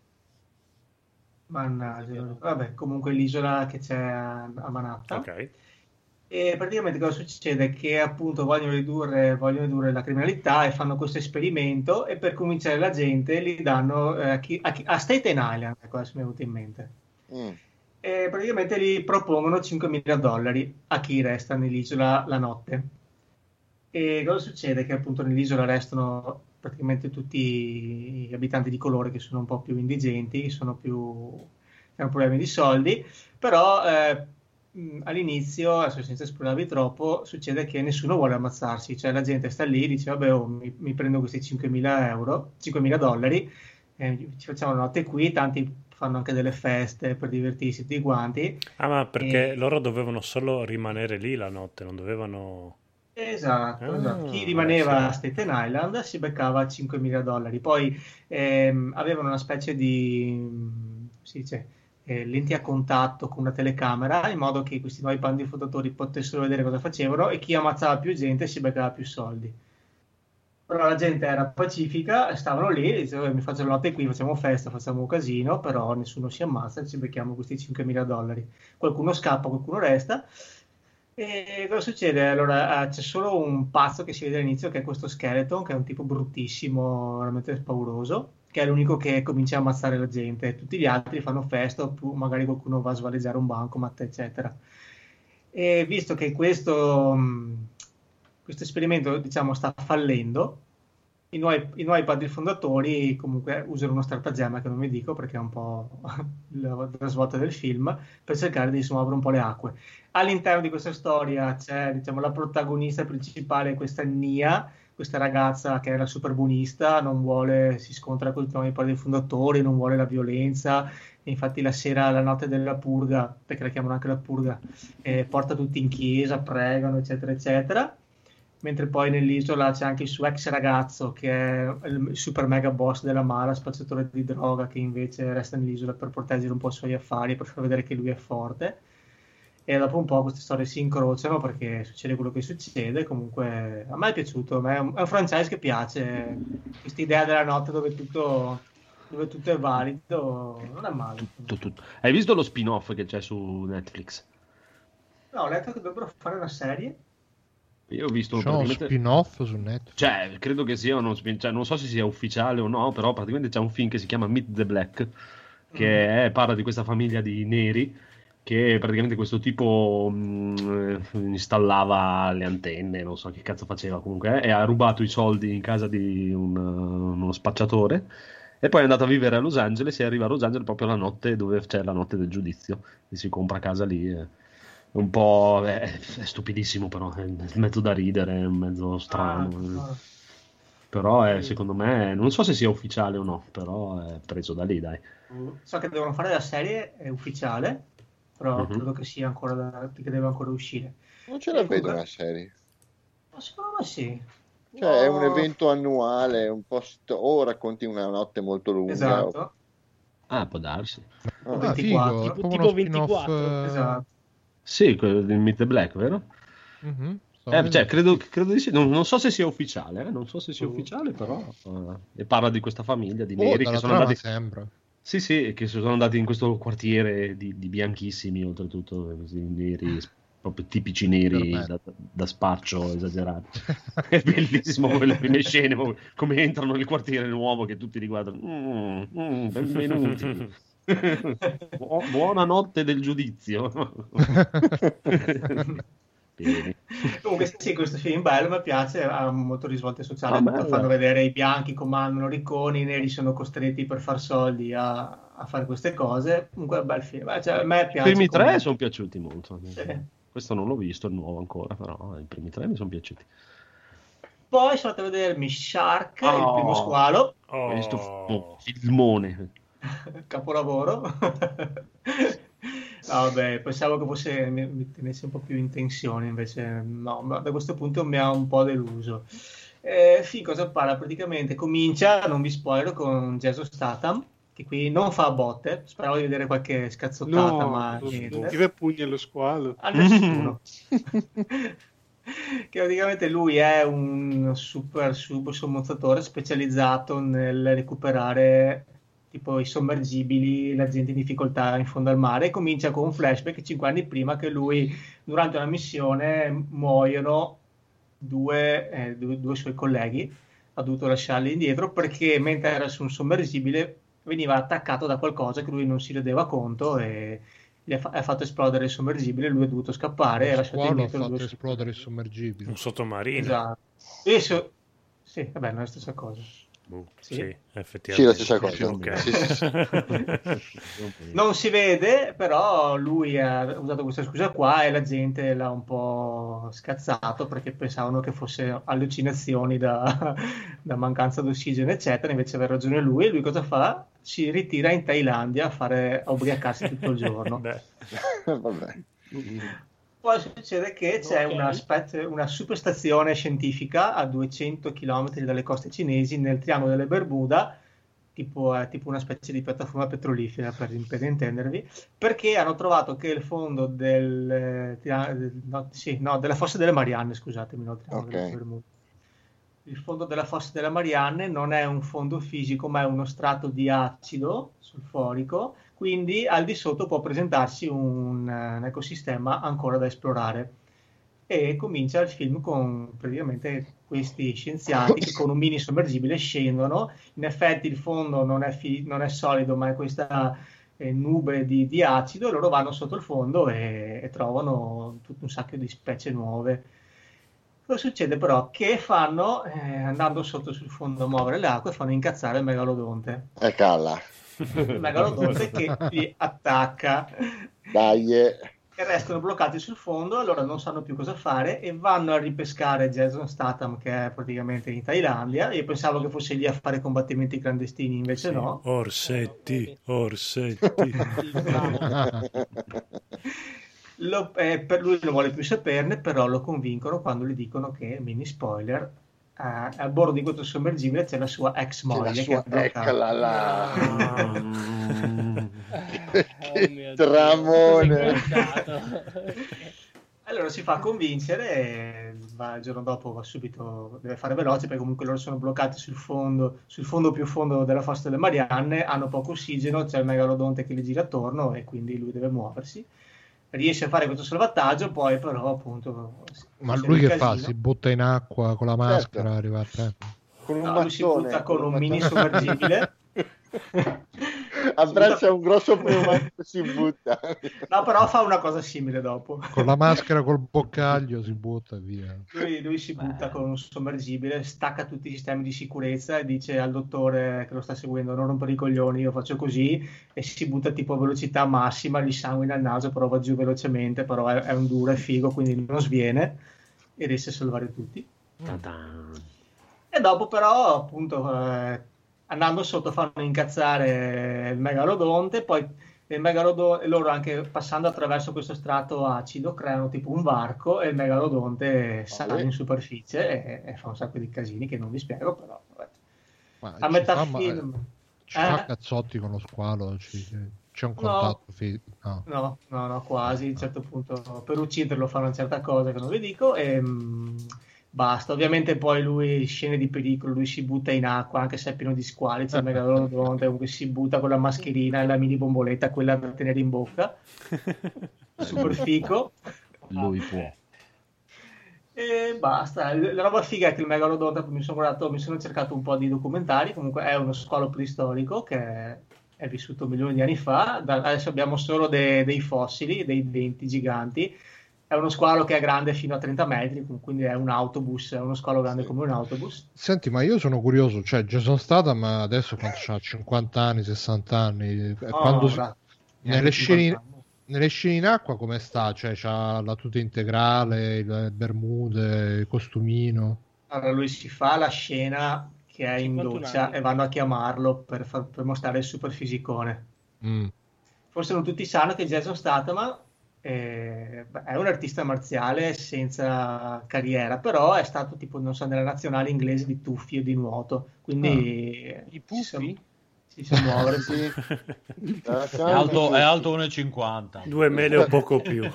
S3: Mannaggia. Vabbè, comunque l'isola che c'è a Manhattan.
S2: Ok.
S3: E praticamente cosa succede? Che appunto vogliono ridurre la criminalità e fanno questo esperimento, e per convincere la gente li danno a Staten Island, ecco, adesso mi è venuto in mente. E praticamente gli propongono $5.000 a chi resta nell'isola la notte. E cosa succede? Che appunto nell'isola restano praticamente tutti gli abitanti di colore, che sono un po' più indigenti, che hanno problemi di soldi, però all'inizio, adesso senza spoilervi troppo, succede che nessuno vuole ammazzarsi, cioè la gente sta lì e dice vabbè, mi prendo questi $5.000, ci facciamo la notte qui, tanti fanno anche delle feste per divertirsi tutti quanti.
S2: Ma perché loro dovevano solo rimanere lì la notte, non dovevano...
S3: Esatto. Chi rimaneva a Staten Island si beccava $5.000. Poi avevano una specie di lenti a contatto con una telecamera, in modo che questi nuovi bandi fondatori potessero vedere cosa facevano, e chi ammazzava più gente si beccava più soldi. Però la gente era pacifica, stavano lì e dicevano mi faccio la notte qui, facciamo festa, facciamo un casino, però nessuno si ammazza, ci becchiamo questi $5.000. Qualcuno scappa, qualcuno resta. E cosa succede? Allora c'è solo un pazzo che si vede all'inizio, che è questo Skeleton, che è un tipo bruttissimo, veramente pauroso, che è l'unico che comincia a ammazzare la gente. Tutti gli altri fanno festa, oppure magari qualcuno va a svaligiare un bancomat, eccetera. E visto che questo esperimento, diciamo, sta fallendo, i nuovi padri fondatori comunque usano uno stratagemma che non vi dico perché è un po' la svolta del film, per cercare di smuovere un po' le acque. All'interno di questa storia c'è, diciamo, la protagonista principale, questa Nia, questa ragazza che è la super buonista, si scontra con i nuovi padri fondatori, non vuole la violenza, e infatti la sera, la notte della purga, perché la chiamano anche la purga, porta tutti in chiesa, pregano, eccetera, eccetera. Mentre poi nell'isola c'è anche il suo ex ragazzo, che è il super mega boss della mala, spacciatore di droga, che invece resta nell'isola per proteggere un po' i suoi affari, per far vedere che lui è forte. E dopo un po' queste storie si incrociano perché succede quello che succede. Comunque a me è piaciuto, è un franchise che piace, questa idea della notte dove tutto è valido, non è male.
S1: Tutto. Hai visto lo spin-off che c'è su Netflix?
S3: No, ho letto che dovrebbero fare una serie.
S1: Io ho visto
S8: uno spin-off su Netflix.
S1: Cioè, credo che sia non so se sia ufficiale o no, però praticamente c'è un film che si chiama Meet the Black, che parla di questa famiglia di neri, che praticamente questo tipo installava le antenne, non so che cazzo faceva comunque, e ha rubato i soldi in casa di uno spacciatore, E poi è andato a vivere a Los Angeles e arriva a Los Angeles proprio la notte dove c'è la notte del giudizio e si compra casa lì. È un po' è stupidissimo, però è mezzo da ridere, è mezzo strano. Però secondo me, non so se sia ufficiale o no, però è preso da lì, dai.
S3: So che devono fare la serie, è ufficiale, però credo che sia ancora che deve ancora uscire.
S5: Non ce la vedo una serie.
S3: Ma secondo me sì.
S5: Cioè, è un evento annuale, un po' o racconti una notte molto lunga.
S3: Esatto.
S1: Può darsi.
S3: 24.
S8: Figo,
S13: tipo 24.
S3: Esatto.
S1: Sì, quello di Meet the Black, vero? Cioè, credo di sì. Non so se sia ufficiale, ufficiale, però e parla di questa famiglia di neri che sono andati.
S8: Sembra.
S1: Sì, che sono andati in questo quartiere di bianchissimi, oltretutto, così neri, proprio tipici neri da spaccio esagerato. È bellissimo quelle prime scene, come entrano nel quartiere nuovo che tutti li guardano. Benvenuti. Buona notte del giudizio. Bene.
S3: Comunque sì, questo film bello, mi piace, ha molto risvolte sociali, fanno vedere i bianchi comandano ricconi, i neri sono costretti per far soldi a fare queste cose. Comunque è un bel film, cioè, a me piace.
S1: I primi tre sono piaciuti molto.
S3: Sì.
S1: Questo non l'ho visto, il nuovo ancora, però i primi tre mi sono piaciuti.
S3: Poi sono andato a vedermi Shark, il primo squalo.
S1: Questo filmone.
S3: Capolavoro. No, vabbè, pensavo che fosse mi tenesse un po' più in tensione, invece no, ma da questo punto mi ha un po' deluso. Cosa parla? Praticamente comincia, non vi spoiler, con Jason Statham, che qui non fa botte, speravo di vedere qualche scazzottata, ma niente.
S4: Non tira pugni allo squalo.
S3: A nessuno. Che praticamente lui è un super sommozzatore specializzato nel recuperare tipo i sommergibili, la gente in difficoltà in fondo al mare, e comincia con un flashback 5 anni prima che lui durante una missione muoiono due suoi colleghi, ha dovuto lasciarli indietro perché mentre era su un sommergibile veniva attaccato da qualcosa che lui non si rendeva conto e gli ha fatto esplodere il sommergibile, lui è dovuto scappare e ha lasciato indietro
S8: ha fatto esplodere il sommergibile,
S2: un sottomarino.
S3: Esatto. Sì, vabbè, non è la stessa cosa.
S2: Sì, effettivamente.
S5: Sì, la stessa cosa.
S2: Okay.
S3: Non si vede, però lui ha usato questa scusa qua e la gente l'ha un po' scazzato perché pensavano che fosse allucinazioni da mancanza d'ossigeno, eccetera. Invece aveva ragione lui. E lui cosa fa? Si ritira in Thailandia a ubriacarsi tutto il giorno.
S5: Vabbè.
S3: Poi succede che c'è una superstazione scientifica a 200 km dalle coste cinesi nel Triangolo delle Bermuda, tipo una specie di piattaforma petrolifera per intendervi, perché hanno trovato che il fondo della fossa delle Marianne, scusatemi, no, il Triangolo delle Bermuda. Il fondo della fossa delle Marianne non è un fondo fisico, ma è uno strato di acido sulfurico, quindi al di sotto può presentarsi un ecosistema ancora da esplorare. E comincia il film con praticamente questi scienziati che con un mini sommergibile scendono. In effetti il fondo non è solido, ma è questa nube di acido, e loro vanno sotto il fondo e trovano tutto un sacco di specie nuove. Cosa succede però? Che fanno, andando sotto sul fondo a muovere le acque, fanno incazzare il megalodonte.
S5: Calla.
S3: Il megalodonte che li attacca.
S5: Dai.
S3: E restano bloccati sul fondo, allora non sanno più cosa fare e vanno a ripescare Jason Statham, che è praticamente in Thailandia. Io pensavo che fosse lì a fare combattimenti clandestini, invece no.
S2: Orsetti.
S3: Per lui non vuole più saperne, però lo convincono quando gli dicono che, mini spoiler, a bordo di questo sommergibile c'è la sua ex moglie che è bloccata.
S5: Che tramone.
S3: Allora si fa convincere e il giorno dopo va subito, deve fare veloce perché comunque loro sono bloccati sul fondo più fondo della fossa delle Marianne, hanno poco ossigeno, c'è il megalodonte che li gira attorno e quindi lui deve muoversi. Riesce a fare questo salvataggio, poi però appunto...
S8: Ma lui che fa? Si butta in acqua con la maschera, arriva a te?
S5: Con un
S3: lui si butta con un mini sommergibile
S5: abbraccia un grosso pneumatico e si butta.
S3: No, però fa una cosa simile dopo.
S8: Con la maschera, col boccaglio si butta via.
S3: Lui si butta con un sommergibile, stacca tutti i sistemi di sicurezza e dice al dottore che lo sta seguendo: non rompere i coglioni, io faccio così, e si butta tipo a velocità massima, gli sanguina il naso, però va giù velocemente, però è un duro, è figo, quindi non sviene e riesce a salvare tutti. E dopo però appunto andando sotto fanno incazzare il megalodonte, poi loro anche passando attraverso questo strato acido creano tipo un varco e il megalodonte sale in superficie e fa un sacco di casini che non vi spiego, però vabbè. A metà film
S8: ci fa cazzotti con lo squalo, c'è un contatto
S3: no, quasi. A un certo punto per ucciderlo fa una certa cosa che non vi dico e basta. Ovviamente poi lui, scene di pericolo, lui si butta in acqua anche se è pieno di squali, c'è il megalodonte, comunque si butta con la mascherina e la mini bomboletta, quella da tenere in bocca, super fico.
S1: Lui può.
S3: E basta. La roba figa è che il megalodonte, mi sono cercato un po' di documentari, comunque è uno squalo preistorico che è vissuto milioni di anni fa, adesso abbiamo solo dei fossili, dei denti giganti. È uno squalo che è grande fino a 30 metri, quindi è un autobus, è uno squalo grande come un autobus.
S8: Senti, ma io sono curioso, cioè Jason Statham adesso quando ha 50 anni, 60 anni, nelle scene in acqua come sta? Cioè c'ha la tuta integrale, le bermude, il costumino?
S3: Allora lui si fa la scena che è in doccia e vanno a chiamarlo per mostrare il super fisicone. Forse non tutti sanno che Jason Statham è un artista marziale senza carriera, però è stato tipo, non so, nella nazionale inglese di tuffi o di nuoto, quindi
S13: i puffi?
S3: Si sa muovere.
S7: È alto 1,50
S2: 2 mele o poco più.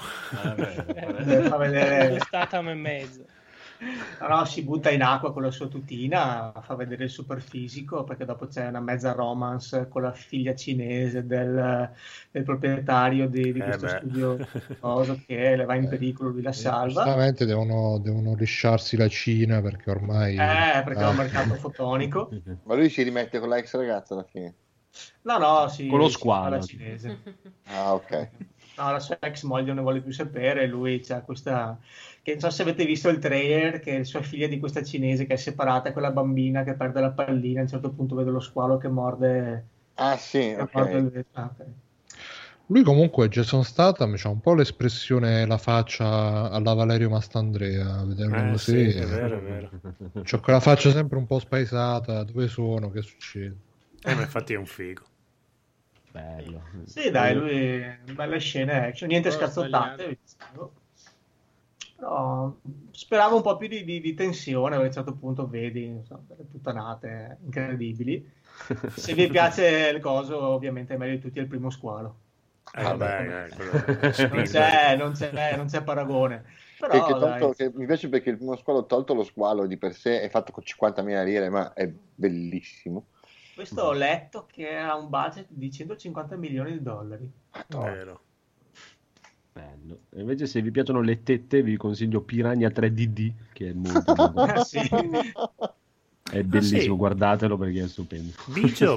S3: Fa vedere
S13: Statham e mezzo.
S3: No, si butta in acqua con la sua tutina, fa vedere il super fisico, perché dopo c'è una mezza romance con la figlia cinese del proprietario di questo studio che le va in pericolo, lui la salva.
S8: Giustamente devono lisciarsi la Cina perché ormai
S3: perché è un mercato fotonico.
S5: Ma lui si rimette con la ex ragazza alla fine?
S3: No, sì,
S1: con lo squalo.
S3: La cinese.
S5: Ah, ok.
S3: No, la sua ex moglie non ne vuole più sapere, lui c'ha questa, che non so se avete visto il trailer, che è sua figlia di questa cinese che è separata, quella bambina che perde la pallina, a un certo punto vede lo squalo che morde.
S5: Ah sì, ok.
S8: Lui comunque, Jason Statham, c'ha un po' l'espressione, la faccia alla Valerio Mastandrea, a vederlo così.
S2: Sì, è vero.
S8: C'ho quella faccia sempre un po' spaesata, dove sono, che succede?
S2: Ma infatti è un figo.
S1: Bello.
S3: Sì, dai, lui belle scene action, niente scazzottate, però speravo un po' più di tensione, perché a un certo punto vedi delle puttanate incredibili. Se vi piace il coso, ovviamente è meglio di tutti il primo squalo. Non c'è paragone. Però,
S5: che mi piace perché il primo squalo, tolto lo squalo di per sé, è fatto con 50.000 lire, ma è bellissimo.
S3: Questo ho letto che ha un budget di 150 milioni di dollari.
S2: Vero.
S1: Bello. E invece se vi piacciono le tette vi consiglio Piranha 3DD, che è molto bello.
S3: Sì.
S1: È bellissimo, guardatelo perché è stupendo.
S2: Bigio.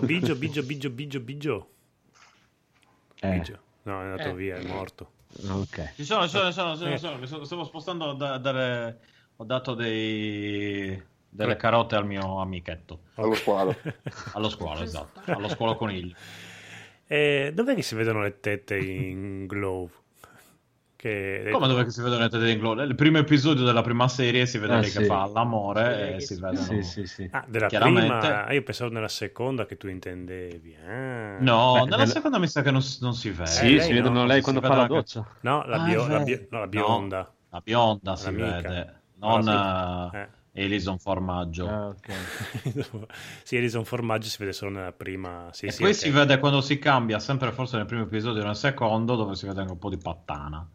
S2: No, è andato via, è morto.
S1: Ok.
S7: Ci sono. Mi stavo spostando ho dato delle carote al mio amichetto.
S5: Allo squalo.
S7: Allo squalo, esatto. Allo squalo coniglio.
S2: Dov'è che si vedono le tette in Glow?
S7: Come dov'è che si vedono le tette in Glow? Nel primo episodio della prima serie si vede lei che fa l'amore e si vedono.
S1: Sì.
S2: Della prima? Io pensavo nella seconda che tu intendevi.
S7: No, nella seconda mi sa che non si vede.
S1: Sì, si vedono lei quando fa la doccia.
S2: No, la bionda.
S7: La bionda si vede. Non Elison Formaggio.
S1: Okay.
S2: Sì, Elison Formaggio si vede solo nella prima. Sì,
S7: poi si vede quando si cambia, sempre forse nel primo episodio o nel secondo, dove si vede anche un po' di pattana.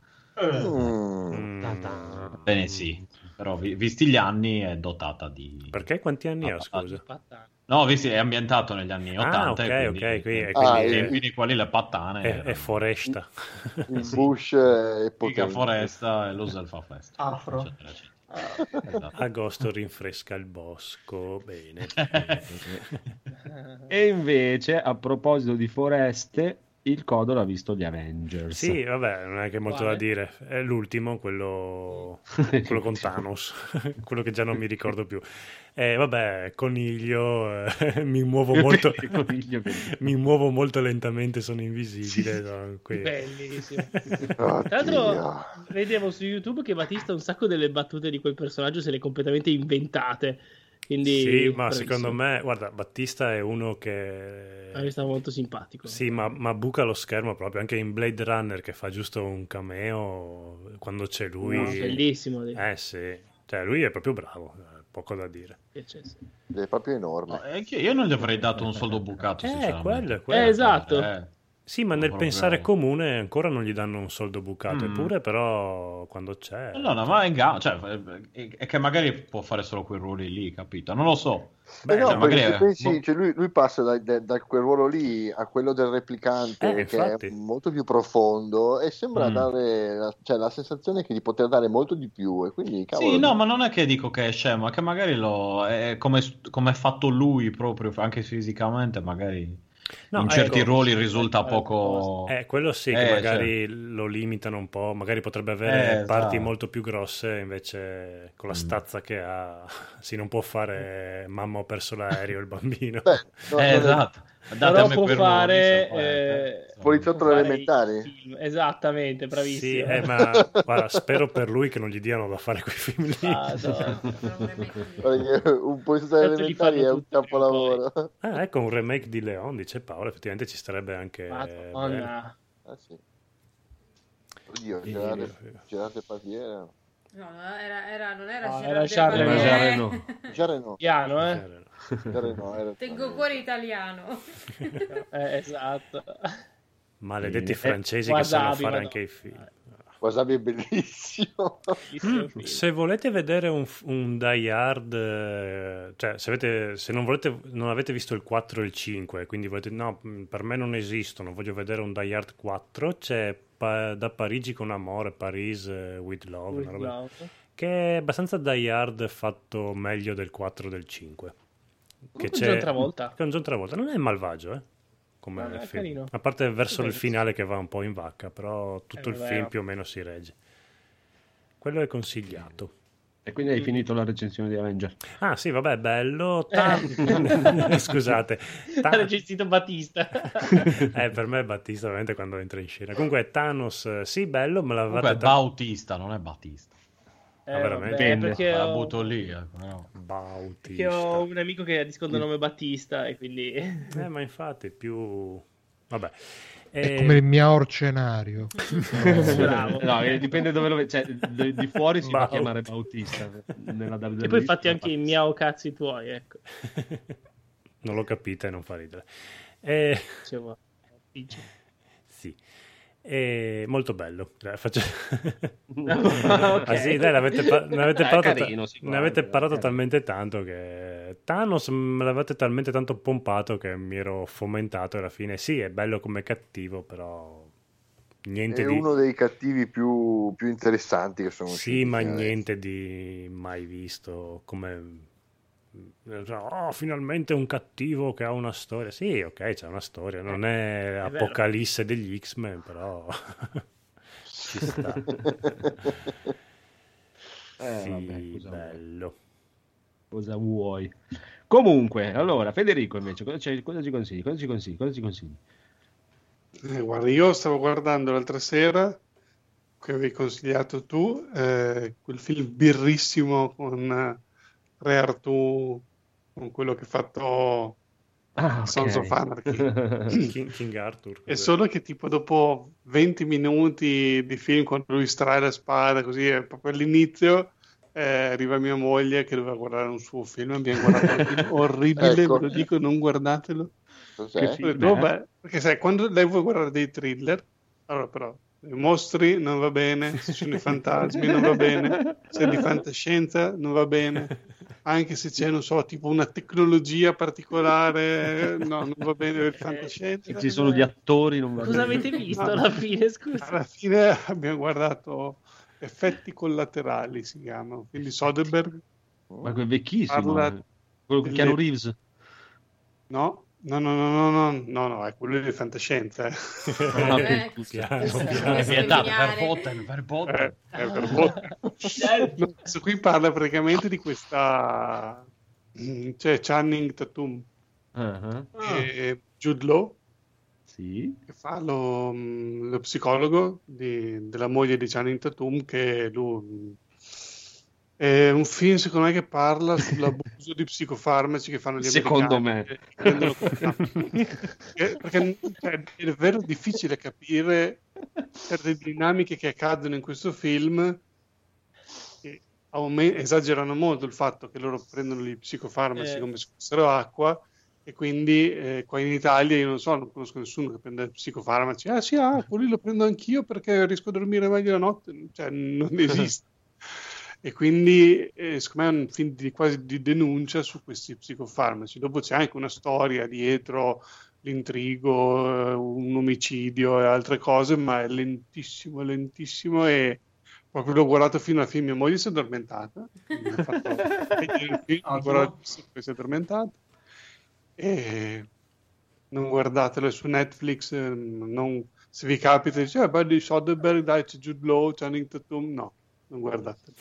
S7: Bene, sì. Però visti gli anni è dotata di...
S2: Perché? Quanti anni ha, scusa?
S7: No, visti è ambientato negli anni 80. Quindi quelli le pattane.
S2: È foresta.
S5: Il bush è
S7: potente. Foresta e l'usa il fa festa.
S3: Afro.
S7: Eccetera, eccetera.
S2: Agosto rinfresca il bosco, bene.
S1: E invece, a proposito di foreste, il Codo l'ha visto gli Avengers.
S2: Sì, vabbè, non è che molto da dire. È l'ultimo, quello con Thanos, quello che già non mi ricordo più. Vabbè, coniglio, mi muovo molto mi muovo molto lentamente, sono invisibile. No,
S13: bellissimo. Tra l'altro vedevo su YouTube che Battista un sacco delle battute di quel personaggio se le completamente inventate. Quindi,
S2: sì, ma
S13: bravissimo.
S2: Secondo me, guarda, Battista è uno che
S13: mi stava molto simpatico.
S2: Sì, ma buca lo schermo proprio, anche in Blade Runner che fa giusto un cameo quando c'è lui.
S13: Bellissimo.
S2: Sì, cioè lui è proprio bravo, poco da dire.
S5: È proprio enorme.
S7: Io non gli avrei dato un soldo bucato, sinceramente.
S2: Quello.
S13: Esatto.
S2: Sì, ma nel pensare comune ancora non gli danno un soldo bucato, eppure però quando c'è...
S7: No, ma è che magari può fare solo quei ruoli lì, capito? Non lo so.
S5: Magari pensi, cioè lui passa da quel ruolo lì a quello del replicante, che
S2: infatti.
S5: è molto più profondo, e sembra dare la sensazione che di poter dare molto di più, e quindi
S7: sì, no, ma non è che dico che è scemo, è che magari è come è fatto lui proprio, anche fisicamente, magari in certi ruoli risulta poco...
S2: quello sì, che magari lo limitano un po', magari potrebbe avere parti molto più grosse, invece con la stazza che ha non può fare mamma ho perso l'aereo, il bambino.
S7: Esatto.
S13: Però può fare
S5: poliziotto elementari.
S13: Esattamente, bravissimo.
S2: Sì, ma guarda, spero per lui che non gli diano da fare quei film lì.
S5: Un poliziotto elementari è un capolavoro.
S2: Ecco un remake di Leon, dice Paolo, effettivamente ci starebbe anche bene.
S5: Sì. Oddio, Gerard Depardieu.
S6: No, non era
S5: Jean Reno.
S13: Piano,
S6: Tengo cuore italiano.
S13: Esatto.
S2: Maledetti francesi che sanno fare anche i film.
S5: Wasabi è bellissimo.
S2: Se volete vedere un Die Hard, cioè se non avete visto il 4 e il 5, quindi volete, no, per me non esistono, voglio vedere un Die Hard 4, c'è Da Parigi con amore, Paris with love, che è abbastanza Die Hard fatto meglio del 4 e del 5. Che c'è
S13: John Travolta.
S2: Con John Travolta, non è malvagio, come film.
S13: Carino.
S2: A parte verso il finale che va un po' in vacca, però tutto il film più o meno si regge. Quello è consigliato.
S1: E quindi hai finito la recensione di Avenger?
S2: Ah sì, vabbè, bello. Scusate.
S13: Ha recensito Battista.
S2: Per me è Battista veramente quando entra in scena. Comunque Thanos, sì, bello, me l'avevate...
S7: è Bautista, non è Battista.
S2: Veramente?
S13: Perché
S7: la butto lì. No.
S2: Bautista.
S13: Perché ho un amico che ha di secondo nome Battista e quindi...
S2: ma infatti più... Vabbè.
S8: È come il mio scenario.
S13: Bravo.
S1: No, dipende dove lo cioè, di fuori si va a chiamare Bautista.
S13: E poi fatti anche i miau cazzi tuoi, ecco.
S2: Non lo capite, non fa ridere. Sì. Molto bello.
S13: Okay.
S2: Sì, dai, ne avete parlato talmente tanto che Thanos me l'avete talmente tanto pompato che mi ero fomentato alla fine. Sì, è bello come cattivo, però niente
S5: è uno dei cattivi più interessanti che sono usciti.
S2: Sì, ma niente di mai visto come finalmente un cattivo che ha una storia. Sì, ok, c'è una storia, non è Apocalisse degli X-Men, però ci sta. Sì, bello.
S1: Cosa vuoi? Comunque, allora, Federico invece, cosa ci consigli?
S4: Guarda, io stavo guardando l'altra sera, che avevi consigliato tu, quel film birrissimo con Re Artù, con quello che ha fatto Sons of Anarchy.
S2: King Arthur.
S4: È solo che tipo dopo 20 minuti di film, quando lui strae la spada, così è proprio all'inizio, arriva mia moglie che doveva guardare un suo film, abbiamo guardato un film orribile,
S5: Ecco.
S4: ve lo dico, non guardatelo.
S5: Cos'è?
S4: Vabbè, perché sai, quando lei vuole guardare dei thriller, allora però i mostri non va bene, se ci sono i fantasmi non va bene, se è di fantascienza non va bene, anche se c'è, non so, tipo una tecnologia particolare, no, non va bene per fantascienza.
S1: Se ci sono gli attori non va
S13: Cosa
S1: bene.
S13: avete visto alla fine, scusa?
S4: Alla fine abbiamo guardato Effetti collaterali, si chiama, quindi Soderbergh
S1: Ma quel vecchissimo,
S4: parla
S1: quello con Keanu Reeves.
S4: No, quello è di fantascienza.
S7: È vietato per Potter.
S4: Questo qui parla praticamente di questa, cioè Channing Tatum e Jude Law,
S1: sì,
S4: che fa lo psicologo della moglie di Channing Tatum, che lui è un film secondo me che parla sull'abuso di psicofarmaci che fanno gli
S1: secondo
S4: americani.
S1: Me
S4: perché è davvero difficile capire certe dinamiche che accadono in questo film, che esagerano molto il fatto che loro prendono gli psicofarmaci come se fossero acqua, e quindi qua in Italia io non conosco nessuno che prende psicofarmaci. Quelli lo prendo anch'io perché riesco a dormire meglio la notte, cioè non esiste. E quindi secondo me è un film quasi di denuncia su questi psicofarmaci. Dopo c'è anche una storia dietro, l'intrigo, un omicidio e altre cose, ma è lentissimo, e proprio l'ho guardato fino alla fine. Mia moglie si è addormentata, si è addormentata, e non guardatelo su Netflix, se vi capita dice di Soderbergh, dai, c'è Jude Law, Channing Tatum, no, non guardatelo.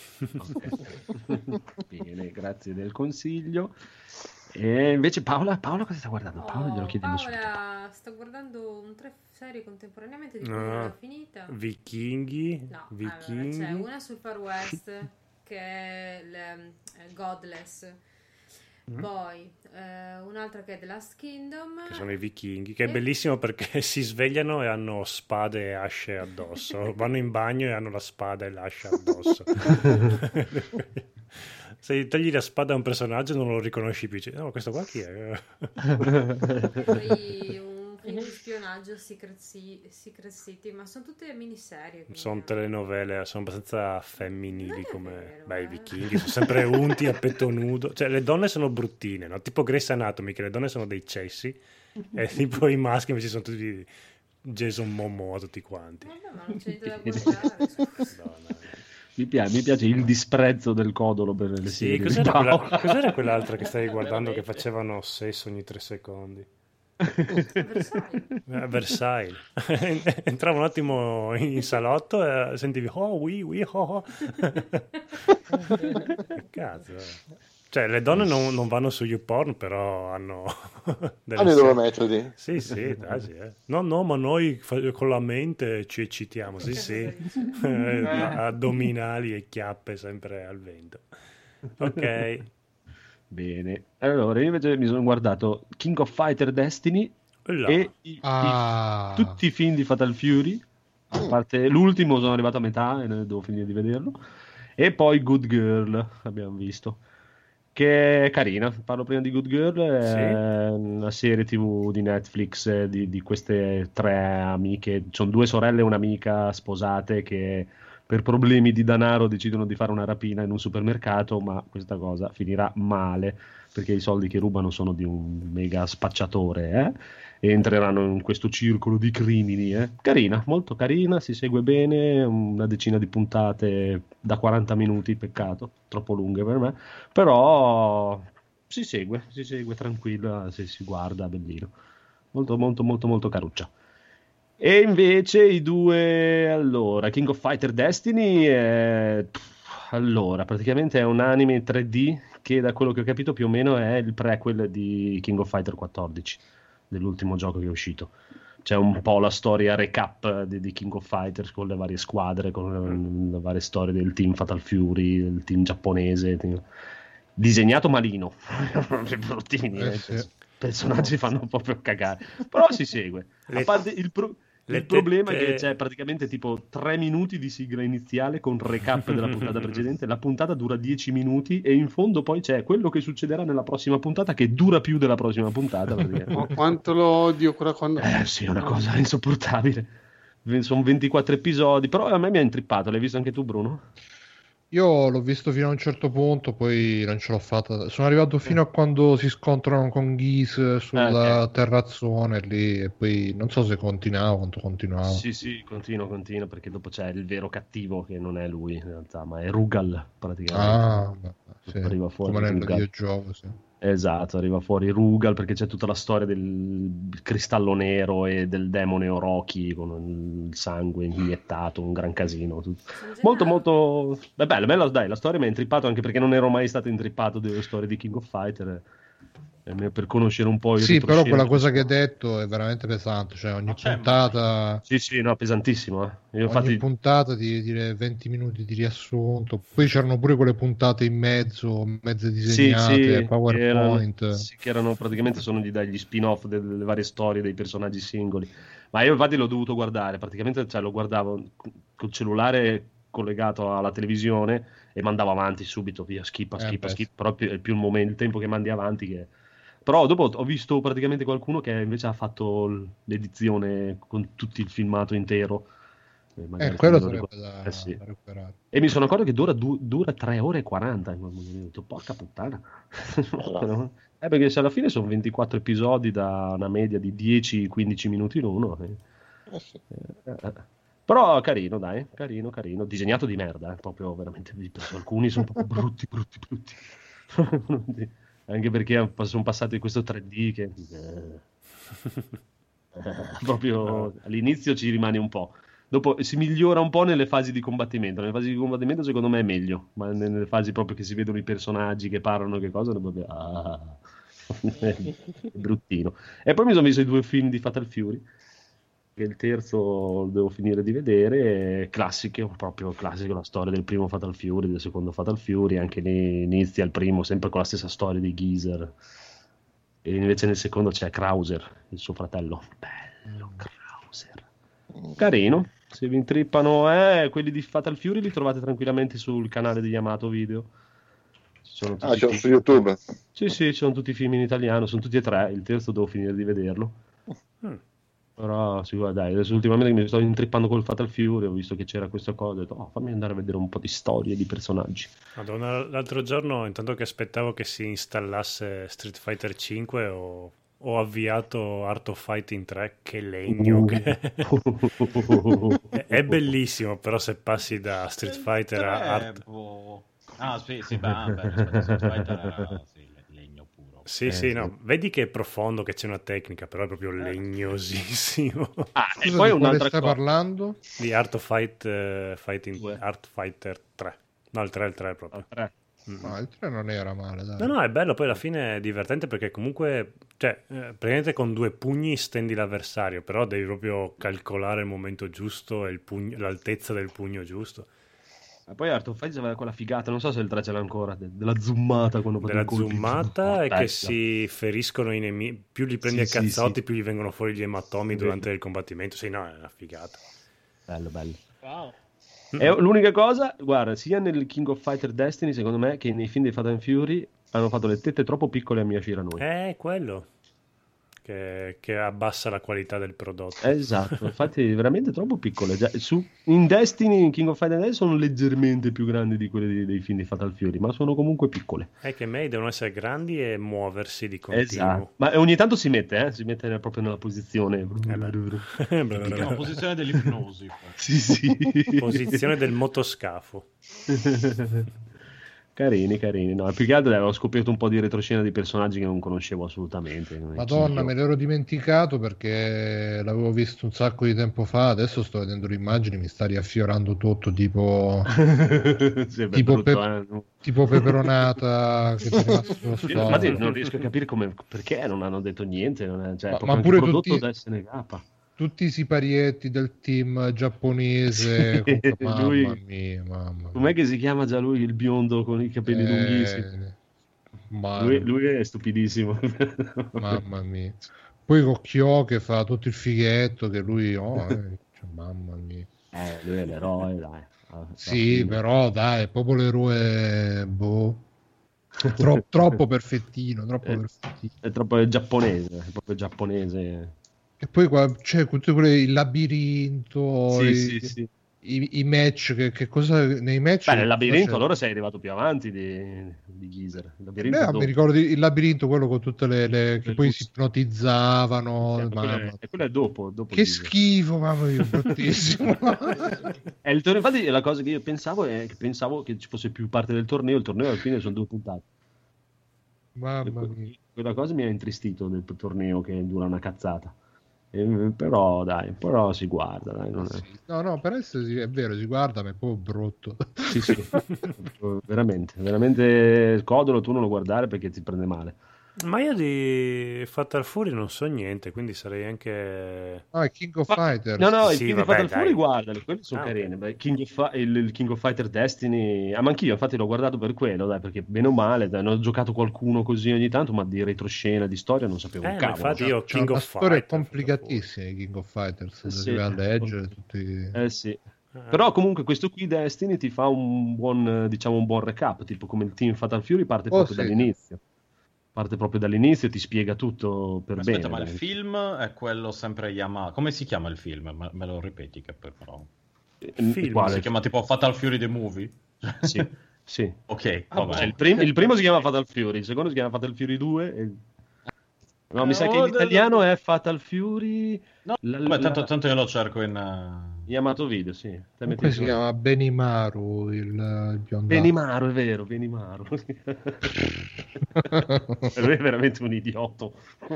S1: Bene, grazie del consiglio. E invece Paola cosa sta guardando? Paola glielo chiediamo subito.
S6: Paola sta guardando 3 serie contemporaneamente di cui non l'ho finita.
S2: Vichinghi?
S6: No,
S2: Vichinghi.
S6: allora, c'è una sul Far West che è Godless. Poi un'altra che è The Last Kingdom,
S2: che sono i vichinghi, che è bellissimo perché si svegliano e hanno spade e asce addosso, vanno in bagno e hanno la spada e l'ascia addosso. Se togli la spada a un personaggio non lo riconosci più, no, questo qua chi è?
S6: Poi un film di spionaggio, Secret City, ma sono tutte miniserie,
S2: sono telenovele, sono abbastanza femminili come i vichinghi, sono sempre unti a petto nudo, cioè le donne sono bruttine, no? Tipo Grey's Anatomy, che le donne sono dei cessi e tipo i maschi invece sono tutti Jason Momoa tutti quanti.
S6: Ma non c'è niente da guardare.
S1: Mi piace il disprezzo del codolo per le serie.
S2: Cos'era quell'altra che stavi guardando che facevano sesso ogni 3 secondi? Versailles. Entravo un attimo in salotto e sentivi oh. Che cazzo, cioè le donne non vanno su YouPorn, però hanno
S5: i loro metodi.
S2: Sì, dai, sì. No, ma noi con la mente ci eccitiamo, sì. Addominali e chiappe sempre al vento. Ok.
S1: Bene, allora io invece mi sono guardato King of Fighter Destiny e tutti i film di Fatal Fury, a parte l'ultimo sono arrivato a metà e devo finire di vederlo, e poi Good Girl abbiamo visto, che è carina. Parlo prima di Good Girl, è una serie TV di Netflix di queste 3 amiche, sono 2 sorelle e un'amica sposate che per problemi di denaro decidono di fare una rapina in un supermercato, ma questa cosa finirà male perché i soldi che rubano sono di un mega spacciatore, e entreranno in questo circolo di crimini. Carina, molto carina, si segue bene, una decina di puntate da 40 minuti, peccato, troppo lunghe per me, però si segue tranquilla, se si guarda, bellino, molto molto molto molto caruccia. E invece i 2, allora, King of Fighter Destiny allora, praticamente è un anime 3D che, da quello che ho capito, più o meno è il prequel di King of Fighter 14, dell'ultimo gioco che è uscito. C'è un po' la storia recap di King of Fighters con le varie squadre, con le varie storie del team Fatal Fury, del team giapponese, disegnato malino. Bruttini, personaggi fanno proprio cagare, però si segue. A parte il problema è che c'è praticamente tipo 3 minuti di sigla iniziale con recap della puntata precedente. La puntata dura 10 minuti e in fondo poi c'è quello che succederà nella prossima puntata, che dura più della prossima puntata.
S4: Quanto lo odio quando...
S1: sì, è una cosa insopportabile. Sono 24 episodi, però a me mi ha intrippato. L'hai visto anche tu, Bruno?
S8: Io l'ho visto fino a un certo punto, poi non ce l'ho fatta. Sono arrivato fino a quando si scontrano con Ghis sulla terrazzone lì, e poi non so se quanto continuava.
S1: Sì, continua, perché dopo c'è il vero cattivo, che non è lui in realtà, ma è Rugal praticamente.
S8: Arriva fuori come nel videogioco, sì.
S1: Esatto, arriva fuori Rugal perché c'è tutta la storia del cristallo nero e del demone Orochi con il sangue iniettato, un gran casino. Molto, molto... Beh, bello, dai, la storia mi ha intrippato anche perché non ero mai stato intrippato delle storie di King of Fighter. Per conoscere un po' il
S8: sì, però quella cosa che hai detto è veramente pesante, cioè ogni puntata
S1: sì, no, pesantissimo, Io
S8: ogni
S1: infatti...
S8: puntata di dire 20 minuti di riassunto, poi c'erano pure quelle puntate in mezzo, mezze disegnate, PowerPoint
S1: che erano praticamente sono dagli spin-off delle varie storie dei personaggi singoli, ma io infatti l'ho dovuto guardare, praticamente cioè, lo guardavo col cellulare collegato alla televisione e mandavo avanti subito, via, skip, però è più il tempo che mandi avanti che... Però dopo ho visto praticamente qualcuno che invece ha fatto l'edizione con tutto il filmato intero.
S8: Quello sarebbe da recuperare.
S1: E mi sono accorto che dura 3 ore e 40. Ho detto, porca puttana. Perché se alla fine sono 24 episodi da una media di 10-15 minuti l'uno. Però carino, dai, carino. Disegnato di merda, proprio veramente. Alcuni sono proprio brutti. Anche perché sono passati questo 3D che proprio all'inizio ci rimane un po'. Dopo si migliora un po' nelle fasi di combattimento. Nelle fasi di combattimento secondo me è meglio, ma nelle fasi proprio che si vedono i personaggi che parlano, che cosa, proprio... è bruttino. E poi mi sono visto i 2 film di Fatal Fury, che il terzo devo finire di vedere, proprio classico, la storia del primo Fatal Fury, del secondo Fatal Fury, anche lì inizia il primo sempre con la stessa storia di Geezer, e invece nel secondo c'è Krauser, il suo fratello, bello Krauser, carino. Se vi intrippano quelli di Fatal Fury li trovate tranquillamente sul canale di Yamato Video.
S5: C'è su YouTube?
S1: Sì, ci sono tutti i film in italiano, sono tutti e 3, il terzo devo finire di vederlo. Però sì, dai, adesso ultimamente mi sto intrippando col Fatal Fury, ho visto che c'era questa cosa, ho detto, fammi andare a vedere un po' di storie di personaggi.
S2: Madonna, l'altro giorno, intanto che aspettavo che si installasse Street Fighter 5, ho avviato Art of Fighting 3, che legno è bellissimo, però se passi da Street Fighter a Art...
S7: rispetto a Street Fighter legno puro.
S2: Sì, no, vedi che è profondo, che c'è una tecnica, però è proprio legnosissimo.
S8: E poi un'altra stai parlando?
S2: Di Art of Fighting Art Fighter 3. No, il 3 proprio.
S8: No, il 3 non era male, dai.
S2: No, è bello, poi alla fine è divertente perché comunque, cioè, praticamente con 2 pugni stendi l'avversario, però devi proprio calcolare il momento giusto e l'altezza del pugno giusto.
S1: E poi Art of Fight aveva quella figata, non so se il 3 ce l'ha ancora, della zoomata quando
S2: della zoomata e che si feriscono i nemici, più li prendi a cazzotti più gli vengono fuori gli ematomi durante il combattimento. Sì, no, è una figata.
S1: Bello.
S13: Wow.
S1: E l'unica cosa, guarda, sia nel King of Fighter Destiny secondo me che nei film di Fatal Fury hanno fatto le tette troppo piccole a Mia Shiranui.
S2: Quello che abbassa la qualità del prodotto.
S1: Esatto, infatti veramente troppo piccole. In Destiny, in King of Fighters sono leggermente più grandi di quelle dei film di Fatal Fury, ma sono comunque piccole.
S2: È che May devono essere grandi e muoversi di continuo.
S1: Esatto, ma ogni tanto si mette proprio nella posizione.
S7: La posizione dell'ipnosi.
S1: Sì.
S2: Posizione del motoscafo.
S1: Carini, no, più che altro avevo scoperto un po' di retroscena di personaggi che non conoscevo assolutamente.
S8: Madonna, me l'ero dimenticato perché l'avevo visto un sacco di tempo fa, adesso sto vedendo le immagini, mi sta riaffiorando tutto tipo tipo peperonata che è rimasto
S1: ma non riesco a capire perché non hanno detto niente,
S8: ma pure
S1: prodotto da SNK.
S8: Tutti i siparieti del team giapponese mamma mia.
S1: Com'è che si chiama già lui, il biondo con i capelli lunghissimi? Lui è stupidissimo.
S8: Mamma mia. Poi Cocchio che fa tutto il fighetto, che lui mamma mia.
S1: Lui è l'eroe, dai.
S8: Sì, però dai, è proprio l'eroe troppo perfettino,
S1: è troppo giapponese, è proprio giapponese.
S8: E poi qua c'è il labirinto, i match, che cosa nei match?
S1: Nel labirinto allora sei arrivato più avanti di Geezer.
S8: Mi ricordo il labirinto, quello con tutte le che poi si ipnotizzavano.
S1: E quello è dopo
S8: che
S1: Geezer.
S8: schifo, mamma mia, bruttissimo.
S1: Infatti la cosa che io pensavo è che ci fosse più parte del torneo. Il torneo alla fine sono 2 puntate.
S8: Mamma mia.
S1: Quella cosa mi ha intristito del torneo che dura una cazzata. Però dai, però si guarda, dai, non è...
S8: No, per essere è vero, si guarda, ma è proprio brutto.
S1: Sì, veramente Codolo tu non lo guardare perché ti prende male.
S2: Ma io di Fatal Fury non so niente, quindi sarei anche...
S8: King of Fighters.
S1: No, il
S2: Sì,
S1: King of
S2: vabbè,
S1: Fatal Fury
S2: dai.
S1: guardali, quelli sono carini. Beh, il King of Fighter Destiny, ma anch'io infatti l'ho guardato per quello, dai, perché bene o male, dai, ne ho giocato qualcuno così ogni tanto, ma di retroscena, di storia non sapevo un
S2: ma
S1: cavolo.
S2: infatti io
S8: C'è
S2: King
S8: una
S2: of
S8: storia
S2: Fighter,
S8: complicatissima di King of Fighters,
S1: Sì.
S8: si va a leggere tutti...
S1: Sì. Però comunque questo qui Destiny ti fa un buon recap, tipo come il Team Fatal Fury parte proprio dall'inizio. Parte proprio dall'inizio e ti spiega tutto per
S7: Aspetta,
S1: bene.
S7: ma il film è quello sempre Yamaha. Come si chiama il film? Me lo ripeti che però...
S1: Film?
S7: Si chiama tipo Fatal Fury the Movie?
S1: Sì.
S7: Ok,
S1: vabbè. Il primo si chiama Fatal Fury, il secondo si chiama Fatal Fury 2 No, mi sa che in italiano è Fatal Fury...
S7: No, tanto io lo cerco in...
S1: Yamato Video, sì.
S8: Comunque si chiama Benimaru, il biondato.
S1: Benimaru, è vero, Benimaru. Lui è veramente un idioto.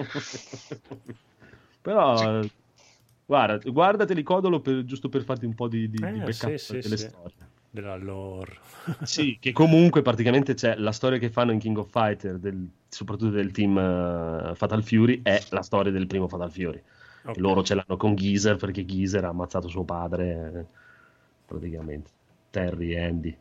S1: Però, guardateli Codolo giusto per farti un po' di backup delle storie.
S2: Della lore.
S1: Sì, che comunque praticamente c'è la storia che fanno in King of Fighter, soprattutto del team Fatal Fury, è la storia del primo Fatal Fury.
S2: Okay.
S1: Loro ce l'hanno con Geezer perché Geezer ha ammazzato suo padre, praticamente. Terry e Andy.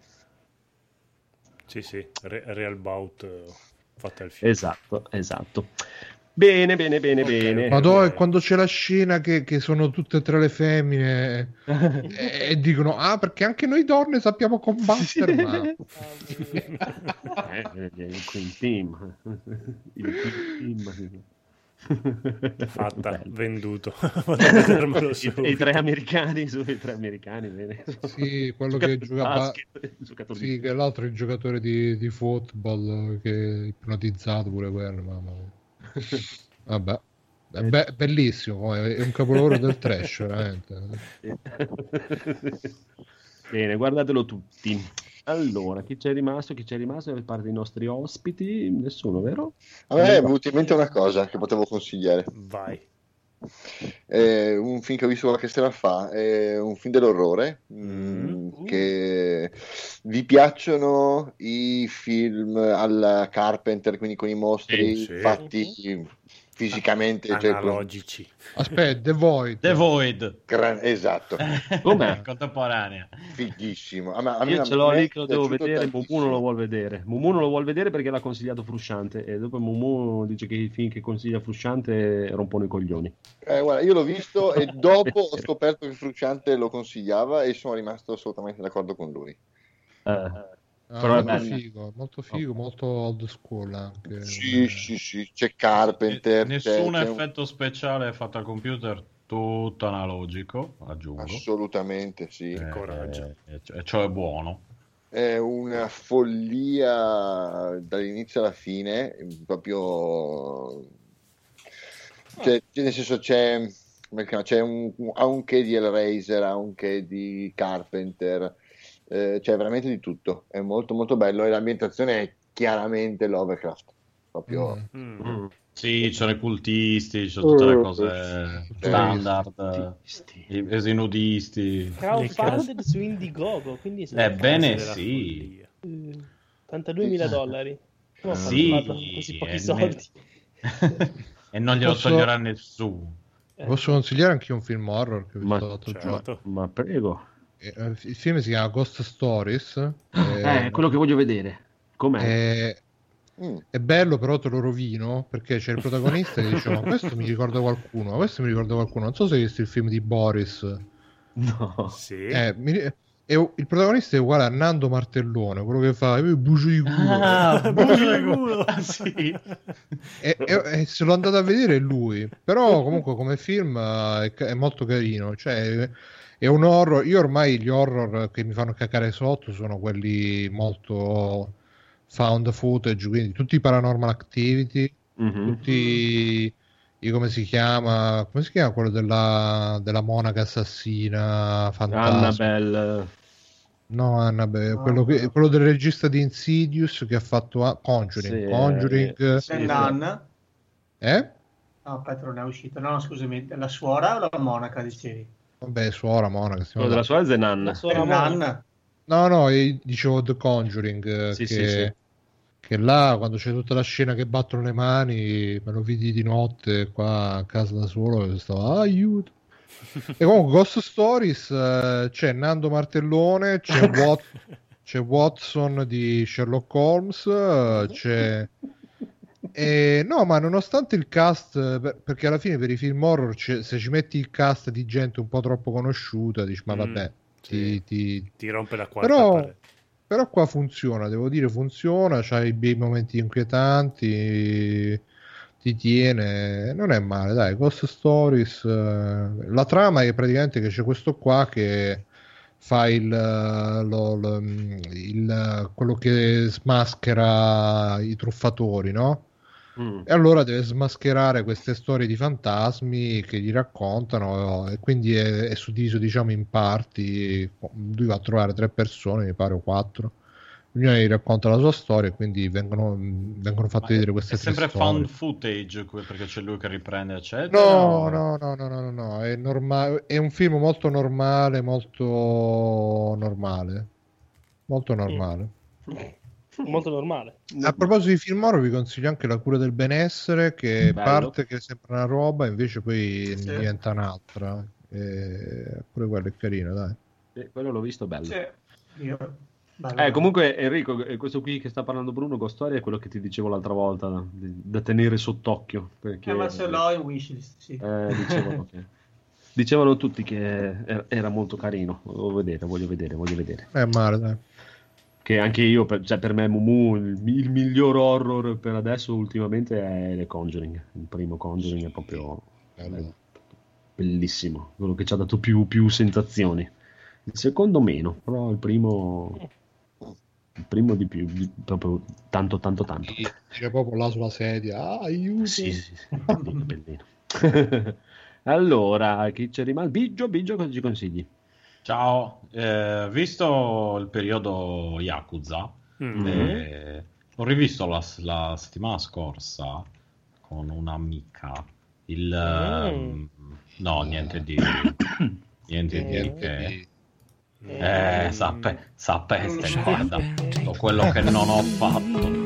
S2: Sì, Real Bout Fatal Fury.
S1: Esatto. Bene.
S8: Ma dove quando c'è la scena che sono tutte e tre le femmine e dicono perché anche noi donne sappiamo combattere, ma...
S1: il Queen Team.
S2: Fatta,
S1: bello.
S2: Venduto.
S1: I tre americani sono i tre americani, bene.
S8: Sì, quello che giocava che è l'altro, il giocatore di football che è ipnotizzato pure quello, mamma. Vabbè, è bellissimo, è un capolavoro del trash, veramente.
S1: Bene, guardatelo tutti. Allora, chi c'è rimasto da parte dei nostri ospiti? Nessuno, vero?
S5: A me è venuta in mente una cosa che potevo consigliare.
S2: Vai.
S5: Un film che ho visto qualche sera fa, è un film dell'orrore. Che vi piacciono i film alla Carpenter, quindi con i mostri fatti fisicamente
S2: analogici.
S8: Aspetta, The Void.
S5: Esatto.
S1: Com'è?
S7: Contemporanea.
S5: Fighissimo.
S1: Io ce l'ho lì che lo devo vedere. Mumu non lo vuol vedere. Mumu non lo vuol vedere perché l'ha consigliato Frusciante e dopo Mumu dice che i film che consiglia Frusciante rompono i coglioni.
S5: Guarda, io l'ho visto e dopo ho scoperto che Frusciante lo consigliava e sono rimasto assolutamente d'accordo con lui.
S1: Però è
S8: molto figo, molto old school anche.
S5: Sì, c'è Carpenter.
S7: Nessun effetto speciale fatto al computer, tutto analogico, aggiungo.
S5: Assolutamente sì.
S2: Coraggio.
S7: Ciò è buono.
S5: È una follia dall'inizio alla fine, proprio... nel senso c'è ha un che di Hellraiser, ha un che di Carpenter, c'è veramente di tutto, è molto molto bello e l'ambientazione è chiaramente Lovecraft proprio.
S7: Sì, ci sono i cultisti, ci sono tutte le cose standard, i nudisti.
S13: Crowdfunded su Indiegogo, quindi
S7: ebbene sì,
S13: $82,000. Come
S7: sì,
S13: fatto così pochi soldi?
S7: E non glielo toglierà nessuno.
S8: Posso consigliare anche un film horror che ho visto l'altro giorno?
S1: Ma prego.
S8: Il film si chiama Ghost Stories.
S1: Quello che voglio vedere. Com'è?
S8: È bello, però te lo rovino perché c'è il protagonista che dice: ma questo mi ricorda qualcuno. Non so se hai visto il film di Boris.
S1: No.
S2: Sì.
S8: Il protagonista è uguale a Nando Martellone, quello che fa bucio di culo.
S7: Bucio di culo. Sì.
S8: E se l'ho andato a vedere è lui. Però comunque come film è molto carino. Cioè è un horror. Io ormai gli horror che mi fanno cacare sotto sono quelli molto found footage, quindi tutti i Paranormal Activity, tutti come si chiama quello della monaca assassina fantasma.
S1: Annabelle.
S8: No, Annabelle, quello del regista di Insidious che ha fatto Conjuring.
S1: Sì,
S8: Conjuring.
S3: The Nun.
S8: No,
S3: aspetta, non è uscito. No, scusami, la suora o la monaca, dicevi?
S8: Vabbè, suora, monaca.
S1: Quello della suora è The Nun.
S3: La suora Nun.
S8: No, io dicevo The Conjuring,
S1: Sì.
S8: che là, quando c'è tutta la scena che battono le mani, me lo vidi di notte qua a casa da solo e stavo, aiuto. E comunque Ghost Stories, c'è Nando Martellone, c'è Watson di Sherlock Holmes, c'è... no, ma nonostante il cast, perché alla fine per i film horror se ci metti il cast di gente un po' troppo conosciuta, dici ma vabbè, ti
S2: rompe la quarta parete.
S8: Però qua funziona, devo dire, funziona, c'hai bei momenti inquietanti, ti tiene, non è male, dai. Ghost Stories, la trama è praticamente che c'è questo qua che fa quello che smaschera i truffatori, no? E allora deve smascherare queste storie di fantasmi che gli raccontano, e quindi è suddiviso, diciamo, in parti. Lui va a trovare 3 persone, mi pare, o 4, ognuna gli racconta la sua storia, e quindi vengono fatte vedere queste 3 storie.
S7: È sempre found footage perché c'è lui che riprende, eccetera?
S8: No, è normale, è un film molto normale.
S13: Molto normale.
S8: A proposito di film horror, vi consiglio anche La cura del benessere, che parte che sembra una roba, invece poi diventa un'altra. Pure quello è carino, dai.
S1: Quello l'ho visto, bello.
S3: Io...
S1: comunque Enrico, questo qui che sta parlando Bruno, Ghost Story, è quello che ti dicevo l'altra volta, da tenere sott'occhio. Perché,
S3: ma ce l'ho in wishlist, sì.
S1: Dicevano tutti che era molto carino. Voglio vedere.
S8: È male, dai.
S1: Che anche io, per me Mumu, il miglior horror per adesso ultimamente è The Conjuring. Il primo Conjuring è proprio bellissimo, quello che ci ha dato più sensazioni. Il secondo meno, però il primo di più, proprio tanto.
S8: C'è proprio là sulla sedia, aiuto.
S1: Sì. Bellino. Allora, chi c'è rimasto? Biggio, cosa ci consigli?
S7: Ciao, visto il periodo Yakuza, ho rivisto la settimana scorsa con un'amica no, niente di che sapeste, guarda, quello che non ho fatto.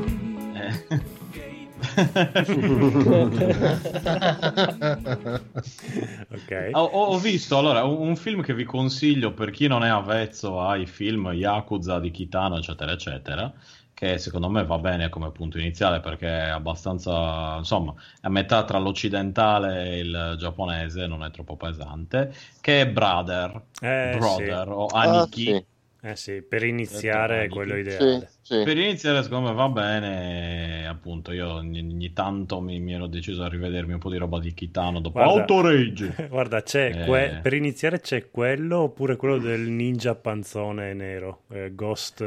S2: Okay.
S7: Ho visto allora un film che vi consiglio per chi non è avvezzo ai film Yakuza di Kitano, eccetera eccetera, che secondo me va bene come punto iniziale perché è abbastanza, insomma, è a metà tra l'occidentale e il giapponese, non è troppo pesante, che è Brother o Aniki.
S2: Sì, per iniziare è quello ideale.
S7: Sì. Per iniziare secondo me va bene, appunto io ogni tanto mi ero deciso a rivedermi un po' di roba di Kitano dopo Autorage.
S2: Guarda, per iniziare c'è quello oppure quello del ninja panzone nero, Ghost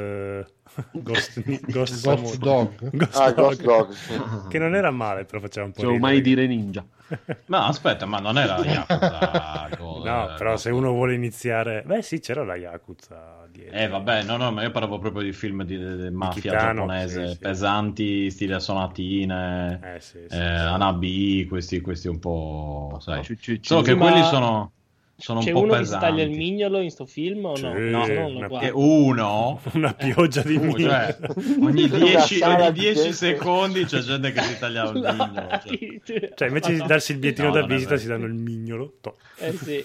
S8: Dog.
S5: Ghost Dog.
S2: Che non era male, però faceva un po'
S1: ridere. Mai dire ninja.
S7: Ma aspetta, ma non era Yakuza?
S2: No, però se uno vuole iniziare... Beh sì, c'era la Yakuza dietro.
S7: Vabbè, no, ma io parlavo proprio di film di mafia giapponese, pesanti, stile sonatine, Hanabi, questi un po', sai. Solo che quelli sono un
S13: c'è
S7: po'
S13: uno
S7: pesanti.
S13: che si taglia il mignolo in sto film o no?
S2: Una pioggia di mignolo.
S7: Cioè, ogni 10 secondi c'è gente che si taglia il mignolo.
S2: Cioè, invece di darsi il bigliettino da visita si danno il mignolo.
S13: Sì.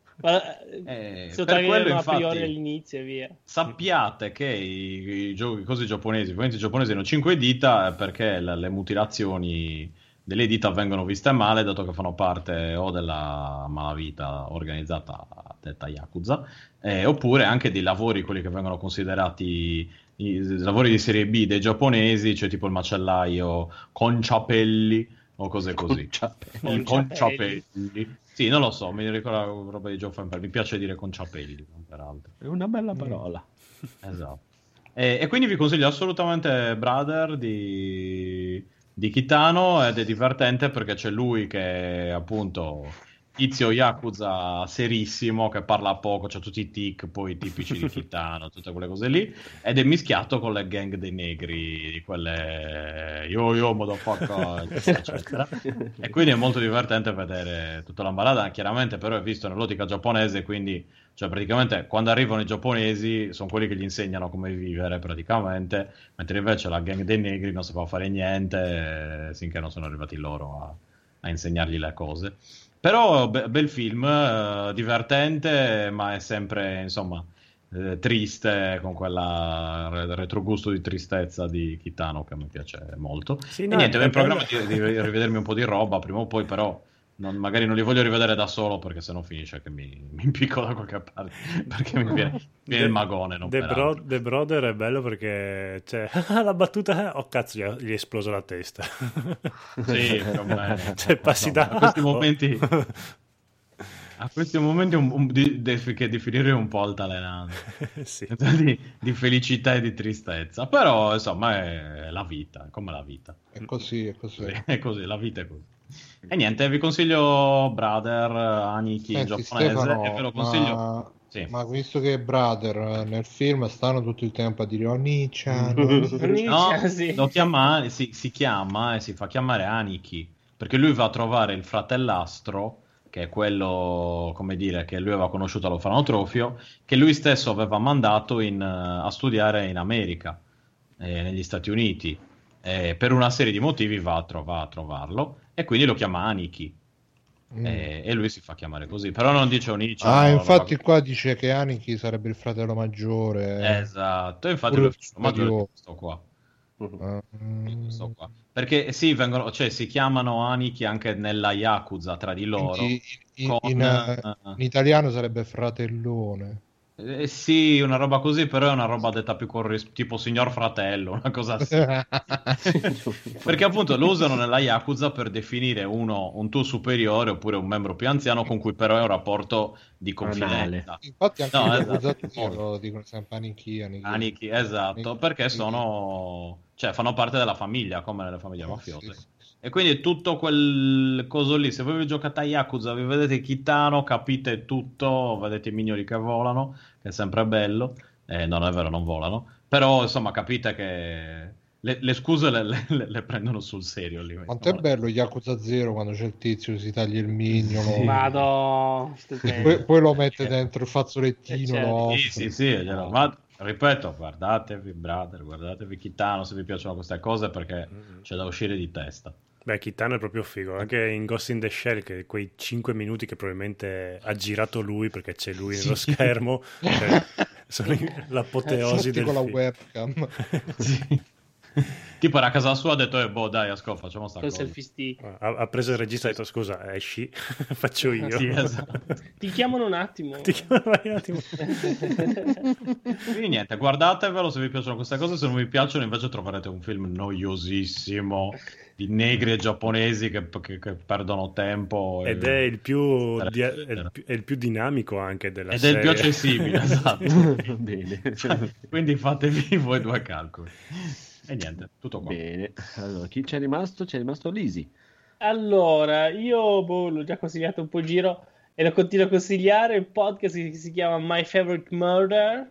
S7: Per quello,
S13: a priori
S7: infatti,
S13: all'inizio e via.
S7: Sappiate che i cosi giapponesi, ovviamente i giapponesi hanno 5 dita perché le mutilazioni delle dita vengono viste male, dato che fanno parte o della malavita organizzata detta Yakuza, oppure anche dei lavori, quelli che vengono considerati i lavori di serie B dei giapponesi, cioè tipo il macellaio, conciapelli o cose così. Conciapelli. Sì, non lo so, mi ricorda roba di Joe Femper, mi piace dire conciapelli, peraltro.
S1: È una bella parola.
S7: Esatto. E quindi vi consiglio assolutamente Brother di Kitano, ed è divertente perché c'è lui che appunto tizio Yakuza serissimo che parla poco, c'ha tutti i tic poi tipici di Kitano, tutte quelle cose lì, ed è mischiato con le gang dei negri, quelle yo motherfucker, eccetera. E quindi è molto divertente vedere tutta la balada, chiaramente però è visto nell'ottica giapponese, quindi cioè praticamente quando arrivano i giapponesi sono quelli che gli insegnano come vivere praticamente, mentre invece la gang dei negri non sapeva fare niente finché non sono arrivati loro a insegnargli le cose. Però bel film, divertente, ma è sempre, insomma, triste, con quella retrogusto di tristezza di Kitano che mi piace molto.
S2: Sì,
S7: E
S2: no,
S7: niente, ho in
S2: bello.
S7: programma di rivedermi un po' di roba prima o poi, però magari non li voglio rivedere da solo perché sennò finisce che mi impicco da qualche parte, perché mi viene il magone. Non per altro.
S2: The Brother è bello perché c'è la battuta, oh cazzo, gli è esplosa la testa.
S7: Sì, più o meno.
S2: Cioè, passi da
S7: a questi momenti che definire un po' altalenante.
S2: Sì.
S7: di felicità e di tristezza, però insomma è la vita, è come la vita.
S8: È così.
S7: È così, la vita è così. E niente, vi consiglio Brother, Aniki in
S8: Senti,
S7: giapponese,
S8: Stefano,
S7: e ve lo consiglio. Sì.
S8: ma visto che Brother nel film stanno tutto il tempo a dire Onichan,
S7: No,
S13: sì.
S7: lo chiama, si chiama e si fa chiamare Aniki, perché lui va a trovare il fratellastro, che è quello, come dire, che lui aveva conosciuto all'orfanotrofio, che lui stesso aveva mandato a studiare in America, negli Stati Uniti. Per una serie di motivi va a trovarlo, e quindi lo chiama Aniki. E lui si fa chiamare così, però non dice Onichan.
S8: infatti qua dice che Aniki sarebbe il fratello maggiore.
S7: Esatto, infatti
S8: Pure
S7: lo maggiore questo qua. Questo qua. Perché sì, si chiamano Aniki anche nella Yakuza tra di loro.
S8: Quindi in italiano sarebbe fratellone.
S7: Sì, una roba così, però è una roba detta più tipo signor fratello, una cosa sì. Perché appunto lo usano nella Yakuza per definire un tuo superiore oppure un membro più anziano con cui però è un rapporto di confidenza.
S8: Infatti anche
S7: No,
S8: in
S7: esatto.
S8: Yakuza lo dicono sempre Aniki,
S7: Esatto, perché fanno parte della famiglia, come nelle famiglie mafiose. Sì. E quindi tutto quel coso lì, se voi vi giocate a Yakuza, vi vedete Kitano, capite tutto, vedete i mignoli che volano, che è sempre bello. Non è vero, non volano. Però, insomma, capite che le scuse le prendono sul serio lì.
S8: Quanto è bello Yakuza 0 quando c'è il tizio, si taglia il mignolo.
S13: Vado.
S8: Poi lo mette dentro il fazzolettino.
S7: Sì. Ma ripeto, guardatevi Brother, guardatevi Kitano se vi piacciono queste cose, perché c'è da uscire di testa.
S2: Beh, Kitano è proprio figo, anche in Ghost in the Shell, che quei 5 minuti che probabilmente ha girato lui, perché c'è lui nello schermo, sono l'apoteosi del
S8: con la
S2: film.
S8: webcam.
S7: Sì. Tipo era a casa sua, ha detto dai ascolta, facciamo sta cosa.
S2: Ha preso il regista e ha detto scusa, esci, faccio io.
S7: Sì, esatto.
S13: Ti chiamano un attimo.
S7: Quindi niente, guardatevelo se vi piacciono queste cose, se non vi piacciono invece troverete un film noiosissimo di negri e giapponesi che perdono tempo.
S2: Ed è il più dinamico anche della
S7: Ed
S2: serie.
S7: è il più accessibile, esatto. Bene. Quindi fatevi voi due calcoli. E niente, tutto qua.
S1: Bene, allora chi c'è rimasto? C'è rimasto Lisi.
S13: Allora, io l'ho già consigliato un po' in giro e lo continuo a consigliare, il podcast che si chiama My Favorite Murder.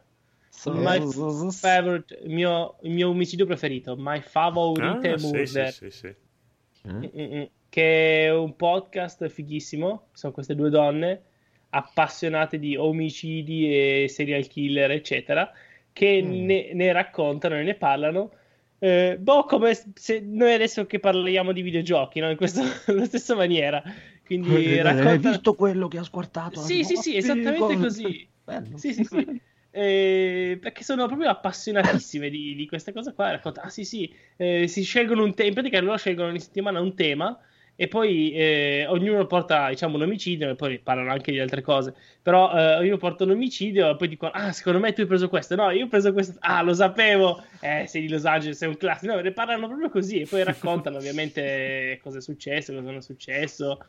S13: Il mio omicidio preferito, My Favorite Murder.
S2: Sì.
S13: Che è un podcast fighissimo. Sono queste due donne appassionate di omicidi e serial killer, eccetera, che ne raccontano e ne parlano. Come se noi adesso che parliamo di videogiochi, no? In la stessa maniera. Quindi
S1: hai visto quello che ha squartato?
S13: Sì, esattamente così. Sì. Perché sono proprio appassionatissime di questa cosa qua. Racconta, si scelgono un tema. In pratica loro scelgono ogni settimana un tema e poi ognuno porta, diciamo, un omicidio e poi parlano anche di altre cose. Però ognuno porta un omicidio e poi dicono secondo me tu hai preso questo. No, io ho preso questo. Lo sapevo. Sei di Los Angeles, sei un classico. No, ne parlano proprio così e poi raccontano ovviamente cosa è successo, cosa non è successo.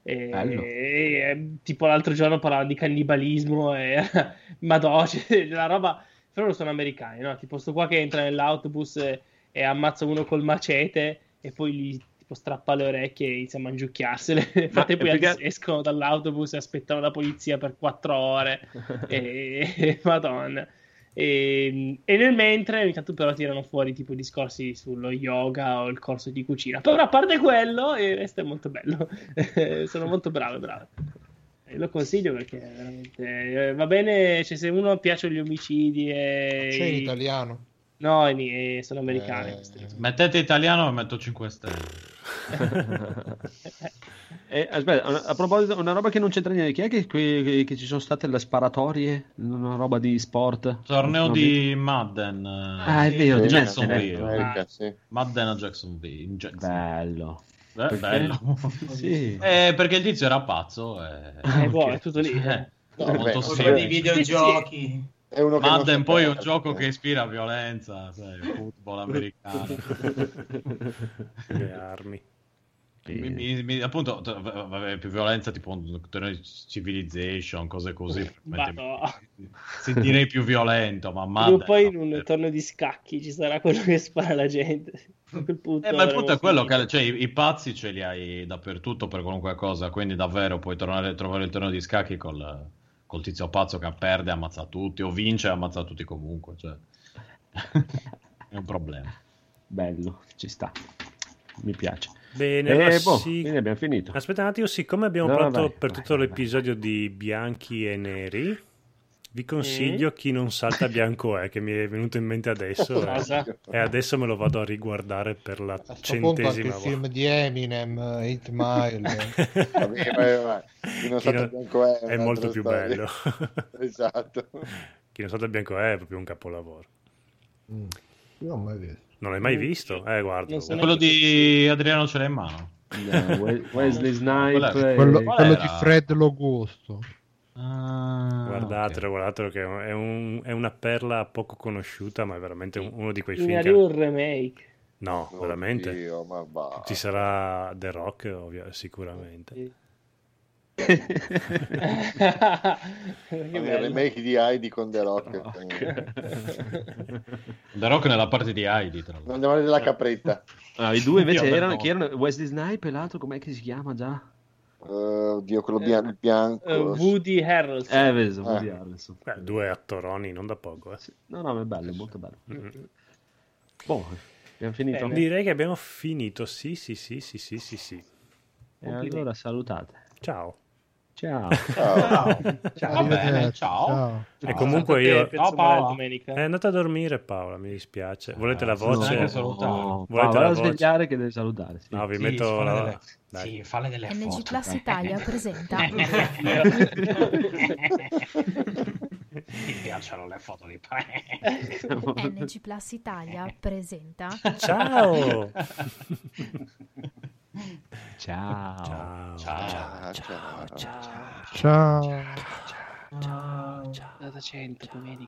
S13: Tipo l'altro giorno parlavano di cannibalismo e madò, la roba, però sono americani, no? Tipo sto qua che entra nell'autobus e ammazza uno col macete e poi tipo strappa le orecchie e inizia a mangiucchiarsele. Nel frattempo escono dall'autobus e aspettano la polizia per 4 ore. E madonna. E nel mentre ogni tanto però tirano fuori tipo discorsi sullo yoga o il corso di cucina. Però a parte quello, il resto è molto bello. Sono molto brave. Lo consiglio perché veramente va bene, cioè, se uno piace gli omicidi
S8: c'è in italiano.
S13: No, sono americane.
S7: Mettete italiano e metto 5 stelle.
S1: Aspetta, a proposito, una roba che non c'entra niente, chi è che ci sono state le sparatorie? Una roba di sport?
S7: Torneo di Madden.
S1: È vero, di
S7: Jacksonville. Madden a Jacksonville.
S1: Bello.
S7: Bello.
S1: Sì.
S7: Perché il tizio era pazzo.
S13: È tutto lì.
S7: Molto
S3: di videogiochi.
S5: È uno che
S7: Madden poi è un gioco che ispira a violenza, sai, football americano.
S2: Le armi.
S7: Appunto, più violenza tipo un torneo di Civilization, cose così. Direi più violento, ma Madden,
S13: poi in un torneo di scacchi ci sarà quello che spara la gente.
S7: Ma il punto è quello che cioè, i pazzi ce li hai dappertutto per qualunque cosa, quindi davvero puoi trovare il torneo di scacchi col tizio pazzo che perde e ammazza tutti, o vince e ammazza tutti comunque, cioè. È un problema.
S1: Bello, ci sta, mi piace.
S2: Bene,
S1: quindi abbiamo finito.
S2: Aspetta un attimo, siccome abbiamo parlato per tutto l'episodio di bianchi e neri, vi consiglio Chi non salta bianco è, che mi è venuto in mente adesso e adesso me lo vado a riguardare per la centesima
S8: volta. Il film di Eminem, 8 Mile.
S5: Chi non salta bianco
S2: è molto più bello.
S5: Esatto.
S2: Chi non salta bianco è proprio un capolavoro.
S8: Io non l'ho mai visto.
S2: Non l'hai mai visto? Guarda.
S7: Quello di Adriano ce l'ha in mano.
S1: Wesley Snipes.
S8: Quello di Fred Logusto.
S2: Guardatelo che è una perla poco conosciuta, ma è veramente uno di quei film
S13: un remake.
S2: No, veramente.
S5: Dio,
S2: ci sarà The Rock sicuramente.
S5: Il remake di Heidi con The Rock.
S7: The Rock nella parte di Heidi, tra l'altro.
S5: Andiamo della capretta.
S1: I due invece erano Wesley Snipes e l'altro com'è che si chiama già?
S5: Oddio, quello bianco.
S13: Woody Harrelson.
S1: Woody Harrelson.
S2: 2 attoroni, non da poco.
S1: No, è bello, molto bello. Abbiamo finito?
S2: Direi che abbiamo finito. Sì.
S1: E allora salutate.
S2: Ciao.
S1: Ciao.
S7: Va bene, ciao.
S2: E comunque io
S13: domenica.
S2: è andata a dormire Paola, mi dispiace. Volete la voce?
S1: Volete la svegliare che deve salutare. Sì.
S2: No, vi metto la...
S7: Sì, falle delle
S11: NG
S7: foto.
S11: Plus Italia presenta.
S7: Mi piacciono le foto di
S11: NG Plus Italia presenta.
S2: Ciao.
S11: Ciao.
S8: Ciao.
S13: Data 100 domenica.